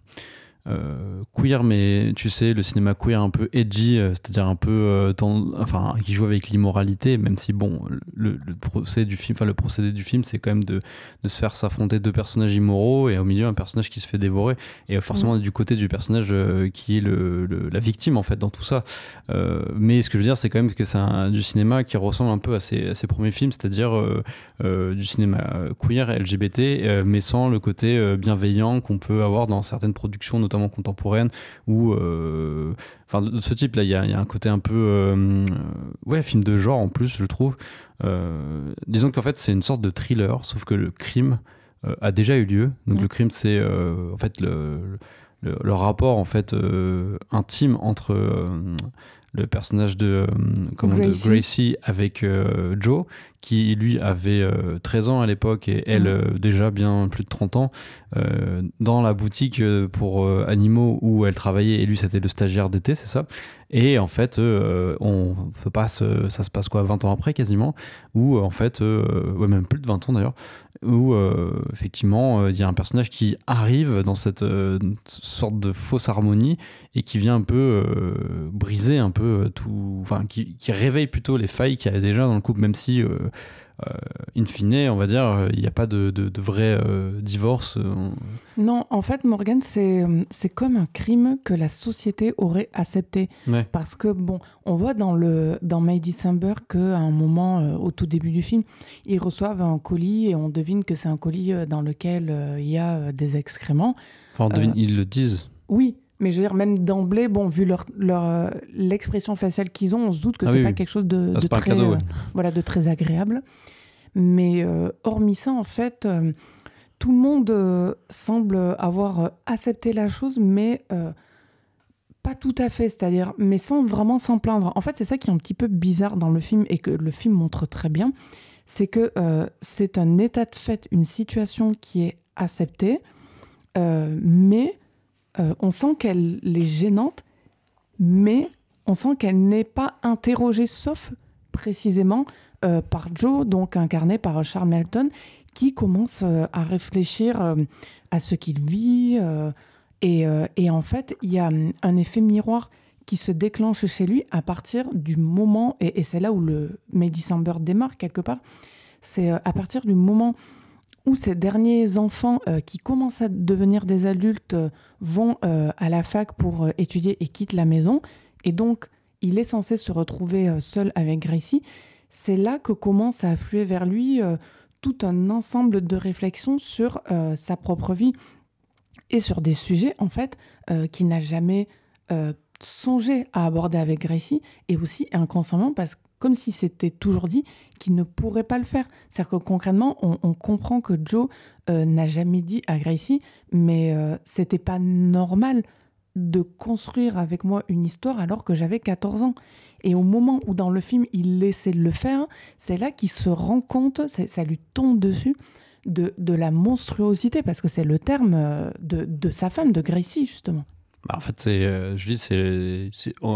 queer, mais tu sais, le cinéma queer un peu edgy, c'est-à-dire un peu qui joue avec l'immoralité, même si bon, le procédé du film, c'est quand même de se faire s'affronter deux personnages immoraux et au milieu un personnage qui se fait dévorer, et forcément du côté du personnage qui est la victime en fait dans tout ça. Mais ce que je veux dire, c'est quand même que c'est du cinéma qui ressemble un peu à ses premiers films, c'est-à-dire du cinéma queer, LGBT, mais sans le côté bienveillant qu'on peut avoir dans certaines productions, notamment contemporaines, ou de ce type là. Il y a un côté un peu film de genre en plus, je trouve. Disons qu'en fait c'est une sorte de thriller, sauf que le crime a déjà eu lieu. Donc le crime, c'est en fait le rapport en fait intime entre le personnage de Gracie avec Joe, qui lui avait 13 ans à l'époque et elle déjà bien plus de 30 ans, dans la boutique pour animaux où elle travaillait, et lui c'était le stagiaire d'été, c'est ça. Et en fait ça se passe quoi, 20 ans après quasiment, où en fait même plus de 20 ans d'ailleurs, où effectivement il y a un personnage qui arrive dans cette sorte de fausse harmonie et qui vient un peu briser un peu tout, enfin qui réveille plutôt les failles qu'il y a déjà dans le couple, même si in fine, on va dire, il n'y a pas de vrai divorce.
Non, en fait, Morgane, c'est comme un crime que la société aurait accepté.
Ouais.
Parce que, bon, on voit dans May December qu'à un moment, au tout début du film, ils reçoivent un colis et on devine que c'est un colis dans lequel il y a des excréments.
Enfin, ils le disent.
Oui, mais je veux dire, même d'emblée, bon, vu l'expression faciale qu'ils ont, on se doute que c'est pas quelque chose de très,
cadeau,
de très agréable. Mais hormis ça, en fait, tout le monde semble avoir accepté la chose, mais pas tout à fait, c'est-à-dire, mais sans vraiment s'en plaindre. En fait, c'est ça qui est un petit peu bizarre dans le film et que le film montre très bien, c'est que c'est un état de fait, une situation qui est acceptée, mais on sent qu'elle est gênante, mais on sent qu'elle n'est pas interrogée, sauf précisément par Joe, donc incarné par Charles Melton, qui commence à réfléchir à ce qu'il vit. Et en fait, il y a un effet miroir qui se déclenche chez lui à partir du moment, et c'est là où le May December démarre quelque part, c'est à partir du moment où ces derniers enfants qui commencent à devenir des adultes vont à la fac pour étudier et quittent la maison. Et donc, il est censé se retrouver seul avec Gracie. C'est là que commence à affluer vers lui tout un ensemble de réflexions sur sa propre vie et sur des sujets, en fait, qu'il n'a jamais songé à aborder avec Gracie, et aussi inconsciemment, parce que comme si c'était toujours dit qu'il ne pourrait pas le faire. C'est-à-dire que concrètement, on comprend que Joe n'a jamais dit à Gracie, mais c'était pas normal de construire avec moi une histoire alors que j'avais 14 ans. Et au moment où dans le film, il laissait le faire, c'est là qu'il se rend compte, ça lui tombe dessus, de la monstruosité, parce que c'est le terme de sa femme, de Gracie, justement.
En fait, c'est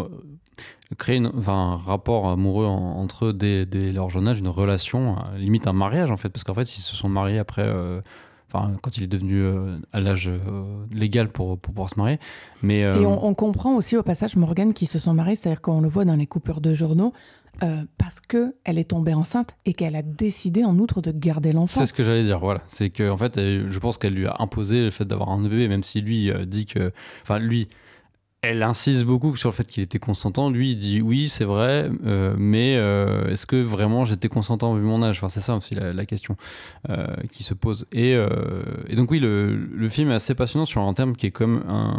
créer un rapport amoureux entre eux dès leur jeune âge, une relation, limite un mariage en fait, parce qu'en fait ils se sont mariés après, quand il est devenu à l'âge légal pour pouvoir se marier. Mais,
et on comprend aussi au passage, Morgane, qu'ils se sont mariés, c'est-à-dire qu'on le voit dans les coupures de journaux, parce qu'elle est tombée enceinte et qu'elle a décidé en outre de garder l'enfant.
C'est ce que j'allais dire, voilà. C'est que en fait, je pense qu'elle lui a imposé le fait d'avoir un bébé, même si lui dit que... Enfin, lui, elle insiste beaucoup sur le fait qu'il était consentant. Lui, il dit oui, c'est vrai, mais est-ce que vraiment j'étais consentant vu mon âge? Enfin, c'est ça aussi la question qui se pose. Et donc oui, le film est assez passionnant sur un terme qui est comme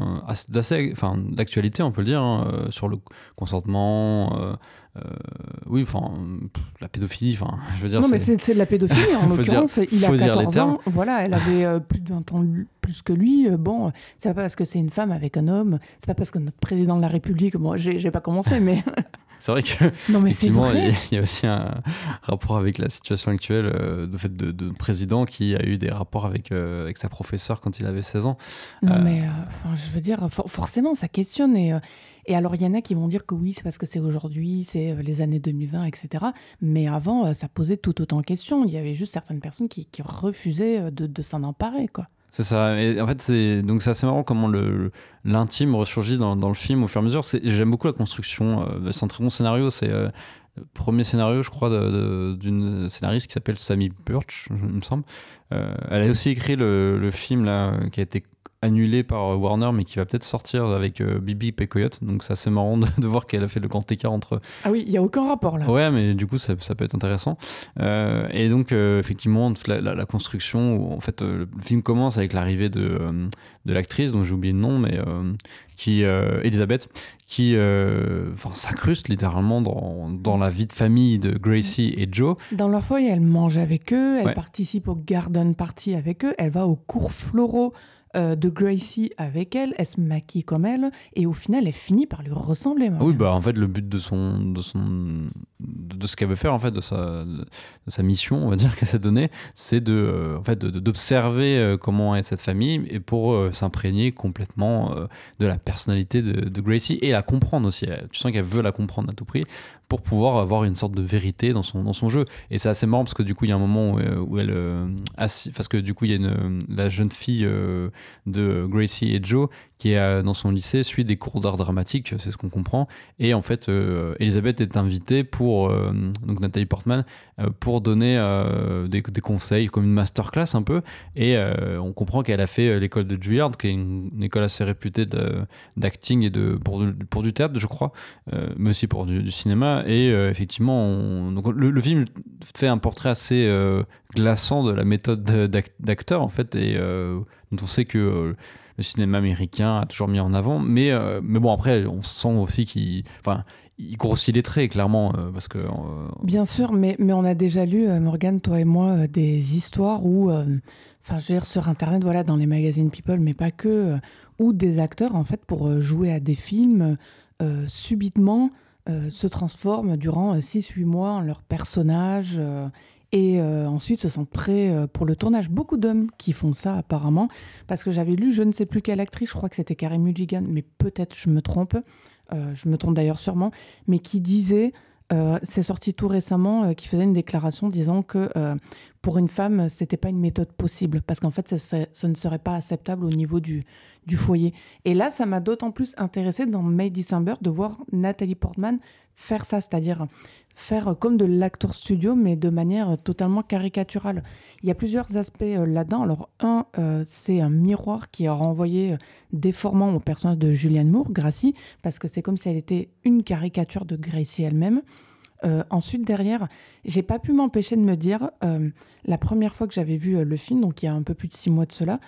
d'actualité, on peut le dire, hein, sur le consentement... oui, la pédophilie, je veux dire...
Non, mais c'est de la pédophilie, en l'occurrence, il a 14 ans, voilà, elle avait plus de 20 ans plus que lui, bon, c'est pas parce que c'est une femme avec un homme, c'est pas parce que notre président de la République, bon, j'ai pas commencé, mais...
C'est vrai que
Non, mais c'est
effectivement,
vrai.
il y a aussi un rapport avec la situation actuelle de fait de président qui a eu des rapports avec sa professeure quand il avait 16 ans.
Non,
Euh,
mais enfin, je veux dire, forcément, ça questionne. Et alors, il y en a qui vont dire que oui, c'est parce que c'est aujourd'hui, c'est les années 2020, etc. Mais avant, ça posait tout autant de questions. Il y avait juste certaines personnes qui refusaient de s'en emparer, quoi.
C'est ça. Et en fait, c'est assez marrant comment l'intime ressurgit dans le film au fur et à mesure. J'aime beaucoup la construction. C'est un très bon scénario. C'est le premier scénario, je crois, d'une scénariste qui s'appelle Sammy Birch, il me semble. Elle a aussi écrit le film là, qui a été annulé par Warner, mais qui va peut-être sortir avec Bibi Pecoyote. Donc c'est assez marrant de voir qu'elle a fait le grand écart entre
Ah oui, il n'y a aucun rapport là.
ouais, mais du coup, ça peut être intéressant. Et donc, effectivement, toute la construction, où, en fait, le film commence avec l'arrivée de l'actrice, dont j'ai oublié le nom, mais Elisabeth, qui s'incruste littéralement dans la vie de famille de Gracie et Joe.
Dans leur foyer, elle mange avec eux, elle
Ouais.
participe au garden party avec eux, elle va aux cours floraux de Gracie avec elle, elle se maquille comme elle, et au final, elle finit par lui ressembler.
Ah oui,
Morgane.
bah en fait le but de ce qu'elle veut faire en fait de sa mission, on va dire qu'elle s'est donnée, c'est d'observer comment est cette famille et pour s'imprégner complètement de la personnalité de Gracie et la comprendre aussi. Tu sens qu'elle veut la comprendre à tout prix pour pouvoir avoir une sorte de vérité dans son jeu. Et c'est assez marrant parce que du coup il y a un moment où elle parce que du coup il y a la jeune fille de Gracie et Joe qui est dans son lycée, suit des cours d'art dramatique, c'est ce qu'on comprend. Et en fait, Elisabeth est invitée donc Nathalie Portman, pour donner des conseils, comme une masterclass un peu. Et on comprend qu'elle a fait l'école de Juilliard, qui est une école assez réputée d'acting et pour du théâtre, je crois, mais aussi pour du cinéma. Et effectivement, donc le film fait un portrait assez glaçant de la méthode d'acteur, en fait, et dont on sait que le cinéma américain a toujours mis en avant, mais bon, après on sent aussi il grossit les traits clairement parce que
Bien sûr, mais on a déjà lu, Morgane, toi et moi, des histoires où, enfin, je veux dire, sur Internet, voilà, dans les magazines People, mais pas que, où des acteurs, en fait, pour jouer à des films, subitement se transforment durant 6-8 mois en leur personnage et ensuite se sentent prêts pour le tournage. Beaucoup d'hommes qui font ça, apparemment, parce que j'avais lu, je ne sais plus quelle actrice, je crois que c'était Carey Mulligan, mais peut-être je me trompe d'ailleurs sûrement, mais qui disait, c'est sorti tout récemment, qui faisait une déclaration disant que pour une femme, c'était pas une méthode possible, parce qu'en fait, ce ne serait pas acceptable au niveau du foyer. Et là, ça m'a d'autant plus intéressée dans May December de voir Nathalie Portman faire ça, c'est-à-dire faire comme de l'acteur studio, mais de manière totalement caricaturale. Il y a plusieurs aspects là-dedans. Alors, c'est un miroir qui est renvoyé déformant au personnage de Julianne Moore, Gracie, parce que c'est comme si elle était une caricature de Gracie elle-même. Ensuite, derrière, j'ai pas pu m'empêcher de me dire, la première fois que j'avais vu le film, donc il y a un peu plus de 6 mois de cela,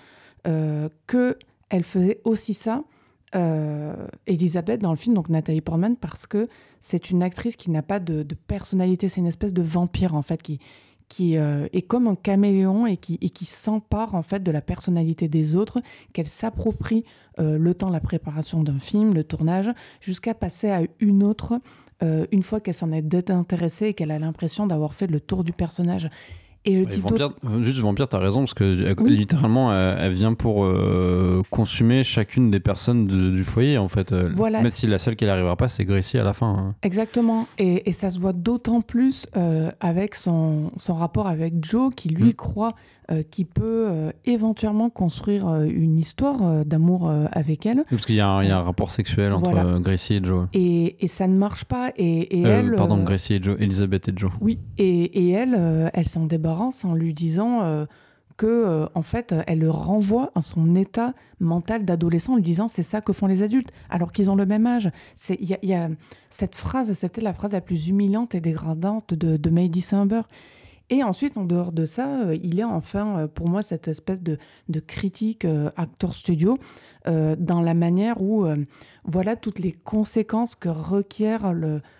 qu'elle faisait aussi ça, Elisabeth, dans le film, donc Nathalie Portman, parce que c'est une actrice qui n'a pas de personnalité, c'est une espèce de vampire, en fait, qui est comme un caméléon et qui s'empare en fait de la personnalité des autres, qu'elle s'approprie le temps de la préparation d'un film, le tournage, jusqu'à passer à une autre une fois qu'elle s'en est désintéressée et qu'elle a l'impression d'avoir fait le tour du personnage. Et je dis
Vampire, t'as raison, parce que
oui.
littéralement, elle vient pour consumer chacune des personnes du foyer, en fait.
Voilà.
Même si la seule qui n'arrivera pas, c'est Gracie à la fin. Hein.
Exactement. Et ça se voit d'autant plus avec son rapport avec Joe, qui lui croit qu'il peut éventuellement construire une histoire d'amour avec elle.
Parce qu'il y a un rapport sexuel entre
Voilà.
Gracie et Joe.
Et ça ne marche pas. Et elle.
Pardon, Gracie et Joe, Elisabeth et Joe.
Oui, et elle, elle s'en débarrasse en lui disant que, en fait, elle le renvoie à son état mental d'adolescent en lui disant c'est ça que font les adultes, alors qu'ils ont le même âge. Il y a cette phrase, c'est peut-être la phrase la plus humiliante et dégradante de May December. Et ensuite, en dehors de ça, il y a enfin, pour moi, cette espèce de critique acteur studio dans la manière où, voilà, toutes les conséquences que requiert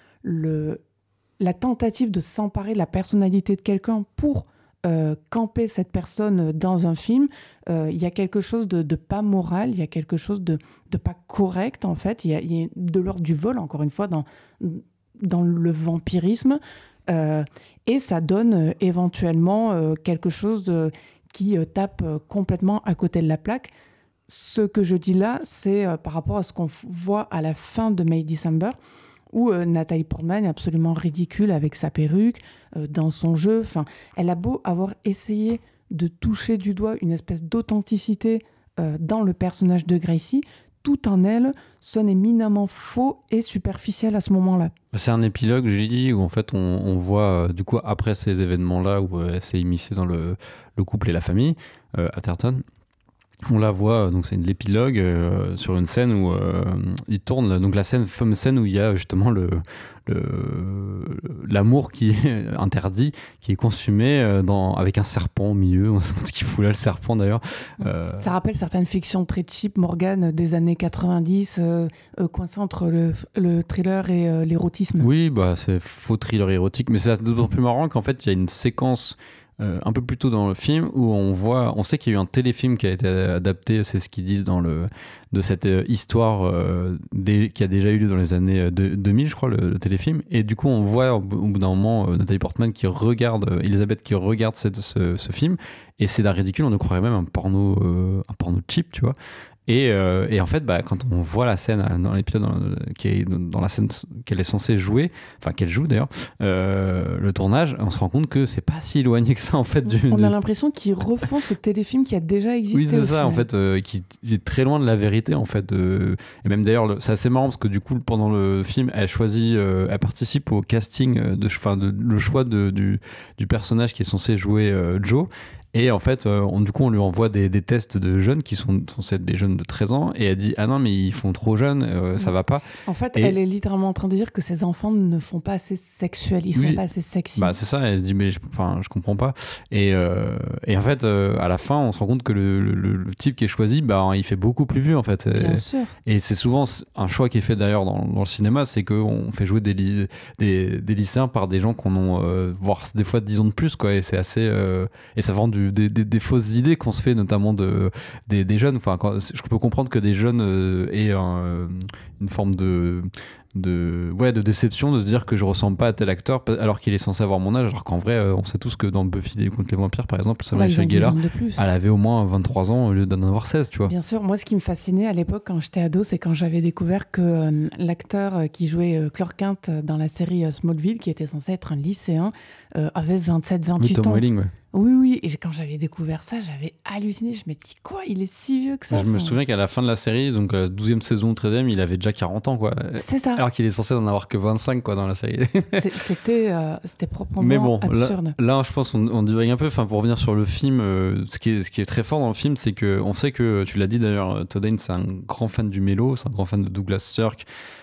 la tentative de s'emparer de la personnalité de quelqu'un pour camper cette personne dans un film. Il y a quelque chose de pas moral, il y a quelque chose de pas correct, en fait. Il y a de l'ordre du vol, encore une fois, dans le vampirisme. Et ça donne éventuellement quelque chose qui tape complètement à côté de la plaque. Ce que je dis là, c'est par rapport à ce qu'on voit à la fin de May December, où Nathalie Portman est absolument ridicule avec sa perruque, dans son jeu. Enfin, elle a beau avoir essayé de toucher du doigt une espèce d'authenticité dans le personnage de Gracie, tout en elle sonne éminemment faux et superficiel à ce moment-là.
C'est un épilogue, j'ai dit, où en fait on voit, du coup, après ces événements-là, où elle s'est immiscée dans le couple et la famille, Atherton. On la voit, donc c'est l'épilogue sur une scène où il tourne, donc la fameuse scène où il y a justement l'amour qui est interdit, qui est consumé avec un serpent au milieu. On sait pas ce qu'il fout là, le serpent d'ailleurs.
Ça rappelle certaines fictions très cheap, Morgane, des années 90, coincées entre le thriller et l'érotisme.
Oui, bah c'est faux thriller érotique, mais c'est d'autant plus marrant qu'en fait il y a une séquence un peu plus tôt dans le film où on sait qu'il y a eu un téléfilm qui a été adapté, c'est ce qu'ils disent de cette histoire qui a déjà eu lieu dans les années 2000, je crois, le téléfilm. Et du coup, on voit au bout d'un moment Nathalie Portman qui regarde, Elisabeth qui regarde ce film, et c'est d'un ridicule, on ne croirait même un porno cheap, tu vois. Et en fait, quand on voit la scène dans l'épisode qui est dans la scène qu'elle est censée jouer, enfin qu'elle joue d'ailleurs, le tournage, on se rend compte que c'est pas si éloigné que ça en fait.
On a l'impression qu'ils refont ce téléfilm qui a déjà existé.
Oui, c'est ça en fait, qui est très loin de la vérité en fait. Et même d'ailleurs, c'est assez marrant parce que du coup, pendant le film, elle participe au casting, le choix du personnage qui est censé jouer Joe. Et en fait, du coup, on lui envoie des tests de jeunes qui sont censés être des jeunes de 13 ans. Et elle dit, ah non, mais ils font trop jeunes, ça va pas.
En fait, elle est littéralement en train de dire que ces enfants ne font pas assez sexuels, ils sont pas assez sexy.
Bah, c'est ça, elle dit, mais je comprends pas. Et en fait, à la fin, on se rend compte que le type qui est choisi, il fait beaucoup plus vieux, en fait.
Bien sûr.
Et c'est souvent un choix qui est fait d'ailleurs dans le cinéma, c'est qu'on fait jouer des lycéens par des gens qu'on ont, voire des fois 10 ans de plus, quoi. Et c'est assez. Et ça vend des fausses idées qu'on se fait, notamment des jeunes. Enfin, je peux comprendre que des jeunes aient une forme de déception de se dire que je ressemble pas à tel acteur alors qu'il est censé avoir mon âge, alors qu'en vrai on sait tous que dans Buffy contre les vampires par exemple, Samuel Gellar, elle avait au moins 23 ans au lieu d'en avoir 16, tu vois.
Bien sûr, moi ce qui me fascinait à l'époque quand j'étais ado, c'est quand j'avais découvert que l'acteur qui jouait Clark Kent dans la série Smallville, qui était censé être un lycéen, avait 27-28
Tom
ans.
Welling, ouais.
Oui, et quand j'avais découvert ça, j'avais halluciné. Je me dis, quoi, il est si vieux que ça?
Je me souviens qu'à la fin de la série, donc 12e saison, 13e, il avait déjà 40 ans, quoi.
C'est ça.
Alors qu'il est censé n'en avoir que 25, quoi, dans la série.
C'était proprement
Mais bon,
absurde.
Là, je pense on divague un peu. Enfin, pour revenir sur le film, ce qui est très fort dans le film, c'est qu'on sait que, tu l'as dit d'ailleurs, Todd Haynes, c'est un grand fan du mélo, c'est un grand fan de Douglas Sirk.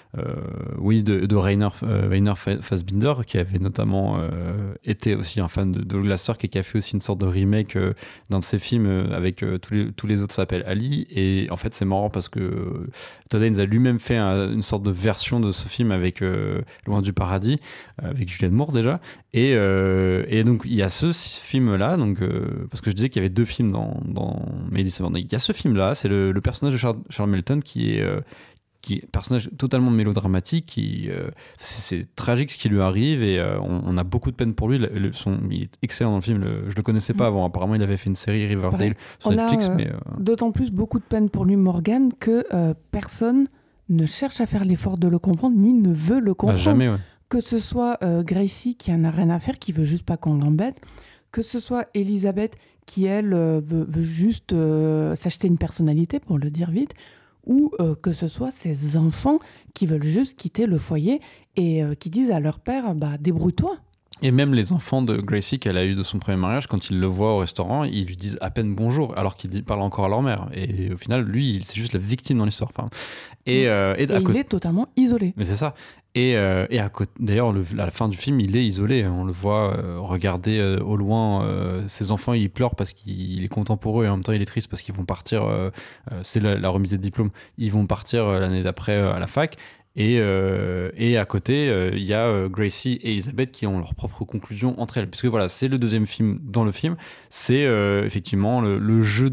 De Rainer Fassbinder, qui avait notamment été aussi un fan de Douglas Sirk et qui a fait aussi une sorte de remake d'un de ses films avec tous les autres s'appellent Ali. Et en fait, c'est marrant parce que Todd Haynes a lui-même fait une sorte de version de ce film avec Loin du paradis, avec Julianne Moore déjà. Et donc, il y a ce film-là, donc, parce que je disais qu'il y avait deux films dans Melissa Van Dyke. Il y a ce film-là, c'est le personnage de Charles Melton qui est un personnage totalement mélodramatique, c'est tragique ce qui lui arrive et on a beaucoup de peine pour lui. Il est excellent dans le film, je le connaissais pas avant, apparemment il avait fait une série Riverdale sur Netflix.
D'autant plus beaucoup de peine pour lui, Morgan, que personne ne cherche à faire l'effort de le comprendre, ni ne veut le comprendre.
Jamais, ouais.
Que ce soit Gracie qui en a rien à faire, qui veut juste pas qu'on l'embête, que ce soit Elisabeth qui, elle, veut juste s'acheter une personnalité, pour le dire vite, ou que ce soit ces enfants qui veulent juste quitter le foyer et qui disent à leur père, débrouille-toi.
Et même les enfants de Gracie qu'elle a eu de son premier mariage, quand ils le voient au restaurant, ils lui disent à peine bonjour, alors qu'ils parlent encore à leur mère. Et au final, lui, c'est juste la victime dans l'histoire. Enfin, il est
totalement isolé.
Mais c'est ça. Et à côté, d'ailleurs, à la fin du film, il est isolé. On le voit regarder au loin ses enfants. Il pleure parce qu'il est content pour eux et en même temps, il est triste parce qu'ils vont partir. C'est la remise des diplômes. Ils vont partir l'année d'après à la fac. Et à côté, il y a Gracie et Elizabeth qui ont leurs propres conclusions entre elles. Parce que voilà, c'est le deuxième film dans le film. C'est effectivement le jeu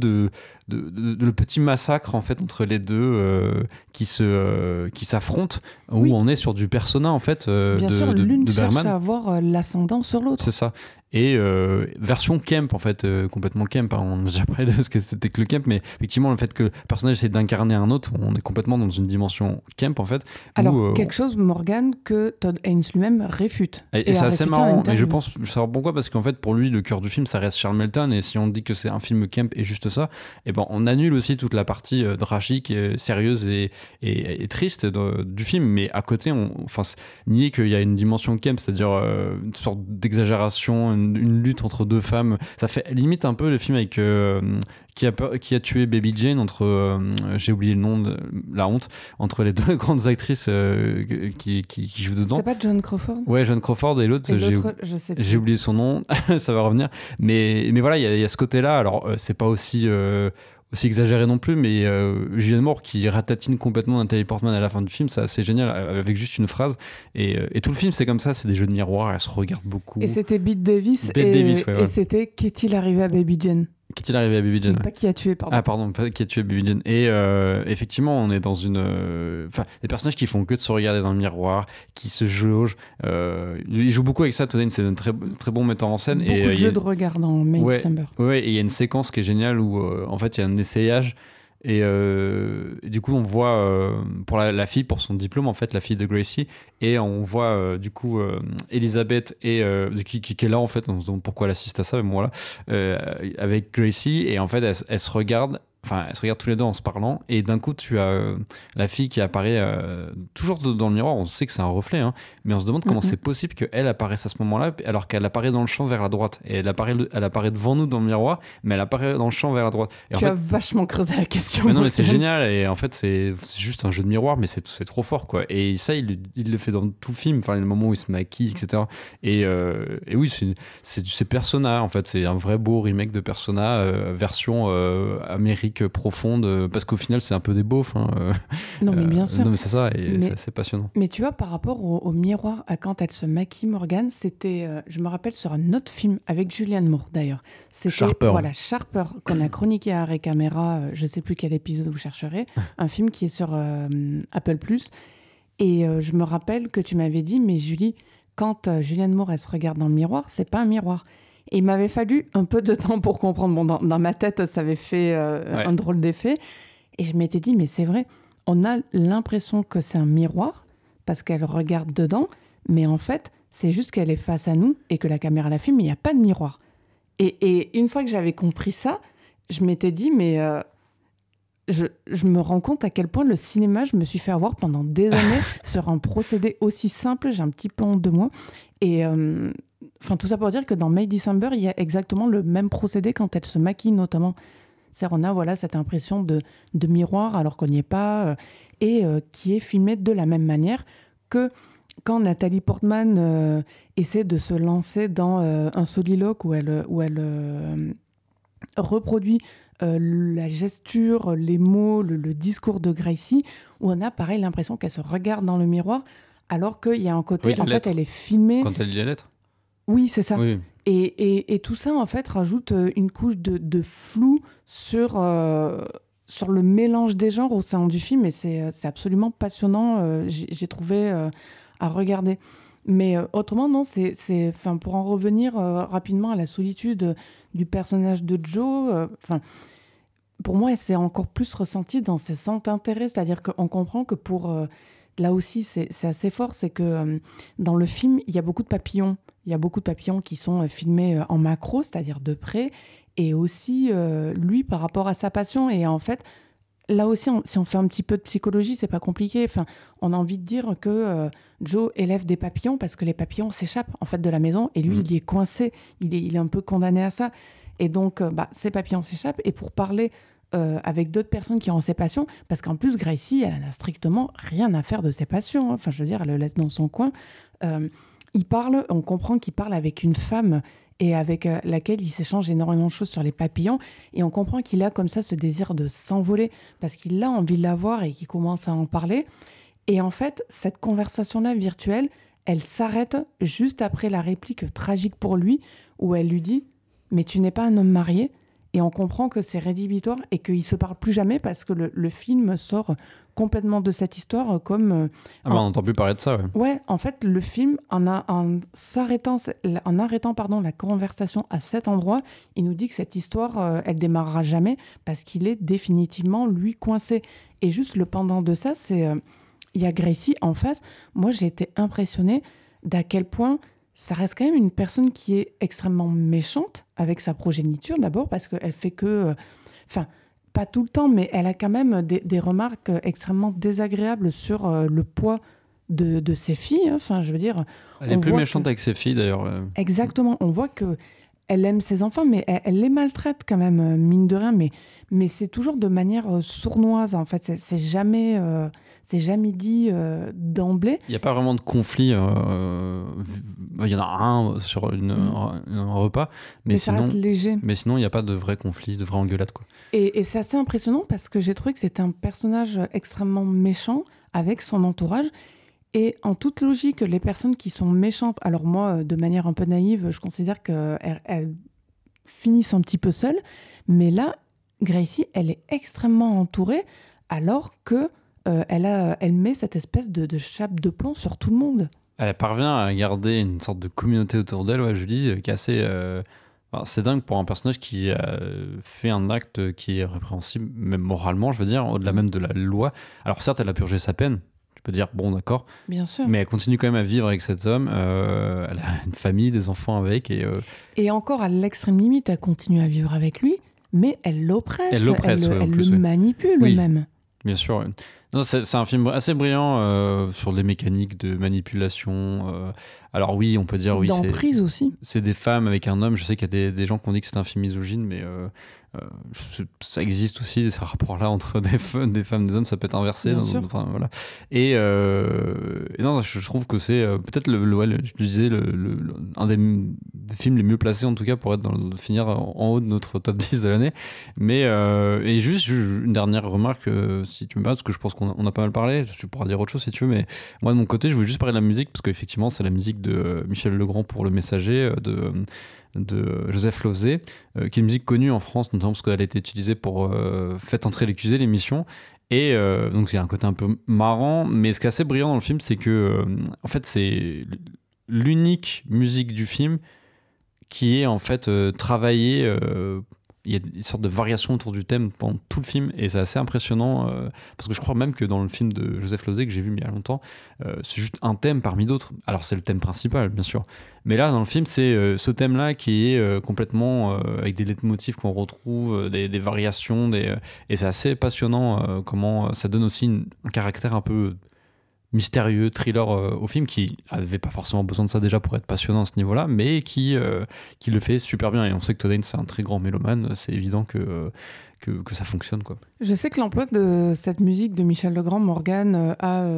le petit massacre en fait entre les deux qui s'affrontent,
Oui.
où on est sur du persona en fait
Bien sûr, l'une
de
cherche
Bergman.
à avoir l'ascendant sur l'autre.
C'est ça. Et version camp en fait, complètement camp. On a déjà parlé de ce que c'était que le camp, mais effectivement le fait que le personnage essaie d'incarner un autre, on est complètement dans une dimension camp en fait.
Alors, quelque chose, Morgan, que Todd Haynes lui-même réfute.
Et c'est assez marrant, mais je
interview.
pense savoir pourquoi, parce qu'en fait pour lui le cœur du film ça reste Charles Melton, et si on dit que c'est un film camp et juste ça, et ben on annule aussi toute la partie tragique, sérieuse et triste du film. Mais à côté, nier qu'il y a une dimension camp, c'est-à-dire une sorte d'exagération, une lutte entre deux femmes, ça fait limite un peu le film avec qui a tué Baby Jane, entre j'ai oublié le nom, la honte, entre les deux grandes actrices qui jouent dedans.
C'est pas John Crawford?
Ouais, John Crawford, et l'autre,
je sais plus.
j'ai oublié son nom, ça va revenir. Mais voilà, il y a ce côté-là. Alors, c'est pas aussi exagéré non plus, mais Julianne Moore qui ratatine complètement Nathalie Portman à la fin du film, c'est assez génial, avec juste une phrase. Et tout le film, c'est comme ça, c'est des jeux de miroir, elle se regarde beaucoup.
Et c'était Bette Davis.
Ouais.
C'était qu'est-il arrivé à Baby Jane?
Qu'est-il arrivé à Baby Jane?
Pas qui a tué, pardon.
Ah, pardon, pas qui a tué Baby Jane. Et effectivement, on est dans une. Des personnages qui font que de se regarder dans le miroir, qui se jaugent. Il joue beaucoup avec ça, Todd Haynes, c'est un très, très bon metteur en scène.
Beaucoup de jeux de regard dans May December.
Ouais, et il y a une séquence qui est géniale où, en fait, il y a un essayage. Et du coup, on voit pour la fille, pour son diplôme, en fait, la fille de Gracie, et on voit du coup Elizabeth qui est là, en fait, on se demande pourquoi elle assiste à ça, mais bon, voilà, avec Gracie, et en fait, elles se regardent. Enfin, elles se regardent tous les deux en se parlant, et d'un coup, tu as la fille qui apparaît toujours dans le miroir. On sait que c'est un reflet, hein, mais on se demande comment c'est possible qu'elle apparaisse à ce moment-là, alors qu'elle apparaît dans le champ vers la droite. Et elle apparaît devant nous dans le miroir, mais elle apparaît dans le champ vers la droite. Et
tu as vachement creusé la question.
Mais non, mais c'est génial, et en fait, c'est juste un jeu de miroir, mais c'est trop fort, quoi. Et ça, il le fait dans tout le film, enfin, les moments où il se maquille, etc. Et oui, c'est Persona, en fait, c'est un vrai beau remake de Persona, version Amérique profonde, parce qu'au final c'est un peu des beaufs, hein.
Non mais bien sûr.
Non mais c'est ça, et c'est assez passionnant.
Mais tu vois, par rapport au miroir, à quand elle se maquille, Morgane, c'était, je me rappelle, sur un autre film avec Julianne Moore d'ailleurs. C'était
Sharper.
Voilà, Sharper, qu'on a chroniqué à Arrêt Caméra, je sais plus quel épisode vous chercherez, un film qui est sur Apple+. Et je me rappelle que tu m'avais dit, mais Julie, quand Julianne Moore elle se regarde dans le miroir, c'est pas un miroir. Et il m'avait fallu un peu de temps pour comprendre. Bon, dans ma tête, ça avait fait un drôle d'effet. Et je m'étais dit, mais c'est vrai, on a l'impression que c'est un miroir parce qu'elle regarde dedans, mais en fait, c'est juste qu'elle est face à nous et que la caméra la filme, mais il n'y a pas de miroir. Et une fois que j'avais compris ça, je m'étais dit, mais je me rends compte à quel point le cinéma, je me suis fait avoir pendant des années sur un procédé aussi simple. J'ai un petit peu honte de moi. Et tout ça pour dire que dans May December, il y a exactement le même procédé quand elle se maquille, notamment. C'est-à-dire, on a cette impression de miroir alors qu'on n'y est pas, et qui est filmé de la même manière que quand Nathalie Portman essaie de se lancer dans un soliloque où elle reproduit la gesture, les mots, le discours de Gracie, où on a pareil l'impression qu'elle se regarde dans le miroir, alors qu'il y a un côté, en fait, elle est filmée.
Quand elle lit la lettre.
Oui, c'est ça.
Oui.
Et tout ça, en fait, rajoute une couche de flou sur le mélange des genres au sein du film, et c'est absolument passionnant, j'ai trouvé, à regarder. Mais autrement, non, pour en revenir rapidement à la solitude du personnage de Joe, pour moi, c'est encore plus ressenti dans ses centres d'intérêt, c'est-à-dire qu'on comprend que là aussi, c'est assez fort, c'est que dans le film, il y a beaucoup de papillons. Il y a beaucoup de papillons qui sont filmés en macro, c'est-à-dire de près, et aussi lui par rapport à sa passion. Et en fait, là aussi, si on fait un petit peu de psychologie, c'est pas compliqué. On a envie de dire que Joe élève des papillons parce que les papillons s'échappent en fait de la maison, et lui, il y est coincé, il est un peu condamné à ça. Et donc, ces papillons s'échappent. Et pour parler avec d'autres personnes qui ont ces passions, parce qu'en plus, Gracie, elle n'a strictement rien à faire de ses passions, hein. Je veux dire, elle le laisse dans son coin. On comprend qu'il parle avec une femme et avec laquelle il s'échange énormément de choses sur les papillons, et on comprend qu'il a comme ça ce désir de s'envoler parce qu'il a envie de la voir et qu'il commence à en parler. Et en fait, cette conversation-là virtuelle, elle s'arrête juste après la réplique tragique pour lui, où elle lui dit « Mais tu n'es pas un homme marié ?» Et on comprend que c'est rédhibitoire et qu'ils ne se parlent plus jamais parce que le film sort complètement de cette histoire comme...
Ah bah on n'entend plus parler de ça, ouais.
Ouais, en fait, le film, en arrêtant la conversation à cet endroit, il nous dit que cette histoire, elle démarrera jamais parce qu'il est définitivement, lui, coincé. Et juste le pendant de ça, c'est... il y a Gracie en face. Moi, j'ai été impressionnée d'à quel point ça reste quand même une personne qui est extrêmement méchante avec sa progéniture, d'abord, parce qu'elle fait que... Enfin, pas tout le temps, mais elle a quand même des remarques extrêmement désagréables sur le poids de ses filles. Enfin, je veux dire...
Elle est plus méchante avec ses filles, d'ailleurs.
Exactement. On voit que elle aime ses enfants, mais elle les maltraite quand même, mine de rien. Mais c'est toujours de manière sournoise, en fait. C'est jamais dit d'emblée.
Il n'y a pas vraiment de conflit. Il y en a un sur un repas. Mais
ça
sinon,
reste léger.
Mais sinon, il n'y a pas de vrai conflit, de vraie engueulade, quoi.
Et c'est assez impressionnant parce que j'ai trouvé que c'était un personnage extrêmement méchant avec son entourage. Et en toute logique, les personnes qui sont méchantes, alors moi, de manière un peu naïve, je considère qu'elles finissent un petit peu seules. Mais là, Gracie, elle est extrêmement entourée alors que elle met cette espèce de chape de plomb sur tout le monde.
Elle parvient à garder une sorte de communauté autour d'elle, ouais, Julie, qui est assez... c'est dingue pour un personnage qui fait un acte qui est répréhensible, même moralement, je veux dire, au-delà même de la loi. Alors certes, elle a purgé sa peine. Peut dire bon d'accord,
bien sûr,
mais elle continue quand même à vivre avec cet homme, elle a une famille, des enfants avec
et encore à l'extrême limite elle continue à vivre avec lui, mais elle l'oppresse, elle le manipule, oui. Même
bien sûr, ouais. Non, c'est un film assez brillant sur les mécaniques de manipulation. Alors oui, on peut dire oui,
d'emprise aussi.
C'est des femmes avec un homme. Je sais qu'il y a des gens qui ont dit que c'était un film misogyne, mais ça existe aussi, ces rapports-là entre des femmes et des hommes, ça peut être inversé. Enfin, voilà. Et non, je trouve que c'est peut-être je disais, un des films les mieux placés en tout cas pour finir en haut de notre top 10 de l'année. Mais et juste une dernière remarque, si tu me permets, parce que je pense qu'on a pas mal parlé. Tu pourras dire autre chose si tu veux, mais moi de mon côté, je voulais juste parler de la musique parce qu'effectivement, c'est la musique de Michel Legrand pour Le Messager, de Joseph Losey, qui est une musique connue en France, notamment parce qu'elle a été utilisée pour Faites entrer l'accusé, l'émission. Et donc il y a un côté un peu marrant, mais ce qui est assez brillant dans le film, c'est que en fait c'est l'unique musique du film qui est en fait travaillée. Il y a une sorte de variation autour du thème pendant tout le film et c'est assez impressionnant parce que je crois même que dans le film de Joseph Losey que j'ai vu il y a longtemps, c'est juste un thème parmi d'autres. Alors c'est le thème principal bien sûr, mais là dans le film c'est ce thème-là qui est complètement avec des leitmotifs qu'on retrouve, des variations, et c'est assez passionnant comment ça donne aussi un caractère un peu mystérieux, thriller au film qui avait pas forcément besoin de ça déjà pour être passionnant à ce niveau-là, mais qui le fait super bien. Et on sait que Todd Haynes c'est un très grand mélomane, c'est évident que ça fonctionne, quoi.
Je sais que l'emploi de cette musique de Michel Legrand, Morgane,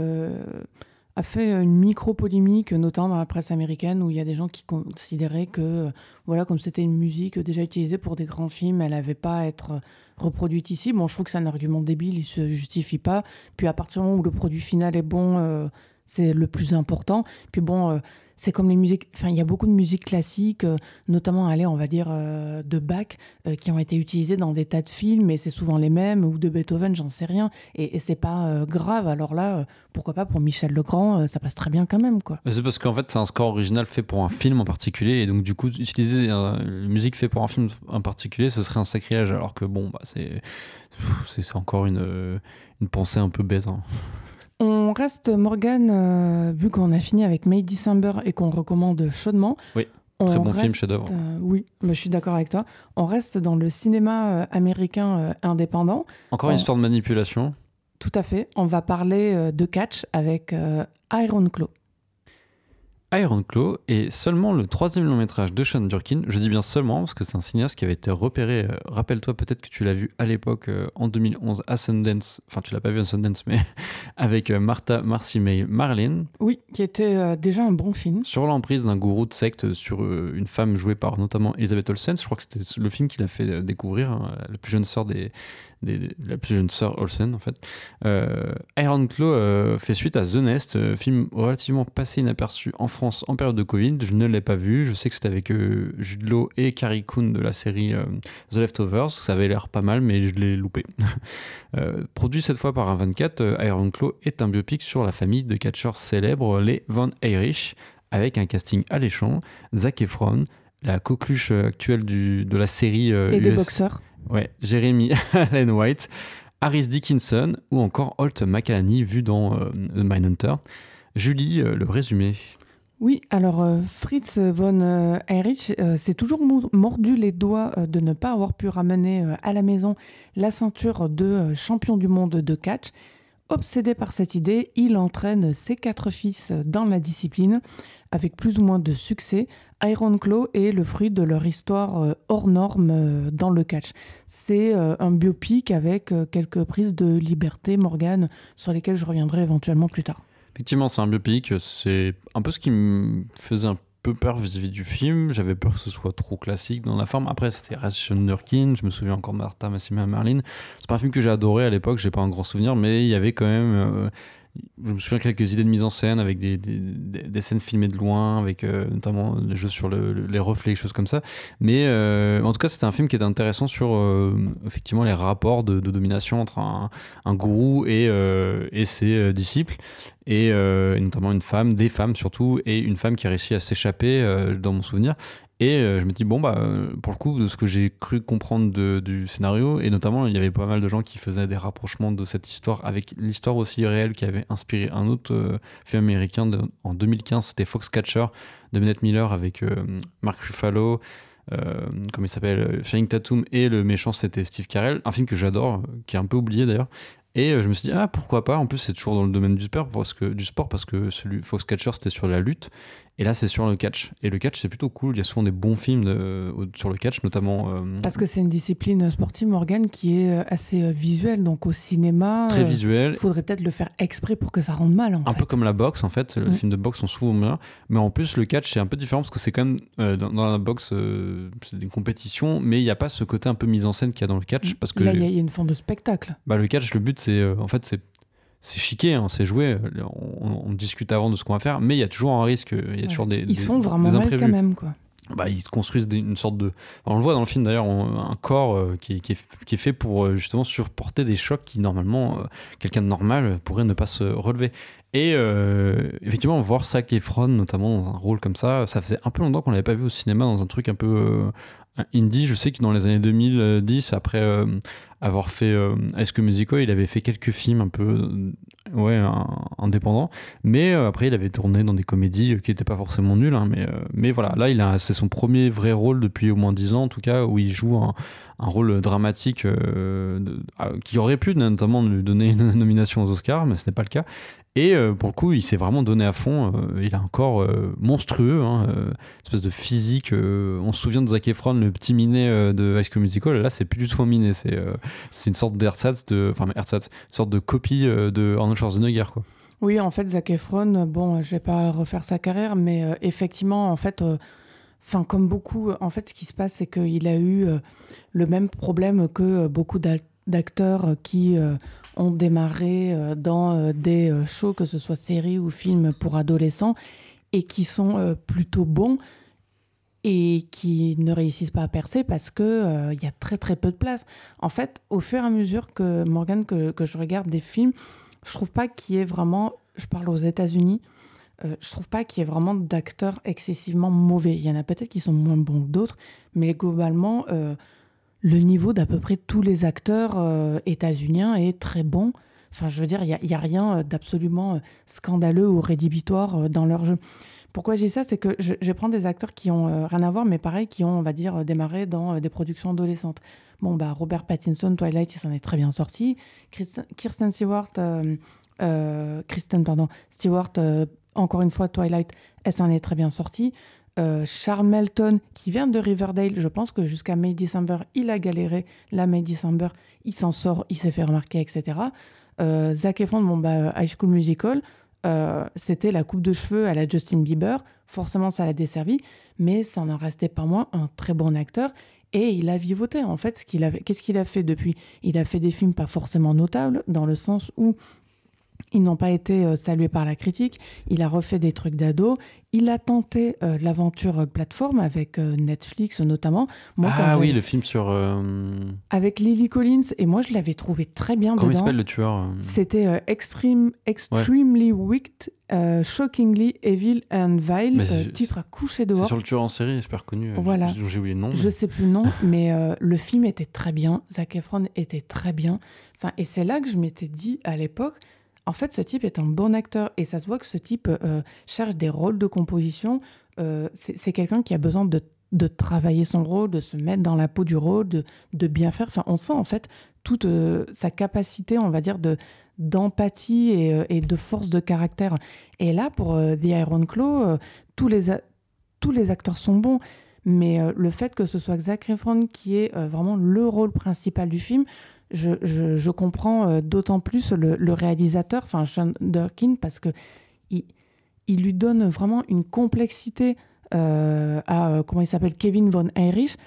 a fait une micro-polémique, notamment dans la presse américaine, où il y a des gens qui considéraient que, voilà, comme c'était une musique déjà utilisée pour des grands films, elle n'avait pas à être reproduite ici. Bon, je trouve que c'est un argument débile, il ne se justifie pas. Puis à partir du moment où le produit final est bon, c'est le plus important. Puis bon, c'est comme les musiques... Enfin, il y a beaucoup de musiques classiques, notamment, allez, on va dire, de Bach, qui ont été utilisées dans des tas de films, et c'est souvent les mêmes, ou de Beethoven, j'en sais rien. Et c'est pas grave. Alors là, pourquoi pas pour Michel Legrand, ça passe très bien quand même, quoi.
C'est parce qu'en fait, c'est un score original fait pour un film en particulier, et donc du coup, utiliser une musique faite pour un film en particulier, ce serait un sacrilège, alors que bon, bah, c'est encore une pensée un peu bête, hein.
On reste, Morgane, vu qu'on a fini avec May December et qu'on recommande chaudement.
Oui, très bon film, chef-d'œuvre.
Oui, mais je suis d'accord avec toi. On reste dans le cinéma américain indépendant.
Encore une histoire de manipulation.
Tout à fait. On va parler de Catch avec Iron Claw.
Iron Claw est seulement le 3e long métrage de Sean Durkin. Je dis bien seulement parce que c'est un cinéaste qui avait été repéré. Rappelle-toi peut-être que tu l'as vu à l'époque en 2011 à Sundance. Enfin, tu l'as pas vu à Sundance, mais avec Marcy May Marlin.
Oui, qui était déjà un bon film.
Sur l'emprise d'un gourou de secte sur une femme jouée par notamment Elizabeth Olsen. Je crois que c'était le film qui l'a fait découvrir, la plus jeune sœur des la plus jeune sœur Olsen en fait. Iron Claw fait suite à The Nest, film relativement passé inaperçu en France en période de Covid. Je ne l'ai pas vu. Je sais que c'était avec Jude Law et Carrie Coon de la série The Leftovers. Ça avait l'air pas mal, mais je l'ai loupé. Produit cette fois par A24, Iron Claw est un biopic sur la famille de catcheurs célèbres, les Von Erich, avec un casting alléchant, Zac Efron, la coqueluche actuelle de la série
et
US.
des boxeurs.
Ouais, Jeremy Allen White, Harris Dickinson ou encore Holt McCallany vu dans The Mindhunter. Julie, le résumé.
Oui, alors Fritz von Erich s'est toujours mordu les doigts de ne pas avoir pu ramener à la maison la ceinture de champion du monde de catch. Obsédé par cette idée, il entraîne ses 4 fils dans la discipline avec plus ou moins de succès. Iron Claw est le fruit de leur histoire hors norme dans le catch. C'est un biopic avec quelques prises de liberté, Morgane, sur lesquelles je reviendrai éventuellement plus tard.
Effectivement, c'est un biopic. C'est un peu ce qui me faisait un peu peur vis-à-vis du film. J'avais peur que ce soit trop classique dans la forme. Après, c'était Sean Durkin. Je me souviens encore de Martha, Massima, Merlin. C'est pas un film que j'ai adoré à l'époque. J'ai pas un grand souvenir, mais il y avait quand même... je me souviens quelques idées de mise en scène avec des scènes filmées de loin, avec notamment des jeux sur les reflets, des choses comme ça. Mais en tout cas, c'était un film qui était intéressant sur effectivement les rapports de domination entre un gourou et ses disciples. Et notamment des femmes surtout, et une femme qui a réussi à s'échapper dans mon souvenir. Et je me dis, bon, pour le coup, de ce que j'ai cru comprendre du scénario, et notamment, il y avait pas mal de gens qui faisaient des rapprochements de cette histoire avec l'histoire aussi réelle qui avait inspiré un autre film américain en 2015, c'était Foxcatcher de Bennett Miller avec Mark Ruffalo, comme il s'appelle, Channing Tatum, et le méchant c'était Steve Carell, un film que j'adore, qui est un peu oublié d'ailleurs. Et je me suis dit, pourquoi pas. En plus, c'est toujours dans le domaine du sport parce que celui Foxcatcher, c'était sur la lutte. Et là, c'est sur le catch. Et le catch, c'est plutôt cool. Il y a souvent des bons films sur le catch, notamment...
Parce que c'est une discipline sportive, Morgane, qui est assez visuelle. Donc au cinéma...
Très visuel.
Il faudrait peut-être le faire exprès pour que ça rende mal,
un peu comme la boxe, en fait. Les films de boxe sont souvent bien. Mais en plus, le catch, c'est un peu différent parce que c'est quand même... dans la boxe, c'est une compétition. Mais il n'y a pas ce côté un peu mise en scène qu'il y a dans le catch. Parce que
là, il y a une forme de spectacle.
Le catch, le but, c'est... en fait, c'est chiqué, hein, c'est joué. On discute avant de ce qu'on va faire, mais il y a toujours un risque. Il y a toujours
ils se font vraiment mal quand même, quoi.
Ils se construisent une sorte de... on le voit dans le film d'ailleurs, un corps qui est fait pour justement supporter des chocs qui normalement, quelqu'un de normal pourrait ne pas se relever. Et effectivement, voir Zac Efron notamment dans un rôle comme ça faisait un peu longtemps qu'on l'avait pas vu au cinéma dans un truc un peu indie. Je sais que dans les années 2010, après avoir fait High School Musical, il avait fait quelques films un peu indépendants, mais après il avait tourné dans des comédies qui n'étaient pas forcément nulles, hein, mais voilà, là c'est son premier vrai rôle depuis au moins 10 ans en tout cas, où il joue un rôle dramatique qui aurait pu notamment lui donner une nomination aux Oscars, mais ce n'est pas le cas. Et pour le coup, il s'est vraiment donné à fond. Il a un corps monstrueux, une espèce de physique. On se souvient de Zac Efron, le petit minet de High School Musical. Là, c'est plus du tout un minet. C'est une sorte une sorte de copie de Arnold Schwarzenegger, quoi.
Oui, en fait, Zac Efron, je vais pas refaire sa carrière, mais effectivement, en fait, comme beaucoup, en fait, ce qui se passe, c'est qu'il a eu le même problème que beaucoup d'acteurs qui ont démarré dans des shows, que ce soit séries ou films pour adolescents, et qui sont plutôt bons et qui ne réussissent pas à percer parce qu'il y a très très peu de place. En fait, au fur et à mesure que, Morgane, que je regarde des films, je trouve pas qu'il y ait vraiment, je parle aux États-Unis, je trouve pas qu'il y ait vraiment d'acteurs excessivement mauvais. Il y en a peut-être qui sont moins bons que d'autres, mais globalement... le niveau d'à peu près tous les acteurs états-uniens est très bon. Enfin, je veux dire, il n'y a rien d'absolument scandaleux ou rédhibitoire dans leur jeu. Pourquoi je dis ça ? C'est que je prends des acteurs qui ont rien à voir, mais pareil, qui ont, on va dire, démarré dans des productions adolescentes. Robert Pattinson, Twilight, il s'en est très bien sorti. Kristen Stewart, encore une fois, Twilight, elle s'en est très bien sortie. Charles Melton, qui vient de Riverdale, je pense que jusqu'à May December, il a galéré. Là, May December, il s'en sort, il s'est fait remarquer, etc. Zac Efron, High School Musical, c'était la coupe de cheveux à la Justin Bieber. Forcément, ça l'a desservi, mais ça n'en restait pas moins un très bon acteur. Et il a vivoté. En fait, qu'est-ce qu'il a fait depuis ? Il a fait des films pas forcément notables, dans le sens où ils n'ont pas été salués par la critique. Il a refait des trucs d'ado. Il a tenté l'aventure plateforme avec Netflix notamment. Moi,
oui, le film sur...
Avec Lily Collins. Et moi, je l'avais trouvé très bien
Comment
dedans.
il s'appelle le tueur
C'était Extremely Wicked, Shockingly Evil and Vile. Titre à coucher dehors.
C'est sur le tueur en série, super connu.
Voilà.
J'ai oublié le nom.
Je sais plus le nom, mais le film était très bien. Zac Efron était très bien. Enfin, et c'est là que je m'étais dit à l'époque... En fait, ce type est un bon acteur et ça se voit que ce type cherche des rôles de composition. C'est quelqu'un qui a besoin de travailler son rôle, de se mettre dans la peau du rôle, de bien faire. Enfin, on sent en fait toute sa capacité, on va dire, d'empathie et de force de caractère. Et là, pour The Iron Claw, tous les acteurs sont bons. Mais le fait que ce soit Zac Efron qui est vraiment le rôle principal du film, je comprends d'autant plus le réalisateur, enfin Sean Durkin, parce que il lui donne vraiment une complexité à comment il s'appelle, Kevin Von Erich,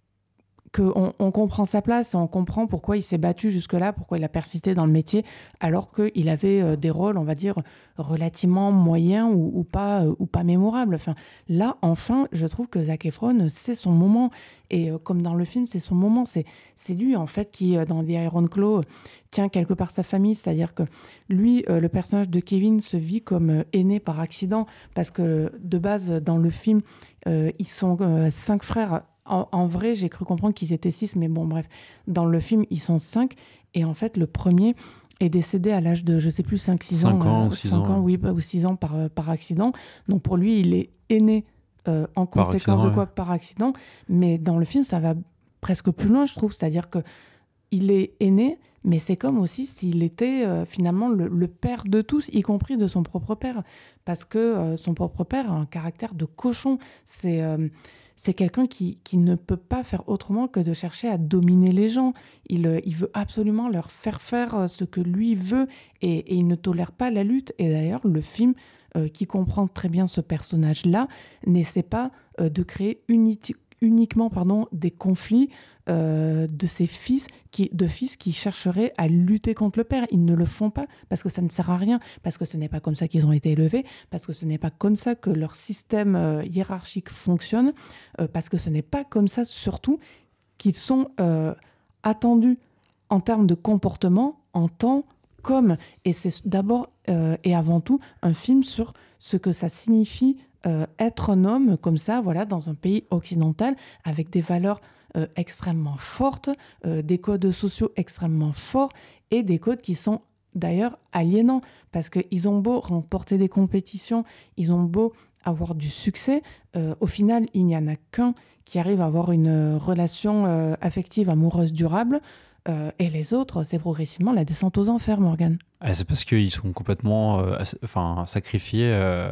qu'on comprend sa place, on comprend pourquoi il s'est battu jusque-là, pourquoi il a persisté dans le métier, alors qu'il avait des rôles, on va dire, relativement moyens ou pas mémorables. Enfin, là, enfin, je trouve que Zac Efron, c'est son moment. Et comme dans le film, c'est son moment. C'est lui, en fait, qui, dans The Iron Claw, tient quelque part sa famille. C'est-à-dire que lui, le personnage de Kevin, se vit comme aîné par accident, parce que, de base, dans le film, ils sont 5 frères. En vrai, j'ai cru comprendre qu'ils étaient 6, mais bon, bref. Dans le film, ils sont 5. Et en fait, le premier est décédé à l'âge de, je sais plus, 5-6 ans.
5 ans ou 6 ans.
Oui, ou 6 ans par accident. Donc, pour lui, il est aîné en conséquence de quoi, par accident. Mais dans le film, ça va presque plus loin, je trouve. C'est-à-dire qu'il est aîné, mais c'est comme aussi s'il était finalement le père de tous, y compris de son propre père. Parce que son propre père a un caractère de cochon. C'est quelqu'un qui ne peut pas faire autrement que de chercher à dominer les gens. Il veut absolument leur faire ce que lui veut et il ne tolère pas la lutte. Et d'ailleurs, le film, qui comprend très bien ce personnage-là, n'essaie pas de créer uniquement des conflits de ses fils qui chercheraient à lutter contre le père. Ils ne le font pas parce que ça ne sert à rien, parce que ce n'est pas comme ça qu'ils ont été élevés, parce que ce n'est pas comme ça que leur système hiérarchique fonctionne, parce que ce n'est pas comme ça surtout qu'ils sont attendus en termes de comportement en tant qu'hommes. Et c'est d'abord et avant tout un film sur ce que ça signifie être un homme comme ça, voilà, dans un pays occidental, avec des valeurs extrêmement fortes, des codes sociaux extrêmement forts et des codes qui sont d'ailleurs aliénants, parce qu'ils ont beau remporter des compétitions, ils ont beau avoir du succès, au final, il n'y en a qu'un qui arrive à avoir une relation affective, amoureuse durable, et les autres, c'est progressivement la descente aux enfers, Morgane.
C'est parce qu'ils sont complètement sacrifiés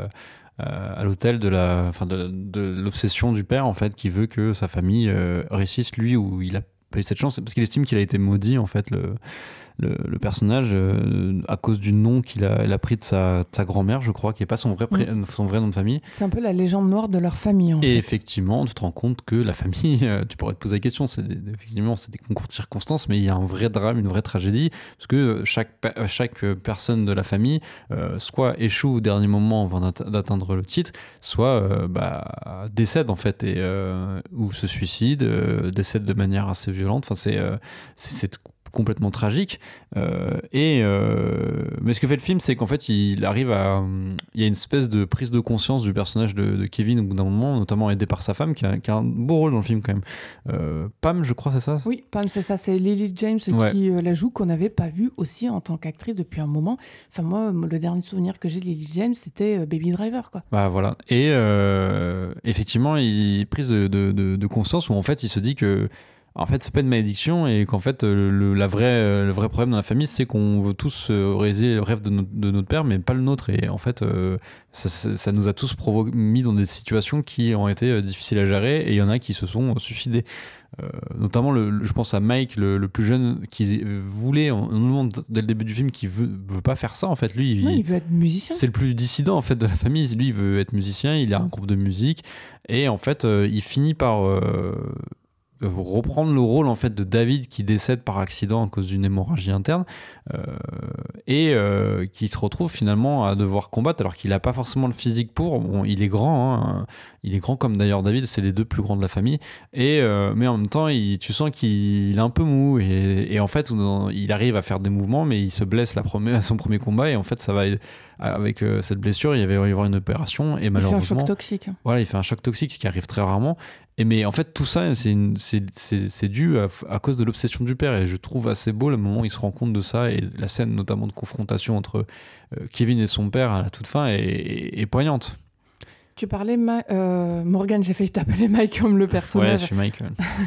à l'autel de l'obsession du père, en fait, qui veut que sa famille réussisse, lui, où il a pas eu cette chance, parce qu'il estime qu'il a été maudit, en fait, le personnage, à cause du nom qu'il a pris de sa grand-mère, je crois, qui n'est pas son vrai nom de famille.
C'est un peu la légende noire de leur famille, en fait.
Et effectivement, tu te rends compte que la famille, tu pourrais te poser la question, effectivement, c'est des concours de circonstances, mais il y a un vrai drame, une vraie tragédie, parce que chaque personne de la famille, soit échoue au dernier moment avant d'atteindre le titre, soit décède, en fait, ou se suicide, décède de manière assez violente. Enfin, c'est complètement tragique. Mais ce que fait le film, c'est qu'en fait, il y a une espèce de prise de conscience du personnage de Kevin au bout d'un moment, notamment aidé par sa femme, qui a un beau rôle dans le film quand même. Pam, je crois, c'est ça ?
Oui, Pam, c'est ça. C'est Lily James qui la joue, qu'on n'avait pas vue aussi en tant qu'actrice depuis un moment. Enfin, moi, le dernier souvenir que j'ai de Lily James, c'était Baby Driver, quoi.
Bah voilà. Et effectivement, il prise de conscience où en fait, il se dit que en fait, c'est pas une malédiction et qu'en fait, le vrai problème dans la famille, c'est qu'on veut tous réaliser le rêve de notre père, mais pas le nôtre. Et en fait, ça nous a tous mis dans des situations qui ont été difficiles à gérer et il y en a qui se sont suicidés. Notamment, je pense à Mike, le plus jeune, qui voulait, dès le début du film, qui veut pas faire ça, en fait. Lui,
il veut être musicien.
C'est le plus dissident, en fait, de la famille. Lui, il veut être musicien, il a un groupe de musique et en fait, il finit par... reprendre le rôle en fait de David qui décède par accident à cause d'une hémorragie interne et qui se retrouve finalement à devoir combattre alors qu'il n'a pas forcément le physique pour. Bon, il est grand, hein, il est grand comme d'ailleurs David, c'est les deux plus grands de la famille, et mais en même temps tu sens qu'il est un peu mou et en fait il arrive à faire des mouvements mais il se blesse à son premier combat et en fait ça va avec cette blessure il va y avoir une opération et malheureusement
il fait un choc toxique.
Voilà, il fait un choc toxique, ce qui arrive très rarement. Mais en fait, tout ça, c'est dû à cause de l'obsession du père. Et je trouve assez beau le moment où il se rend compte de ça. Et la scène, notamment de confrontation entre Kevin et son père à la toute fin, est poignante.
Tu parlais, Morgan, j'ai failli t'appeler Mike comme le personnage.
Ouais, je suis Mike.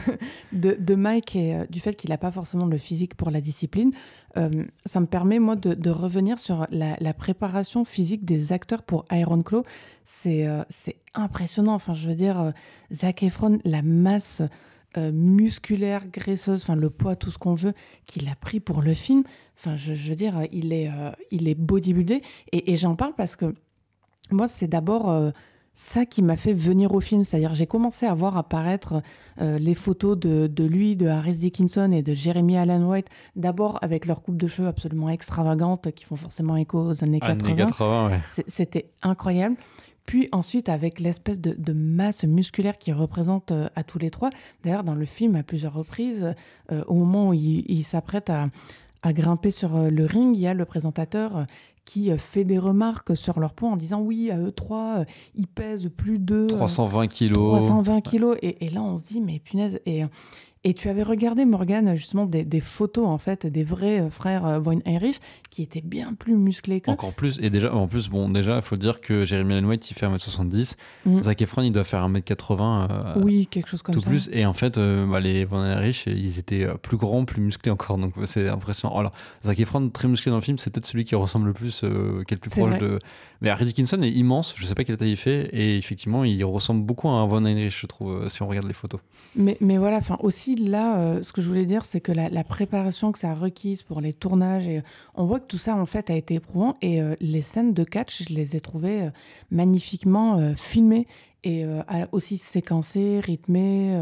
de Mike et du fait qu'il n'a pas forcément le physique pour la discipline. Ça me permet, moi, de revenir sur la préparation physique des acteurs pour Iron Claw. C'est impressionnant. Enfin, je veux dire, Zac Efron, la masse musculaire, graisseuse, enfin, le poids, tout ce qu'on veut, qu'il a pris pour le film. Enfin, je veux dire, il est bodybuildé. Et j'en parle parce que moi, c'est d'abord ça qui m'a fait venir au film. C'est-à-dire, j'ai commencé à voir apparaître les photos de lui, de Harris Dickinson et de Jeremy Allen White, d'abord avec leur coupe de cheveux absolument extravagante, qui font forcément écho aux années 80.
Années 80, ouais.
C'était incroyable. Puis ensuite, avec l'espèce de masse musculaire qu'ils représentent à tous les trois. D'ailleurs, dans le film, à plusieurs reprises, au moment où il s'apprête à grimper sur le ring, il y a le présentateur qui fait des remarques sur leur poids en disant oui, à eux trois, ils pèsent plus de
320 kilos.
320 kilos. Et là, on se dit, mais punaise. Et tu avais regardé, Morgane, justement, des photos, en fait, des vrais frères Von Heinrich qui étaient bien plus musclés qu'eux.
Encore plus. Et déjà, il faut dire que Jeremy Allen White, il fait 1m70. Zac Efron, il doit faire 1m80.
Oui, quelque chose comme
tout
ça.
Plus. Et en fait, les Von Heinrich, ils étaient plus grands, plus musclés encore. Donc, c'est impressionnant. Alors, Zac Efron, très musclé dans le film, c'est peut-être celui qui ressemble le plus, qui est le plus proche
vrai.
de... Mais Harry Dickinson est immense. Je sais pas quelle taille il fait. Et effectivement, il ressemble beaucoup à un Von Heinrich, je trouve, si on regarde les photos.
Mais voilà, aussi, là, ce que je voulais dire, c'est que la préparation que ça a requise pour les tournages, et on voit que tout ça, en fait, a été éprouvant. Et les scènes de catch, je les ai trouvées magnifiquement filmées et aussi séquencées, rythmées,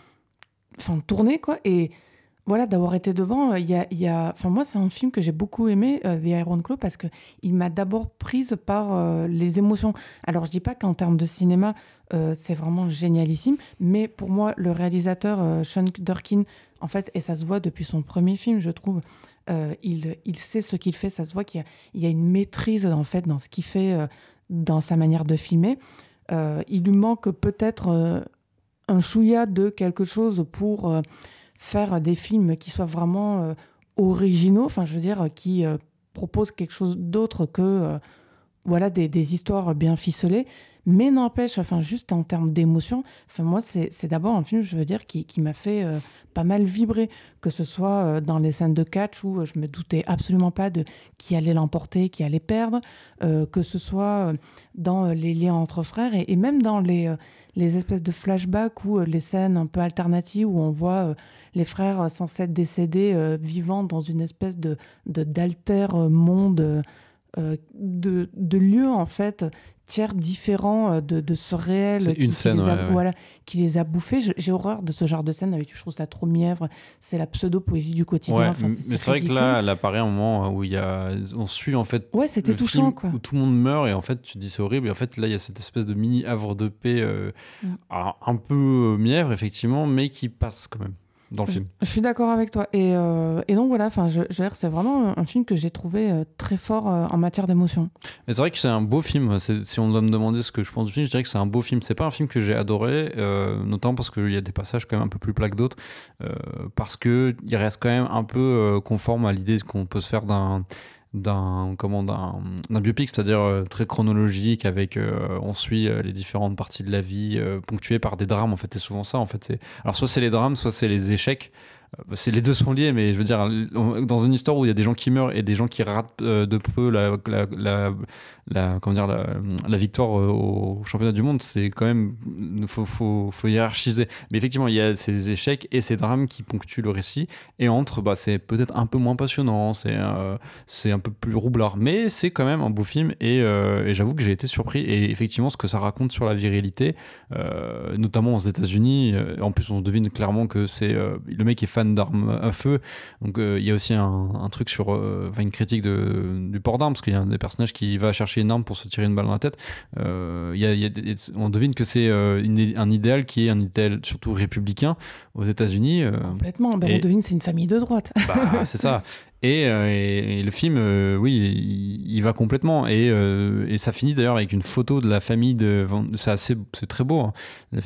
tournées, quoi. Et voilà, d'avoir été devant, moi, c'est un film que j'ai beaucoup aimé, The Iron Claw, parce qu'il m'a d'abord prise par les émotions. Alors, je dis pas qu'en termes de cinéma, c'est vraiment génialissime, mais pour moi, le réalisateur Sean Durkin, en fait, et ça se voit depuis son premier film, je trouve, il sait ce qu'il fait, ça se voit qu'il y a une maîtrise, en fait, dans ce qu'il fait, dans sa manière de filmer. Il lui manque peut-être un chouïa de quelque chose pour faire des films qui soient vraiment originaux, qui proposent quelque chose d'autre que des histoires bien ficelées. Mais n'empêche, juste en termes d'émotion, moi, c'est d'abord un film, je veux dire, qui m'a fait pas mal vibrer, que ce soit dans les scènes de catch où je me doutais absolument pas de qui allait l'emporter, qui allait perdre, que ce soit dans les liens entre frères et même dans les espèces de flashbacks ou les scènes un peu alternatives où on voit les frères censés être décédés vivant dans une espèce d'alter monde de lieux, en fait, tiers différents de ce réel qui les a bouffés. J'ai horreur de ce genre de scène. Je trouve ça trop mièvre. C'est la pseudo-poésie du quotidien.
Ouais, mais c'est vrai que là, elle apparaît un moment où on suit en fait
c'était touchant, quoi.
Où tout le monde meurt et en fait tu te dis c'est horrible et en fait là il y a cette espèce de mini havre de paix un peu mièvre effectivement mais qui passe quand même dans le film.
Je suis d'accord avec toi. Et donc voilà, c'est vraiment un film que j'ai trouvé très fort en matière d'émotion.
Mais c'est vrai que c'est un beau film. Si on doit me demander ce que je pense du film, je dirais que c'est un beau film. C'est pas un film que j'ai adoré, notamment parce qu'il y a des passages quand même un peu plus plats que d'autres, parce qu'il reste quand même un peu conforme à l'idée qu'on peut se faire d'un biopic, c'est-à-dire très chronologique avec on suit les différentes parties de la vie ponctuées par des drames en fait. Et souvent ça en fait alors soit c'est les drames soit c'est les échecs c'est les deux sont liés, mais je veux dire, dans une histoire où il y a des gens qui meurent et des gens qui ratent de peu comment dire, la victoire au championnat du monde, c'est quand même, faut hiérarchiser. Mais effectivement, il y a ces échecs et ces drames qui ponctuent le récit, et entre, c'est peut-être un peu moins passionnant, c'est un peu plus roublard, mais c'est quand même un beau film, et j'avoue que j'ai été surpris. Et effectivement, ce que ça raconte sur la virilité, notamment aux États-Unis, en plus on devine clairement que c'est le mec est fan d'armes à feu, donc il y a aussi un truc sur une critique du port d'armes, parce qu'il y a un des personnages qui va chercher une arme pour se tirer une balle dans la tête. On devine que c'est un idéal qui est un idéal surtout républicain aux États-Unis.
Complètement. On devine que c'est une famille de droite.
C'est ça. Et le film, oui, il va complètement. Et ça finit d'ailleurs avec une photo de la famille c'est très beau, hein.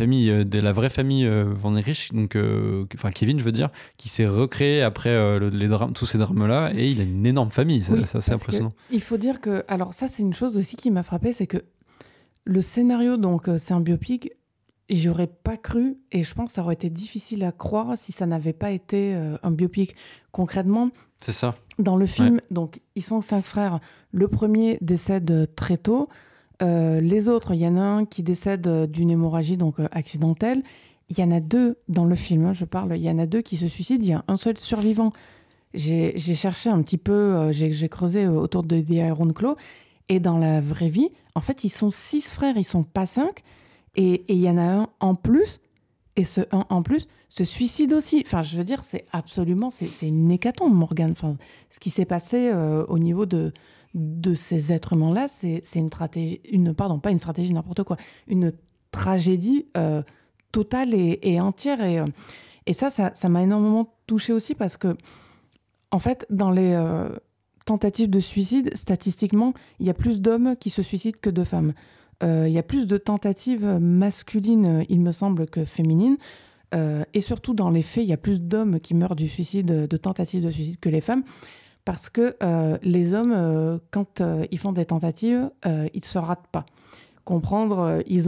La vraie famille Van Erich, donc, Kevin, je veux dire, qui s'est recréé après tous ces drames-là, et il a une énorme famille. C'est impressionnant.
Il faut dire que, alors ça, c'est une chose aussi qui m'a frappé, c'est que le scénario, donc, c'est un biopic. J'aurais pas cru, et je pense que ça aurait été difficile à croire si ça n'avait pas été un biopic. Concrètement,
c'est ça.
Dans le film, donc, ils sont 5 frères. Le premier décède très tôt. Les autres, il y en a un qui décède d'une hémorragie donc accidentelle. Il y en a 2 dans le film, il y en a 2 qui se suicident. Il y a un seul survivant. J'ai cherché un petit peu, j'ai creusé autour de The Iron Claw. Et dans la vraie vie, en fait, ils sont 6 frères, ils sont pas 5. Et il y en a un en plus, et ce un en plus se suicide aussi. Enfin, je veux dire, c'est une hécatombe, Morgane. Enfin, ce qui s'est passé au niveau de ces êtres humains-là, c'est une tragédie, une tragédie totale et entière. Et ça m'a énormément touchée aussi parce que, en fait, dans les tentatives de suicide, statistiquement, il y a plus d'hommes qui se suicident que de femmes. Il y a plus de tentatives masculines, il me semble, que féminines. Et surtout, dans les faits, il y a plus d'hommes qui meurent du suicide, de tentatives de suicide, que les femmes. Parce que les hommes, quand ils font des tentatives, ils ne se ratent pas. Comprendre, ils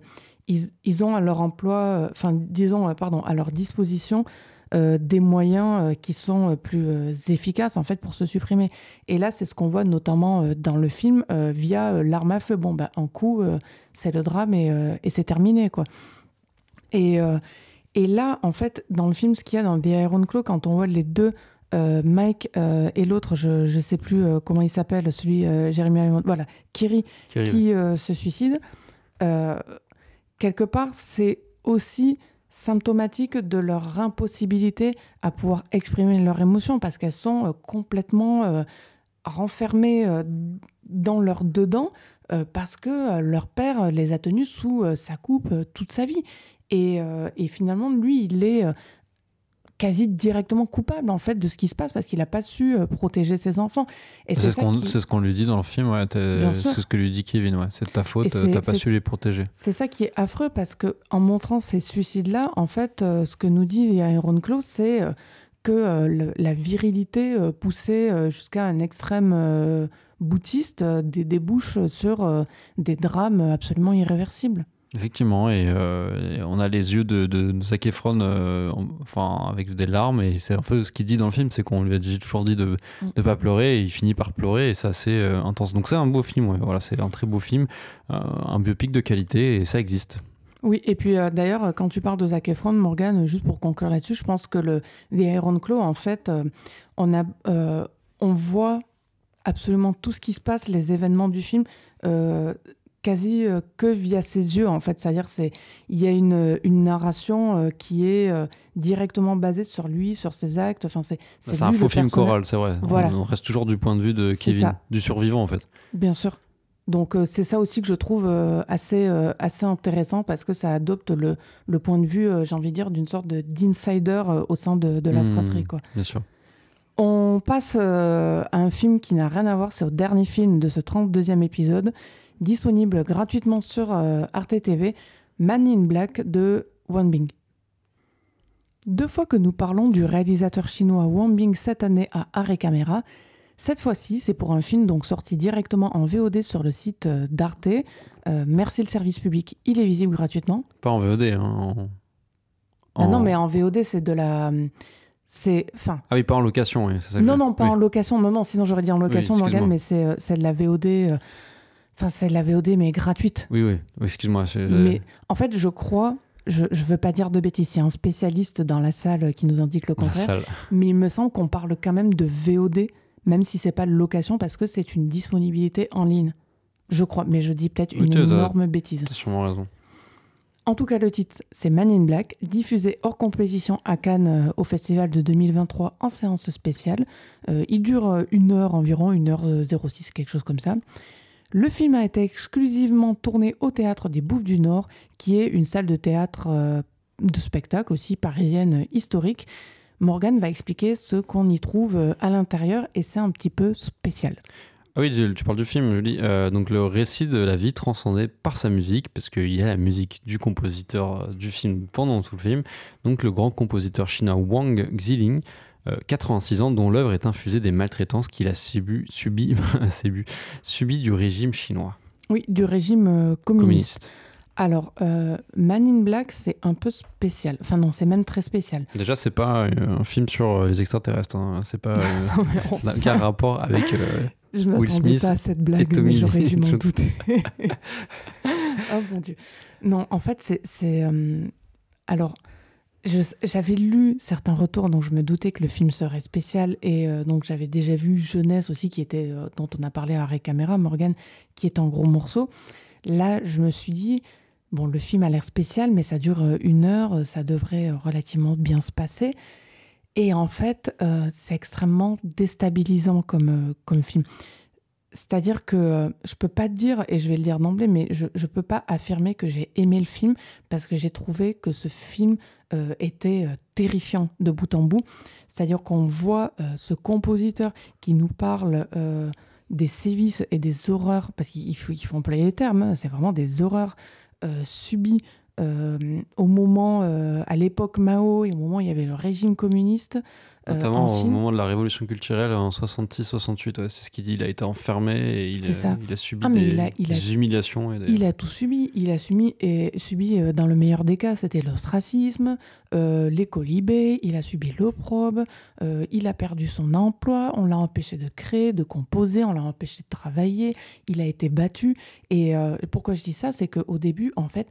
ont à leur emploi, à leur disposition, des moyens qui sont plus efficaces en fait pour se supprimer. Et là, c'est ce qu'on voit notamment dans le film via l'arme à feu. Un coup, c'est le drame et c'est terminé, quoi. Et là, en fait, dans le film, ce qu'il y a dans The Iron Claw, quand on voit les 2, Mike et l'autre, je ne sais plus comment il s'appelle, celui Jeremy Irons, voilà, Kiri qui se suicide, quelque part, c'est aussi symptomatique de leur impossibilité à pouvoir exprimer leurs émotions parce qu'elles sont complètement renfermées dans leur dedans parce que leur père les a tenues sous sa coupe toute sa vie. Et finalement, lui, il est quasi directement coupable en fait de ce qui se passe parce qu'il n'a pas su protéger ses enfants. Et
c'est ce qu'on lui dit dans le film, c'est ce que lui dit Kevin, c'est de ta faute, t'as pas su les protéger.
C'est ça qui est affreux parce qu'en montrant ces suicides-là, en fait, ce que nous dit Iron Claw, c'est que la virilité poussée jusqu'à un extrême boutiste débouche sur des drames absolument irréversibles.
Effectivement, et on a les yeux de Zac Efron avec des larmes, et c'est un peu ce qu'il dit dans le film, c'est qu'on lui a toujours dit de ne pas pleurer, et il finit par pleurer, et c'est assez intense. Donc c'est un beau film, voilà, c'est un très beau film, un biopic de qualité, et ça existe.
Oui, et puis d'ailleurs, quand tu parles de Zac Efron, Morgane, juste pour conclure là-dessus, je pense que The Iron Claw, en fait, on voit absolument tout ce qui se passe, les événements du film, quasi que via ses yeux, en fait. C'est-à-dire il y a une narration qui est directement basée sur lui, sur ses actes. Enfin, c'est
un faux film choral, c'est vrai.
Voilà.
On reste toujours du point de vue de Kevin, du survivant, en fait.
Bien sûr. Donc c'est ça aussi que je trouve assez intéressant parce que ça adopte le point de vue, j'ai envie de dire, d'une sorte d'insider au sein de la fratrie, quoi.
Bien sûr.
On passe à un film qui n'a rien à voir, c'est au dernier film de ce 32e épisode, disponible gratuitement sur Arte TV, Man in Black de Wang Bing. 2 fois que nous parlons du réalisateur chinois Wang Bing cette année à Arrêt Caméra. Cette fois-ci, c'est pour un film donc sorti directement en VOD sur le site d'Arte. Merci le service public, il est visible gratuitement.
Pas en VOD, hein.
Non, mais en VOD, c'est de la...
Ah oui, pas en location, oui, c'est ça.
Non, pas en location. Non, sinon j'aurais dit en location,
oui,
Morgane, mais c'est de la VOD. C'est de la VOD, mais gratuite.
Oui, excuse-moi.
Mais en fait, je crois, je veux pas dire de bêtises, il y a un spécialiste dans la salle qui nous indique le contraire, mais il me semble qu'on parle quand même de VOD, même si c'est pas de location, parce que c'est une disponibilité en ligne. Je crois, mais je dis peut-être une énorme bêtise.
T'as sûrement raison.
En tout cas, le titre, c'est Man in Black, diffusé hors compétition à Cannes au festival de 2023 en séance spéciale. Il dure 1 heure environ, 1h06, quelque chose comme ça. Le film a été exclusivement tourné au Théâtre des Bouffes du Nord, qui est une salle de théâtre de spectacle aussi parisienne historique. Morgane va expliquer ce qu'on y trouve à l'intérieur et c'est un petit peu spécial.
Ah oui, tu parles du film, je dis. Donc le récit de la vie transcendé par sa musique, parce qu'il y a la musique du compositeur du film pendant tout le film, donc le grand compositeur chinois Wang Xiling, 86 ans, dont l'œuvre est infusée des maltraitances qu'il a subi du régime chinois.
Oui, du régime communiste. Alors, Man in Black, c'est un peu spécial. Enfin non, c'est même très spécial.
Déjà, c'est pas un film sur les extraterrestres. Hein. C'est pas... ça n'a aucun rapport avec
je
Will Smith
pas à cette blague, mais j'aurais dû m'en douter. Oh mon Dieu. Non, en fait, c'est alors, j'avais lu certains retours, donc je me doutais que le film serait spécial. Et donc, j'avais déjà vu Jeunesse aussi, qui était, dont on a parlé à Arrêt Caméra, Morgane, qui est en gros morceaux. Là, je me suis dit... Bon, le film a l'air spécial, mais ça dure 1 heure, ça devrait relativement bien se passer. Et en fait, c'est extrêmement déstabilisant comme film. C'est-à-dire que je peux pas te dire, et je vais le dire d'emblée, mais je peux pas affirmer que j'ai aimé le film, parce que j'ai trouvé que ce film était terrifiant de bout en bout. C'est-à-dire qu'on voit ce compositeur qui nous parle... des sévices et des horreurs, parce qu'il faut employer les termes, hein, c'est vraiment des horreurs subies au moment, à l'époque Mao, et au moment où il y avait le régime communiste.
Notamment au moment de la révolution culturelle en 66-68, ouais, c'est ce qu'il dit. Il a été enfermé et il a subi des humiliations.
Il a tout subi. Il a subi dans le meilleur des cas, c'était l'ostracisme, les colibés, il a subi l'opprobre, il a perdu son emploi, on l'a empêché de créer, de composer, on l'a empêché de travailler, il a été battu. Et pourquoi je dis ça, c'est qu'au début, en fait,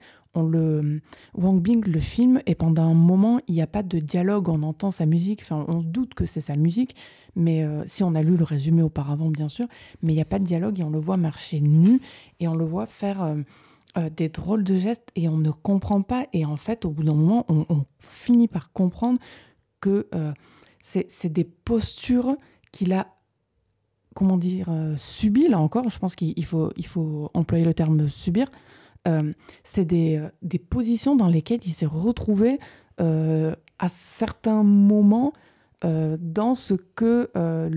Wang Bing le filme et pendant un moment il n'y a pas de dialogue, on entend sa musique, enfin on se doute que c'est sa musique, mais si on a lu le résumé auparavant bien sûr, mais il n'y a pas de dialogue et on le voit marcher nu et on le voit faire des drôles de gestes et on ne comprend pas, et en fait au bout d'un moment on finit par comprendre que c'est des postures qu'il a, comment dire, subies. Là encore je pense qu'il faut employer le terme subir. C'est des positions dans lesquelles il s'est retrouvé à certains moments dans ce que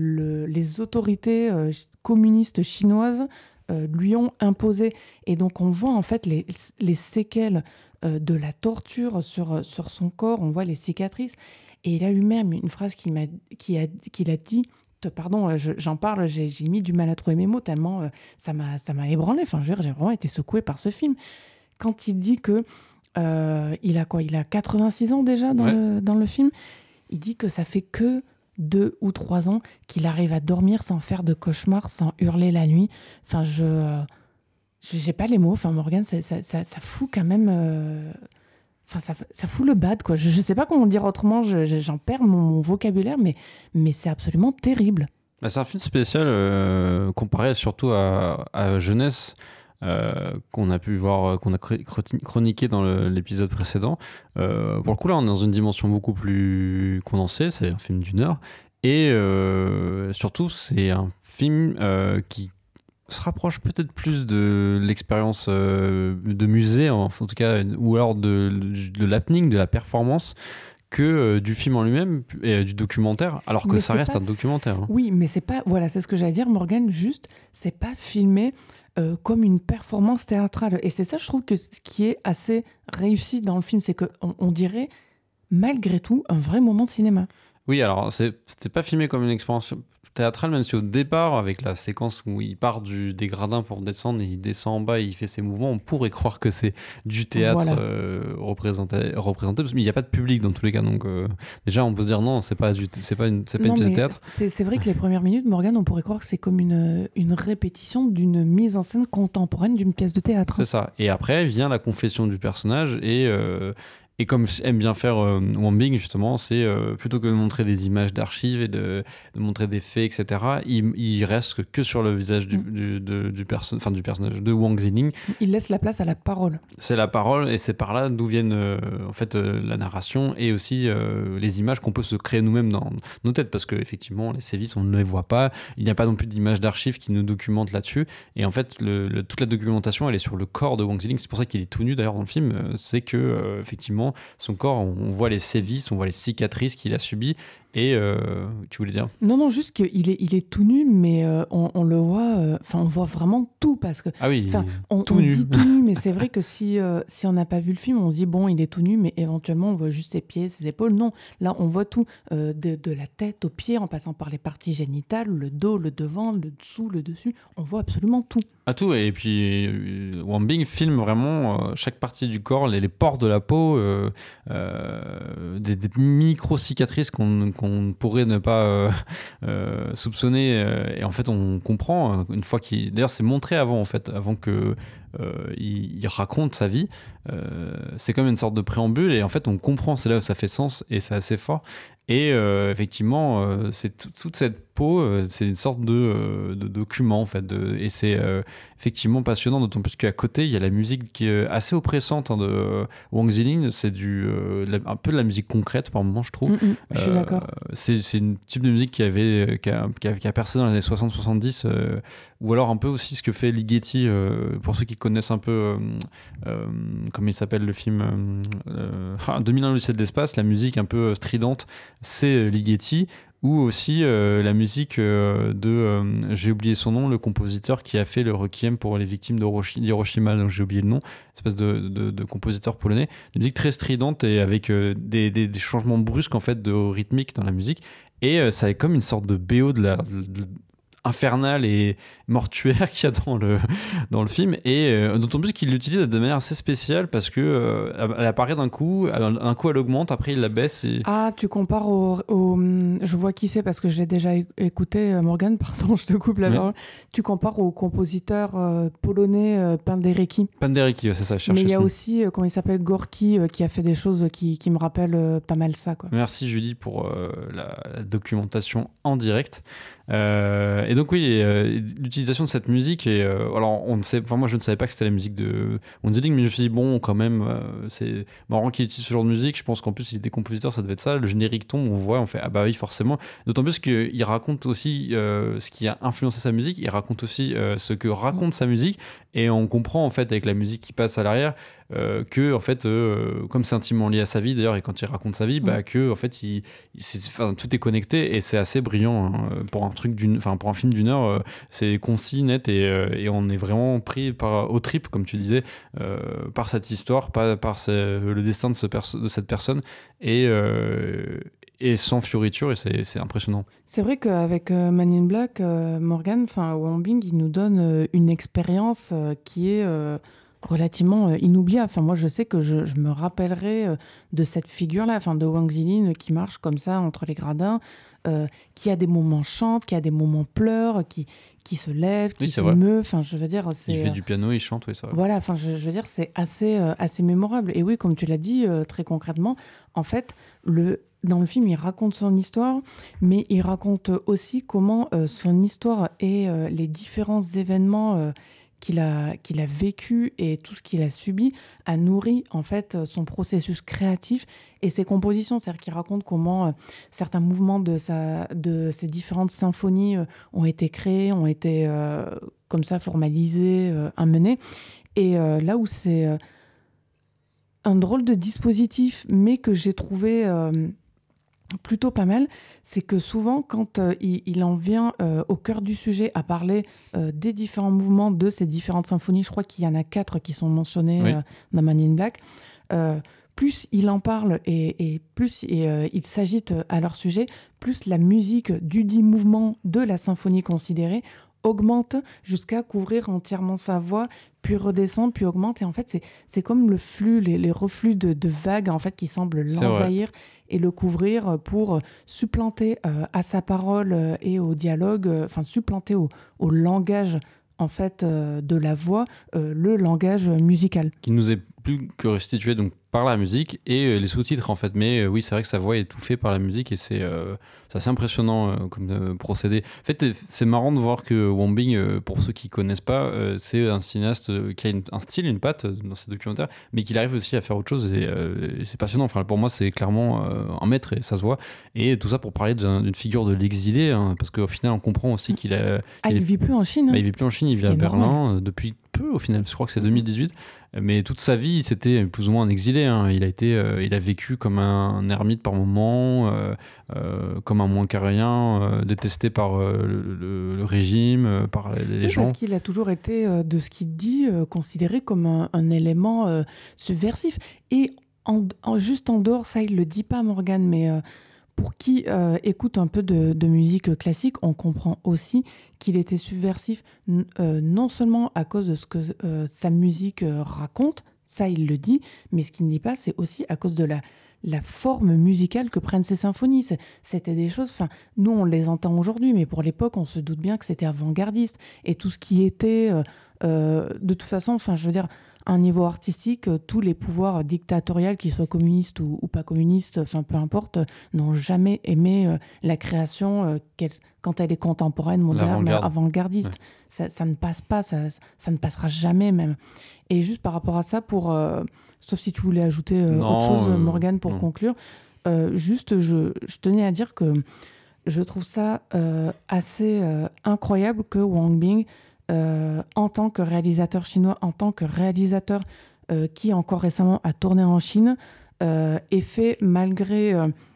les autorités communistes chinoises lui ont imposé. Et donc on voit en fait les séquelles de la torture sur son corps, on voit les cicatrices. Et il a eu même une phrase qu'il a dit. Pardon, j'en parle, j'ai mis du mal à trouver mes mots tellement ça m'a ébranlé. Enfin, j'ai vraiment été secouée par ce film. Quand il dit que il a 86 ans déjà dans le film. Il dit que ça fait que 2 ou 3 ans qu'il arrive à dormir sans faire de cauchemars, sans hurler la nuit. Enfin, j'ai pas les mots. Enfin, Morgane, ça fout quand même... Enfin, ça fout le bad, quoi. Je sais pas comment le dire autrement, j'en perds mon vocabulaire, mais c'est absolument terrible.
Bah, c'est un film spécial comparé surtout à Jeunesse, qu'on a pu voir, qu'on a chroniqué dans l'épisode précédent. Pour le coup, là, on est dans une dimension beaucoup plus condensée, c'est un film d'1 heure, et surtout, c'est un film qui se rapproche peut-être plus de l'expérience de musée, en tout cas, ou alors de l'happening, de la performance, que du film en lui-même et du documentaire, alors que ça reste un documentaire. Hein.
Oui, mais c'est pas... Voilà, c'est ce que j'allais dire, Morgane, juste, c'est pas filmé comme une performance théâtrale. Et c'est ça, je trouve, que ce qui est assez réussi dans le film, c'est qu'on dirait, malgré tout, un vrai moment de cinéma.
Oui, alors, c'est pas filmé comme une expérience théâtral, même si au départ, avec la séquence où il part des gradins pour descendre et il descend en bas et il fait ses mouvements, on pourrait croire que c'est du théâtre représenté, parce qu'il n'y a pas de public dans tous les cas. Donc déjà, on peut se dire non, c'est pas une pièce de théâtre.
C'est vrai que les premières minutes, Morgane, on pourrait croire que c'est comme une répétition d'une mise en scène contemporaine d'une pièce de théâtre.
C'est ça. Et après vient la confession du personnage et comme aime bien faire Wang Bing, justement, c'est plutôt que de montrer des images d'archives et de montrer des faits, etc., il reste que sur le visage du personnage de Wang Ziling.
Il laisse la place à la parole.
C'est la parole, et c'est par là d'où viennent la narration et aussi les images qu'on peut se créer nous-mêmes dans nos têtes, parce qu'effectivement, les sévices, on ne les voit pas. Il n'y a pas non plus d'images d'archives qui nous documentent là-dessus. Et en fait, toute la documentation, elle est sur le corps de Wang Ziling. C'est pour ça qu'il est tout nu, d'ailleurs, dans le film. C'est que, effectivement, son corps, on voit les sévices, on voit les cicatrices qu'il a subies. Et tu voulais dire ?
Non, juste qu'il est tout nu, mais on le voit, on voit vraiment tout, parce que on dit tout nu, mais c'est vrai que si on n'a pas vu le film, on se dit bon, il est tout nu, mais éventuellement on voit juste ses pieds, ses épaules. Non, là on voit tout, de la tête aux pieds, en passant par les parties génitales, le dos, le devant, le dessous, le dessus, on voit absolument tout.
Tout, et puis Wang Bing filme vraiment chaque partie du corps, les pores de la peau, des micro-cicatrices qu'on pourrait ne pas soupçonner, et en fait on comprend une fois d'ailleurs c'est montré avant que il raconte sa vie, c'est comme une sorte de préambule, et en fait on comprend, c'est là où ça fait sens et c'est assez fort. Et effectivement, c'est toute cette peau, c'est une sorte de document en fait, et c'est effectivement passionnant, d'autant plus qu'à côté il y a la musique qui est assez oppressante de Wang Ziling. C'est un peu de la musique concrète par moment, je trouve.
Je suis d'accord.
C'est une type de musique qui a percé dans les années 60-70, ou alors un peu aussi ce que fait Ligeti, pour ceux qui connaissent un peu comment il s'appelle le film 2001 l'Odyssée de l'espace, la musique un peu stridente, c'est Ligeti. Ou aussi la musique j'ai oublié son nom, le compositeur qui a fait le Requiem pour les victimes d'Hiroshima, donc j'ai oublié le nom, espèce de compositeur polonais. Une musique très stridente et avec des changements brusques en fait de rythmique dans la musique, et ça est comme une sorte de BO infernale et mortuaire qu'il y a dans le film, et d'autant plus qu'il l'utilise de manière assez spéciale, parce que elle apparaît d'un coup elle augmente, après il la baisse
tu compares je vois qui c'est parce que je l'ai déjà écouté, Morgane, pardon, je te coupe la parole. Tu compares au compositeur polonais Penderecki,
c'est ça, je cherchais.
Mais il y a aussi comment il s'appelle, Gorki, qui a fait des choses qui me rappellent pas mal ça, quoi.
Merci Julie pour la documentation en direct. Et donc oui, l'utilisation de cette musique, et alors moi je ne savais pas que c'était la musique de Wang Ziling, mais je me suis dit bon, quand même, c'est marrant qu'il utilise ce genre de musique. Je pense qu'en plus il était compositeur, ça devait être ça. Le générique tombe, on fait ah bah oui, forcément. D'autant plus qu'il raconte aussi ce qui a influencé sa musique, il raconte aussi ce que raconte sa musique, et on comprend en fait avec la musique qui passe à l'arrière que en fait comme c'est intimement lié à sa vie d'ailleurs, et quand il raconte sa vie, que en fait tout est connecté, et c'est assez brillant, hein, pour un film d'une heure, c'est concis, net, et on est vraiment pris au trip, comme tu disais, par cette histoire, par le destin de cette personne, et sans fioriture, et c'est impressionnant.
C'est vrai qu'avec Man in Black, Morgan, Wang Bing, il nous donne une expérience qui est relativement inoubliable. Moi, je sais que je me rappellerai de cette figure-là, de Wang Ziling qui marche comme ça entre les gradins, qui a des moments chante, qui a des moments pleure, qui se lève, qui se meut. Je veux dire,
il fait du piano, il chante, oui, ça va.
Voilà, je veux dire, c'est assez mémorable. Et oui, comme tu l'as dit, très concrètement, en fait, dans le film, il raconte son histoire, mais il raconte aussi comment son histoire et les différents événements qu'il a vécu et tout ce qu'il a subi a nourri en fait son processus créatif et ses compositions. C'est-à-dire qu'il raconte comment certains mouvements de ces différentes symphonies ont été créés, ont été comme ça formalisés, amenés. Et là où c'est un drôle de dispositif, mais que j'ai trouvé plutôt pas mal, c'est que souvent quand il en vient au cœur du sujet à parler des différents mouvements de ces différentes symphonies, je crois qu'il y en a 4 qui sont mentionnés dans Man in Black, plus il en parle et plus il s'agite à leur sujet, plus la musique du dit mouvement de la symphonie considérée augmente jusqu'à couvrir entièrement sa voix, puis redescend, puis augmente. Et en fait, c'est comme le flux, les reflux de vagues en fait, qui semblent l'envahir et le couvrir pour supplanter à sa parole et au dialogue, supplanter au langage en fait, de la voix, le langage musical.
Qui nous est plus que restitué donc, par la musique et les sous-titres en fait. Mais oui, c'est vrai que sa voix est étouffée par la musique et c'est assez impressionnant comme procédé. En fait, c'est marrant de voir que Wang Bing, pour ceux qui ne connaissent pas, c'est un cinéaste qui a un style, une patte dans ses documentaires, mais qu'il arrive aussi à faire autre chose et c'est passionnant. Enfin, pour moi, c'est clairement un maître et ça se voit. Et tout ça pour parler d'une figure de l'exilé, hein, parce qu'au final, on comprend aussi qu'il a...
il vit plus en Chine. Hein.
Il vit plus en Chine, il vit à Berlin depuis peu au final, je crois que c'est 2018. Mais toute sa vie, c'était plus ou moins un exilé. Hein. Il a vécu comme un ermite par moments, comme un moins qu'un détesté par le régime, par les gens.
Parce qu'il a toujours été, de ce qu'il dit, considéré comme un élément subversif. Et juste en dehors, ça il le dit pas Morgane, mais pour qui écoute un peu de musique classique, on comprend aussi qu'il était subversif non seulement à cause de ce que sa musique raconte, ça il le dit, mais ce qu'il ne dit pas, c'est aussi à cause de la forme musicale que prennent ces symphonies. C'était des choses, nous on les entend aujourd'hui, mais pour l'époque on se doute bien que c'était avant-gardiste. Et tout ce qui était, de toute façon, je veux dire, à un niveau artistique, tous les pouvoirs dictatoriaux, qu'ils soient communistes ou pas communistes, peu importe, n'ont jamais aimé la création quand elle est contemporaine, moderne, avant-gardiste. Ouais. Ça ne passe pas, ça ne passera jamais même. Et juste par rapport à ça, sauf si tu voulais ajouter autre chose, Morgane, pour conclure, juste je tenais à dire que je trouve ça assez incroyable que Wang Bing, en tant que réalisateur chinois, en tant que réalisateur qui encore récemment a tourné en Chine, ait fait, malgré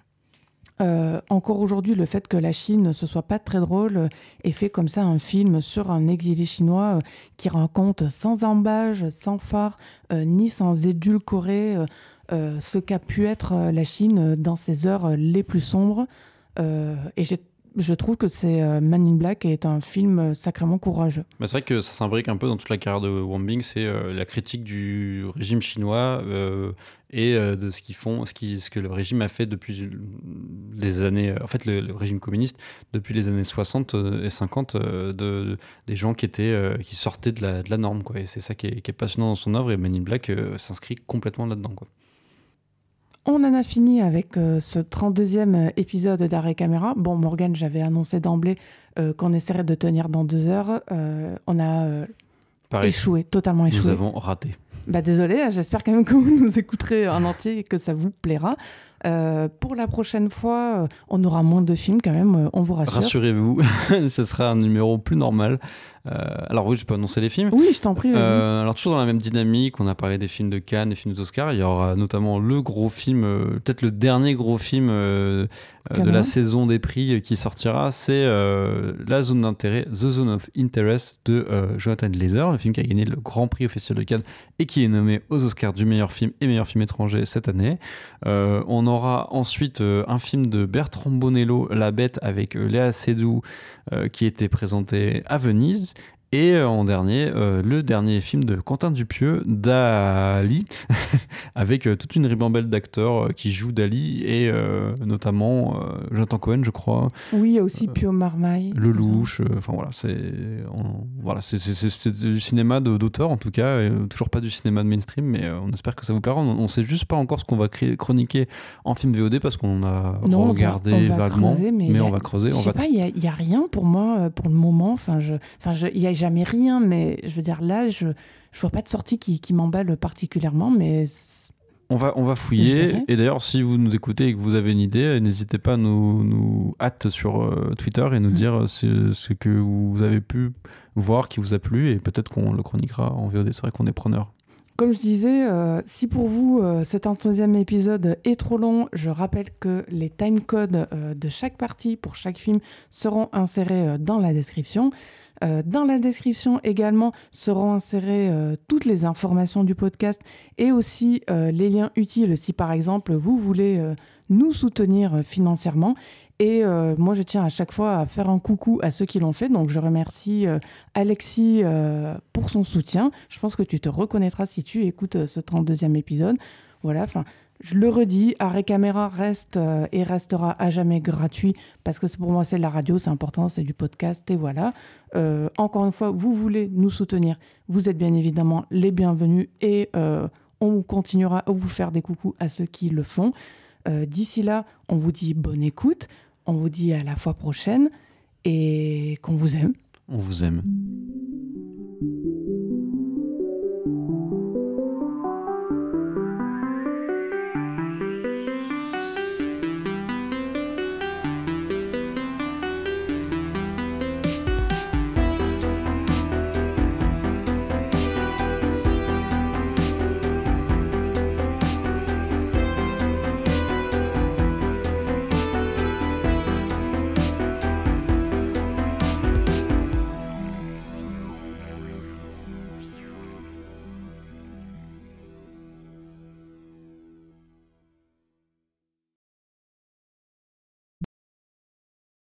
encore aujourd'hui le fait que la Chine ne se soit pas très drôle, ait fait comme ça un film sur un exilé chinois qui raconte sans embâge, sans phare, ni sans édulcorer ce qu'a pu être la Chine dans ses heures les plus sombres. Et je trouve que Man in Black est un film sacrément courageux.
C'est vrai que ça s'imbrique un peu dans toute la carrière de Wang Bing, c'est la critique du régime chinois et de ce que le régime a fait depuis les années, en fait le régime communiste, depuis les années 60 et 50, des gens qui sortaient de la norme, quoi. Et c'est ça qui est passionnant dans son œuvre, et Man in Black s'inscrit complètement là-dedans, quoi.
On en a fini avec ce 32e épisode d'Arrêt Caméra. Bon, Morgane, j'avais annoncé d'emblée qu'on essaierait de tenir dans 2 heures. On a échoué, totalement échoué.
Nous avons raté.
Désolé, j'espère quand même que vous nous écouterez en entier et que ça vous plaira. Pour la prochaine fois, on aura moins de films quand même, on vous rassure.
Rassurez-vous, ce sera un numéro plus normal. Alors oui, je peux annoncer les films.
Oui, je t'en prie, vas-y.
Alors toujours dans la même dynamique, on a parlé des films de Cannes, des films d'Oscar. Il y aura notamment le gros film, peut-être le dernier gros film de la saison des prix qui sortira, c'est The Zone of Interest de Jonathan Glazer, le film qui a gagné le Grand Prix au Festival de Cannes et qui est nommé aux Oscars du meilleur film et meilleur film étranger cette année. On aura ensuite un film de Bertrand Bonello, La Bête, avec Léa Seydoux, qui était présenté à Venise. Et en dernier, le dernier film de Quentin Dupieux, Dali, avec toute une ribambelle d'acteurs qui jouent Dali, et notamment Jonathan Cohen, je crois.
Oui, il y a aussi Pio Marmaille.
Lelouch, c'est du cinéma d'auteur en tout cas, toujours pas du cinéma de mainstream, mais on espère que ça vous plaira. On sait juste pas encore ce qu'on va chroniquer en film VOD parce qu'on a regardé vaguement, creuser, mais on va creuser.
Je sais pas, il y a rien pour moi pour le moment. Il y a jamais rien, mais je veux dire là, je vois pas de sortie qui m'emballe particulièrement, mais
on va fouiller. Et d'ailleurs, si vous nous écoutez et que vous avez une idée, n'hésitez pas à nous hâte sur Twitter et nous dire ce que vous avez pu voir qui vous a plu, et peut-être qu'on le chroniquera en VOD. C'est vrai qu'on est preneur.
Comme je disais, si pour vous cet 32e épisode est trop long, je rappelle que les timecodes de chaque partie pour chaque film seront insérés dans la description. Dans la description également seront insérées toutes les informations du podcast et aussi les liens utiles si par exemple vous voulez nous soutenir financièrement. Et moi, je tiens à chaque fois à faire un coucou à ceux qui l'ont fait. Donc, je remercie Alexis pour son soutien. Je pense que tu te reconnaîtras si tu écoutes ce 32e épisode. Voilà, enfin, je le redis, Arrêt Caméra reste et restera à jamais gratuit parce que pour moi, c'est de la radio, c'est important, c'est du podcast et voilà. Encore une fois, vous voulez nous soutenir, vous êtes bien évidemment les bienvenus et on continuera à vous faire des coucous à ceux qui le font. D'ici là, on vous dit bonne écoute, on vous dit à la fois prochaine et qu'on vous aime.
On vous aime.